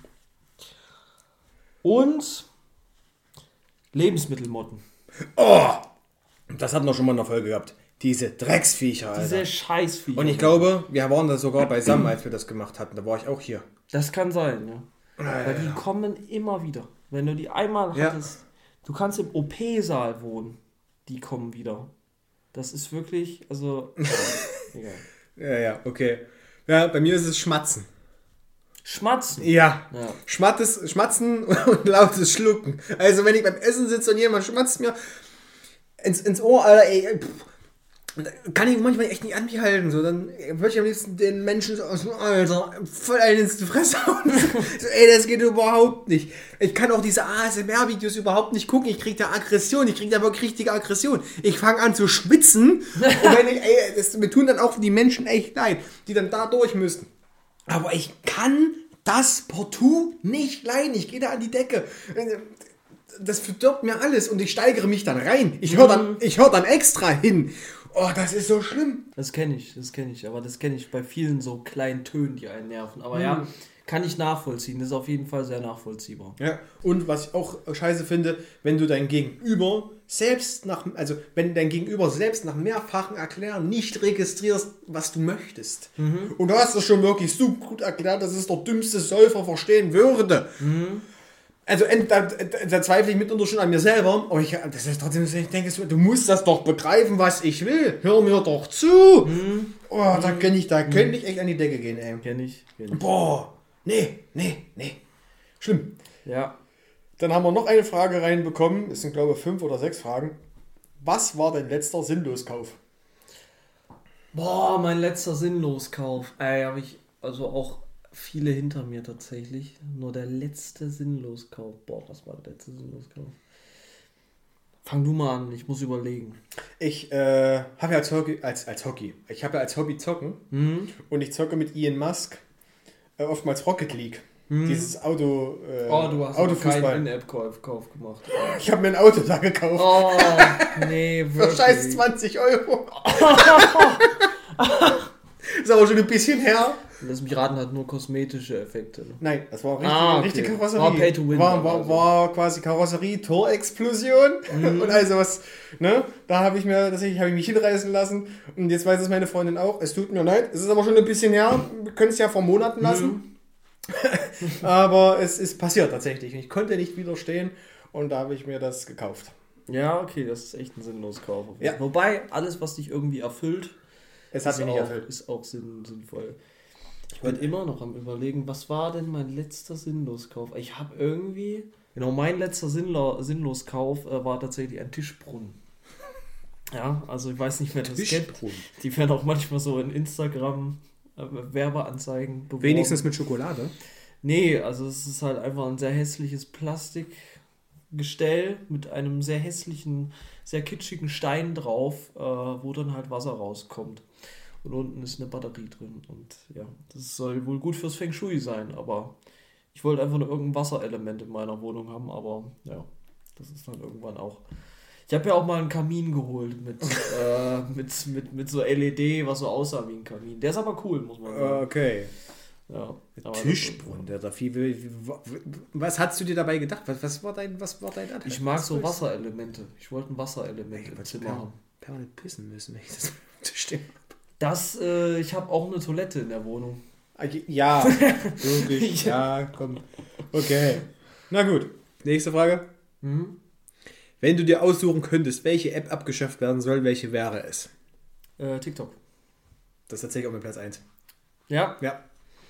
und Lebensmittelmotten. Oh! Das hatten wir schon mal in der Folge gehabt. Diese Drecksviecher, Alter. Diese Scheißviecher. Und ich glaube, wir waren da sogar beisammen, als wir das gemacht hatten. Da war ich auch hier. Das kann sein, ja. Ah, weil ja. Die kommen immer wieder. Wenn du die einmal ja. hattest, du kannst im O P-Saal wohnen. Die kommen wieder. Das ist wirklich, also... ja, ja, ja, okay. Ja, bei mir ist es Schmatzen. Schmatzen? Ja. ja. Schmattes, Schmatzen und lautes Schlucken. Also wenn ich beim Essen sitze und jemand schmatzt mir... Ins, ins Ohr, Alter, ey, pff, kann ich manchmal echt nicht an mich halten. So, dann würde ich am liebsten den Menschen so aus dem Alter voll einen ins Fresse hauen. So, ey, das geht überhaupt nicht. Ich kann auch diese A S M R-Videos überhaupt nicht gucken. Ich krieg da Aggression. Ich krieg da wirklich richtige Aggression. Ich fange an zu schwitzen. Und wenn ich, ey, das, mir tun dann auch die Menschen echt leid, die dann da durch müssen. Aber ich kann das partout nicht leiden. Ich gehe da an die Decke. Das verdirbt mir alles und ich steigere mich dann rein. Ich höre dann, ich hör dann extra hin. Oh, das ist so schlimm. Das kenne ich, das kenne ich. Aber das kenne ich bei vielen so kleinen Tönen, die einen nerven. Aber mhm. ja, kann ich nachvollziehen. Das ist auf jeden Fall sehr nachvollziehbar. Ja, und was ich auch scheiße finde, wenn du dein Gegenüber selbst nach, also wenn dein Gegenüber selbst nach mehrfachen Erklären nicht registrierst, was du möchtest. Mhm. Und du hast das schon wirklich so gut erklärt, dass es der dümmste Säufer verstehen würde. Mhm. Also da, da zweifle ich mitunter schon an mir selber, aber ich, das ist trotzdem, ich denke, du musst das doch begreifen, was ich will. Hör mir doch zu. Mhm. Oh, da könnte ich, da könnte ich echt an die Decke gehen, ey. Kenn ich, kenn ich. Boah, nee, nee, nee. Schlimm. Ja. Dann haben wir noch eine Frage reinbekommen. Es sind, glaube ich, fünf oder sechs Fragen. Was war dein letzter Sinnloskauf? Boah, mein letzter Sinnloskauf. Ey, habe ich also auch viele hinter mir tatsächlich. Nur der letzte Sinnloskauf. Boah, was war der letzte Sinnloskauf? Fang du mal an, ich muss überlegen. Ich äh, habe ja als Hockey, als, als Hockey, ich habe ja als Hobby zocken mhm. und ich zocke mit Elon Musk äh, oftmals Rocket League. Mhm. Dieses Auto, äh, oh, du hast Autofußball. keinen In-App-Kauf gemacht. Ich habe mir ein Auto da gekauft. Oh, nee, wirklich. Für scheiß zwanzig Euro. Ist aber schon ein bisschen her. Lass mich raten, hat nur kosmetische Effekte. Ne? Nein, das war richtig, Ah, okay. richtige Karosserie. War Pay to Win. War, war, also. war quasi Karosserie, Torexplosion Mhm. und also was, ne? Da habe ich mir, tatsächlich habe ich mich hinreißen lassen und jetzt weiß es meine Freundin auch. Es tut mir leid, es ist aber schon ein bisschen her. Wir können es ja vor Monaten lassen. Mhm. Aber es ist passiert tatsächlich. Ich konnte nicht widerstehen und da habe ich mir das gekauft. Ja, okay, das ist echt ein sinnlos Kauf. Ja. Wobei, alles, was dich irgendwie erfüllt, Es hat ist, mich nicht auch, erfüllt. ist auch sinn, sinnvoll. Ich bin immer noch am Überlegen, was war denn mein letzter Sinnloskauf? Ich habe irgendwie... Genau, mein letzter Sinnlo Sinnloskauf äh, war tatsächlich ein Tischbrunnen. Ja, also ich weiß nicht, wer das kennt. Die werden auch manchmal so in Instagram äh, Werbeanzeigen beworben. Wenigstens mit Schokolade. Nee, also es ist halt einfach ein sehr hässliches Plastikgestell mit einem sehr hässlichen, sehr kitschigen Stein drauf, äh, wo dann halt Wasser rauskommt. Und unten ist eine Batterie drin. Und ja, das soll wohl gut fürs Feng Shui sein, aber ich wollte einfach nur irgendein Wasserelement in meiner Wohnung haben, aber ja, das ist dann irgendwann auch. Ich habe ja auch mal einen Kamin geholt mit, äh, mit, mit, mit so L E D, was so aussah wie ein Kamin. Der ist aber cool, muss man sagen. Okay. Ja, Tischbrunnen, der da viel. Was hast du dir dabei gedacht? Was, was war dein, was war dein Anteil? Ich mag was so willst du? Wasserelemente. Ich wollte ein Wasserelement im Zimmer haben. Permanent pissen müssen, wenn ich das stehen. Das, äh, ich habe auch eine Toilette in der Wohnung. Ja, logisch. Ja, komm. Okay. Na gut. Nächste Frage. Mhm. Wenn du dir aussuchen könntest, welche App abgeschafft werden soll, welche wäre es? Äh, TikTok. Das ist tatsächlich auch mein Platz eins. Ja. Ja.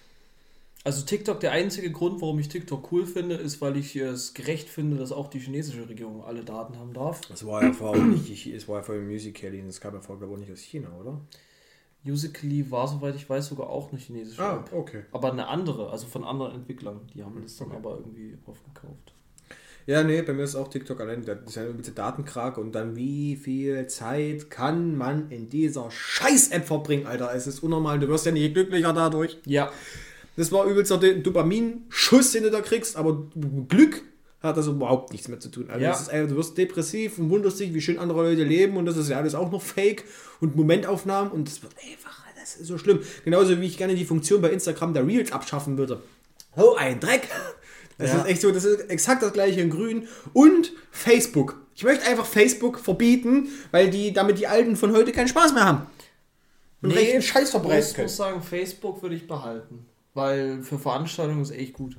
Also TikTok, der einzige Grund, warum ich TikTok cool finde, ist, weil ich es gerecht finde, dass auch die chinesische Regierung alle Daten haben darf. Das war ja vorher nicht, es war ja vorher Musical.ly und das kam ja vorher, glaube ich, auch nicht aus China, oder? Musical.ly war, soweit ich weiß, sogar auch eine chinesische Ah, App. okay. Aber eine andere, also von anderen Entwicklern. Die haben das dann aber irgendwie aufgekauft. Ja, nee, bei mir ist auch TikTok allein, das ist ja ein bisschen Datenkrake und dann wie viel Zeit kann man in dieser Scheiß-App verbringen, Alter? Es ist unnormal, du wirst ja nicht glücklicher dadurch. Ja. Das war übelster Dopaminschuss, den du da kriegst, aber Glück hat das überhaupt nichts mehr zu tun. Also Ja. das ist, du wirst depressiv und wunderst dich, wie schön andere Leute leben und das ist ja alles auch noch Fake und Momentaufnahmen und das wird einfach, das ist so schlimm. Genauso wie ich gerne die Funktion bei Instagram der Reels abschaffen würde. Oh, ein Dreck! Das Ja. ist echt so, das ist exakt das gleiche in grün. Und Facebook. Ich möchte einfach Facebook verbieten, weil die damit die Alten von heute keinen Spaß mehr haben. Und Nee, rechten Scheiß Ich verbreiten muss, können. muss sagen, Facebook würde ich behalten. Weil für Veranstaltungen ist echt gut.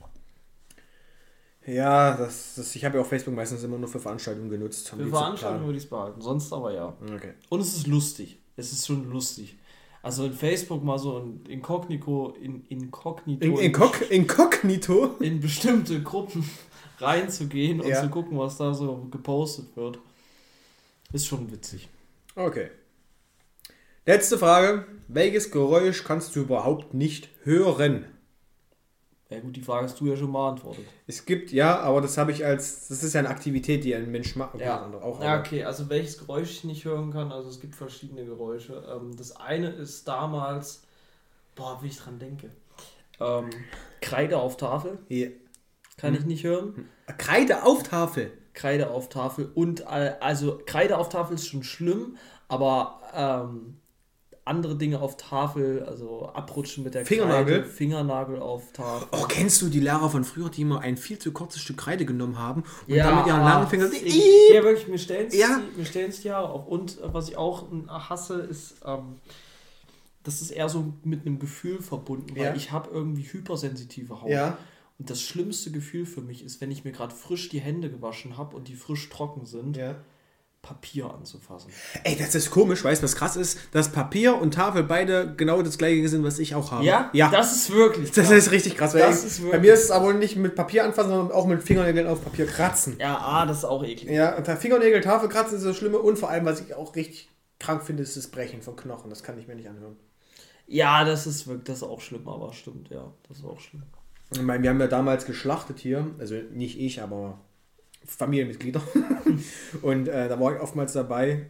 Ja, das, das, ich habe ja auch Facebook meistens immer nur für Veranstaltungen genutzt. um Für die zu Veranstaltungen planen. würde ich es behalten. Sonst aber ja. Okay. Und es ist lustig. Es ist schon lustig. Also in Facebook mal so ein Inkognito, in, Inkognito, In, Inkog Inkognito? in bestimmte Gruppen reinzugehen und Ja. zu gucken, was da so gepostet wird. Ist schon witzig. Okay. Letzte Frage. Welches Geräusch kannst du überhaupt nicht hören? Ja gut, die Frage hast du ja schon beantwortet. Es gibt, ja, aber das habe ich als, das ist ja eine Aktivität, die ein Mensch macht. Ja. Auch, Ja, aber- okay, also welches Geräusch ich nicht hören kann, also es gibt verschiedene Geräusche. Ähm, das eine ist damals, boah, wie ich dran denke, ähm, Kreide auf Tafel, Ja. kann ich nicht hören. Kreide auf Tafel. Kreide auf Tafel und, äh, also Kreide auf Tafel ist schon schlimm, aber ähm, andere Dinge auf Tafel, also abrutschen mit der Fingernagel? Kreide, Fingernagel auf Tafel. Oh, kennst du die Lehrer von früher, die immer ein viel zu kurzes Stück Kreide genommen haben und Ja, dann mit ihren langen Fingern... ich, ja, wirklich, mir stellen es Ja. die, mir stellen's die Haare auf. Und äh, was ich auch äh, hasse, ist, ähm, das ist eher so mit einem Gefühl verbunden, weil Ja. ich habe irgendwie hypersensitive Haut. Ja. Und das schlimmste Gefühl für mich ist, wenn ich mir gerade frisch die Hände gewaschen habe und die frisch trocken sind, Ja. Papier anzufassen. Ey, das ist komisch, weißt du, was krass ist? Dass Papier und Tafel beide genau das gleiche sind, was ich auch habe. Ja? Ja. Das ist wirklich Das krass. ist richtig krass. Weil Das ich, ist bei wirklich- mir ist es aber nicht mit Papier anfassen, sondern auch mit Fingernägeln auf Papier kratzen. Ja, ah, das ist auch eklig. Ja, und Fingernägel, Tafel kratzen ist das Schlimme. Und vor allem, was ich auch richtig krank finde, ist das Brechen von Knochen. Das kann ich mir nicht anhören. Ja, das ist wirklich, das ist auch schlimm, aber stimmt, ja, das ist auch schlimm. Ich meine, wir haben ja damals geschlachtet hier. Also nicht ich, aber Familienmitglieder. Und äh, da war ich oftmals dabei.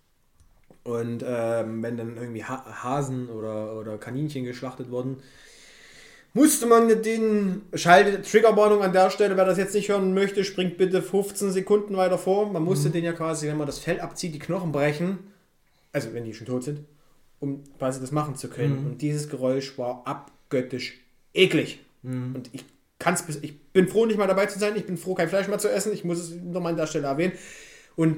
Und ähm, wenn dann irgendwie ha Hasen oder, oder Kaninchen geschlachtet wurden, musste man den Schaltet Triggerwarnung an der Stelle, wer das jetzt nicht hören möchte, springt bitte fünfzehn Sekunden weiter vor. Man musste den ja quasi, wenn man das Fell abzieht, die Knochen brechen, also wenn die schon tot sind, um quasi das machen zu können. Mhm. Und dieses Geräusch war abgöttisch eklig. Mhm. Und ich kann's bis, ich bin froh, nicht mal dabei zu sein. Ich bin froh, kein Fleisch mehr zu essen. Ich muss es nochmal an der Stelle erwähnen. Und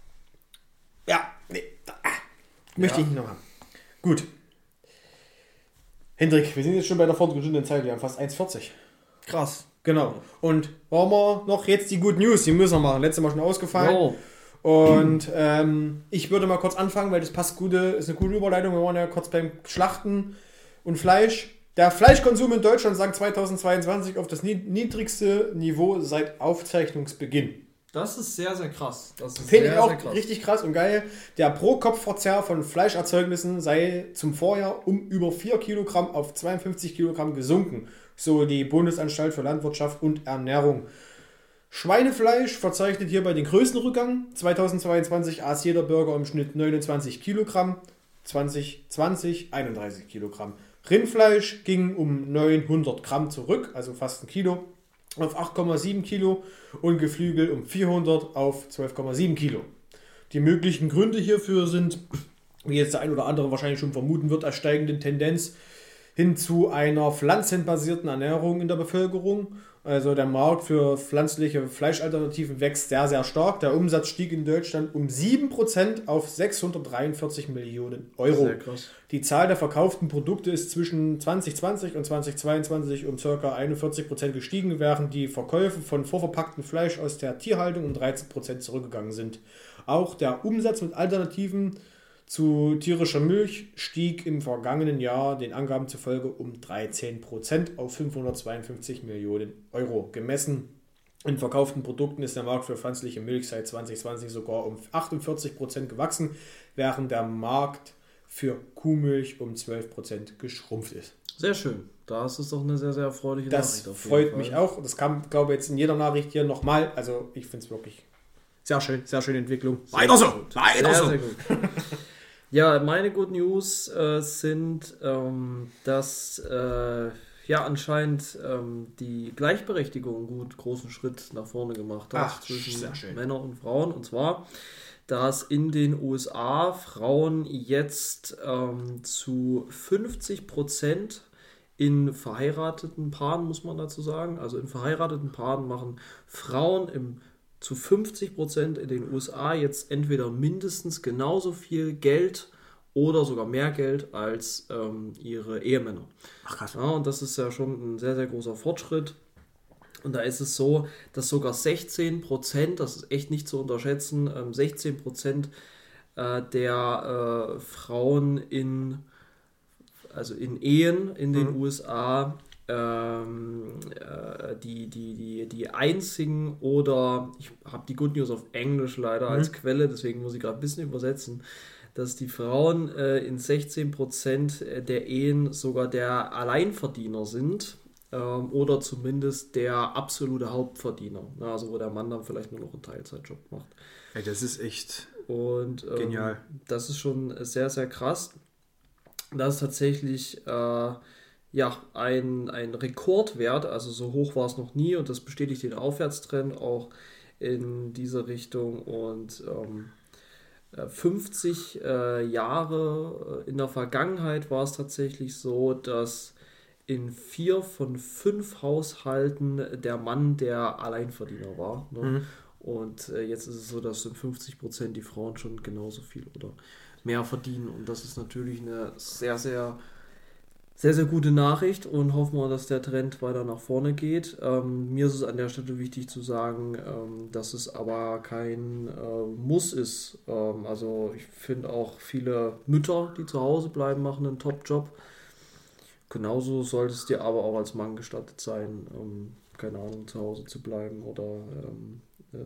ja, nee, ah, möchte ja. ich nicht noch haben. Gut. Hendrik, wir sind jetzt schon bei der fortgeschrittenen Zeit. Wir haben fast eins vierzig. Krass. Genau. Und wollen wir noch jetzt die Good News, die müssen wir machen. Letztes Mal schon ausgefallen. Oh. Und ähm, ich würde mal kurz anfangen, weil das passt gute, ist eine gute Überleitung. Wir waren ja kurz beim Schlachten und Fleisch. Der Fleischkonsum in Deutschland sank zweitausendzweiundzwanzig auf das niedrigste Niveau seit Aufzeichnungsbeginn. Das ist sehr, sehr krass. Das ist Finde sehr, ich auch sehr krass. richtig krass und geil. Der Pro-Kopf-Verzehr von Fleischerzeugnissen sei zum Vorjahr um über vier Kilogramm auf zweiundfünfzig Kilogramm gesunken. So die Bundesanstalt für Landwirtschaft und Ernährung. Schweinefleisch verzeichnet hierbei den größten Rückgang. zweitausendzweiundzwanzig aß jeder Bürger im Schnitt neunundzwanzig Kilogramm, zwanzig zwanzig einunddreißig Kilogramm. Rindfleisch ging um neunhundert Gramm zurück, also fast ein Kilo, auf acht Komma sieben Kilo und Geflügel um vierhundert auf zwölf Komma sieben Kilo. Die möglichen Gründe hierfür sind, wie jetzt der ein oder andere wahrscheinlich schon vermuten wird, als steigende Tendenz hin zu einer pflanzenbasierten Ernährung in der Bevölkerung. Also der Markt für pflanzliche Fleischalternativen wächst sehr, sehr stark. Der Umsatz stieg in Deutschland um sieben Prozent auf sechshundertdreiundvierzig Millionen Euro. Sehr krass. Die Zahl der verkauften Produkte ist zwischen zwanzig zwanzig und zwanzig zweiundzwanzig um ca. einundvierzig Prozent gestiegen, während die Verkäufe von vorverpacktem Fleisch aus der Tierhaltung um dreizehn Prozent zurückgegangen sind. Auch der Umsatz mit Alternativen zu tierischer Milch stieg im vergangenen Jahr den Angaben zufolge um dreizehn Prozent auf fünfhundertzweiundfünfzig Millionen Euro. Gemessen in verkauften Produkten ist der Markt für pflanzliche Milch seit zwanzig zwanzig sogar um achtundvierzig Prozent gewachsen, während der Markt für Kuhmilch um zwölf Prozent geschrumpft ist. Sehr schön. Das ist doch eine sehr, sehr erfreuliche das Nachricht. Das freut mich auch. Das kam, glaube ich, jetzt in jeder Nachricht hier nochmal. Also ich finde es wirklich sehr schön, sehr schöne Entwicklung. Sehr weiter so, gut. weiter sehr, so. Sehr gut. Ja, meine Good News äh, sind, ähm, dass äh, ja anscheinend ähm, die Gleichberechtigung einen gut großen Schritt nach vorne gemacht hat Ach, zwischen Männern und Frauen. Und zwar, dass in den U S A Frauen jetzt ähm, zu fünfzig Prozent in verheirateten Paaren, muss man dazu sagen, also in verheirateten Paaren machen Frauen im zu fünfzig Prozent in den U S A jetzt entweder mindestens genauso viel Geld oder sogar mehr Geld als ähm, ihre Ehemänner. Ach krass. Ja, und das ist ja schon ein sehr, sehr großer Fortschritt. Und da ist es so, dass sogar sechzehn Prozent, das ist echt nicht zu unterschätzen, ähm, sechzehn Prozent äh, der äh, Frauen in, also in Ehen in den mhm. U S A Ähm, äh, die, die, die, die einzigen oder ich habe die Good News auf Englisch leider mhm. als Quelle, deswegen muss ich gerade ein bisschen übersetzen, dass die Frauen äh, in sechzehn Prozent der Ehen sogar der Alleinverdiener sind ähm, oder zumindest der absolute Hauptverdiener. Na, also wo der Mann dann vielleicht nur noch einen Teilzeitjob macht. Ey, das ist echt Und, ähm, genial. Das ist schon sehr, sehr krass. Das ist tatsächlich äh, ja, ein, ein Rekordwert, also so hoch war es noch nie und das bestätigt den Aufwärtstrend auch in diese Richtung und ähm, fünfzig äh, Jahre in der Vergangenheit war es tatsächlich so, dass in vier von fünf Haushalten der Mann der Alleinverdiener war. Ne? Mhm. Und äh, jetzt ist es so, dass in fünfzig Prozent die Frauen schon genauso viel oder mehr verdienen und das ist natürlich eine sehr, sehr Sehr, sehr gute Nachricht und hoffen wir, dass der Trend weiter nach vorne geht. Ähm, mir ist es an der Stelle wichtig zu sagen, ähm, dass es aber kein äh, Muss ist. Ähm, also ich finde auch viele Mütter, die zu Hause bleiben, machen einen Top-Job. Genauso sollte es dir aber auch als Mann gestattet sein, ähm, keine Ahnung, zu Hause zu bleiben oder ähm,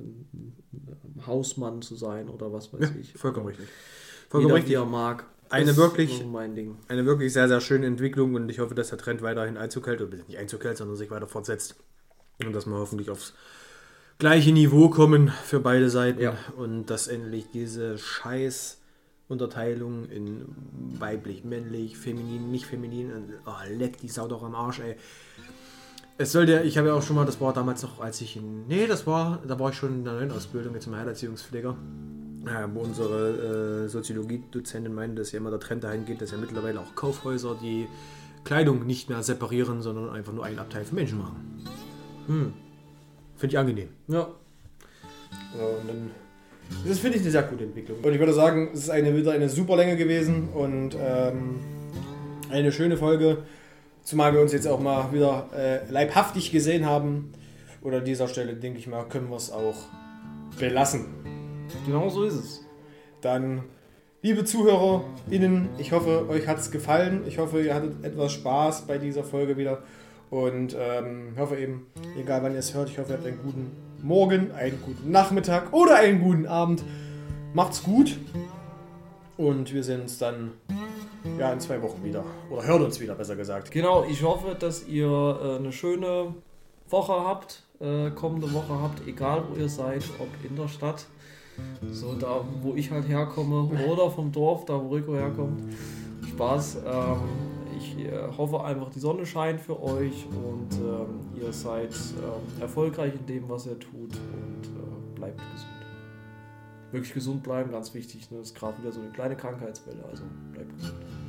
ähm, Hausmann zu sein oder was weiß ja, ich. Vollkommen richtig. Vollkommen richtig. Wie er mag. Eine wirklich, eine wirklich sehr, sehr schöne Entwicklung und ich hoffe, dass der Trend weiterhin Einzug hält, oder nicht Einzug hält, sondern sich weiter fortsetzt und dass wir hoffentlich aufs gleiche Niveau kommen für beide Seiten ja. und dass endlich diese scheiß Unterteilung in weiblich, männlich, feminin, nicht feminin, oh, leck die Sau doch am Arsch, ey. Es sollte, ich habe ja auch schon mal, das war damals noch, als ich in, nee, das war, da war ich schon in der neuen Ausbildung jetzt zum Heilerziehungspfleger. Ja, wo unsere äh, Soziologie-Dozentin meinte, dass ja immer der Trend dahin geht, dass ja mittlerweile auch Kaufhäuser die Kleidung nicht mehr separieren, sondern einfach nur einen Abteil für Menschen machen. Hm. Finde ich angenehm. Ja. Und dann, das finde ich eine sehr gute Entwicklung. Und ich würde sagen, es ist eine, wieder eine super Länge gewesen und ähm, eine schöne Folge. Zumal wir uns jetzt auch mal wieder äh, leibhaftig gesehen haben. Oder an dieser Stelle, denke ich mal, können wir es auch belassen. Genau so ist es. Dann, liebe ZuhörerInnen, ich hoffe, euch hat es gefallen. Ich hoffe, ihr hattet etwas Spaß bei dieser Folge wieder. Und ähm, hoffe eben, egal wann ihr es hört, ich hoffe, ihr habt einen guten Morgen, einen guten Nachmittag oder einen guten Abend. Macht's gut. Und wir sehen uns dann ja, in zwei Wochen wieder. Oder hören uns wieder, besser gesagt. Genau, ich hoffe, dass ihr äh, eine schöne Woche habt, äh, kommende Woche habt, egal wo ihr seid, ob in der Stadt, so da, wo ich halt herkomme, oder vom Dorf, da wo Rico herkommt. Spaß. Ähm, ich äh, hoffe einfach, die Sonne scheint für euch und ähm, ihr seid äh, erfolgreich in dem, was ihr tut und äh, bleibt gesund. Wirklich gesund bleiben, ganz wichtig. Ne? Das ist gerade wieder so eine kleine Krankheitswelle, also bleibt gesund.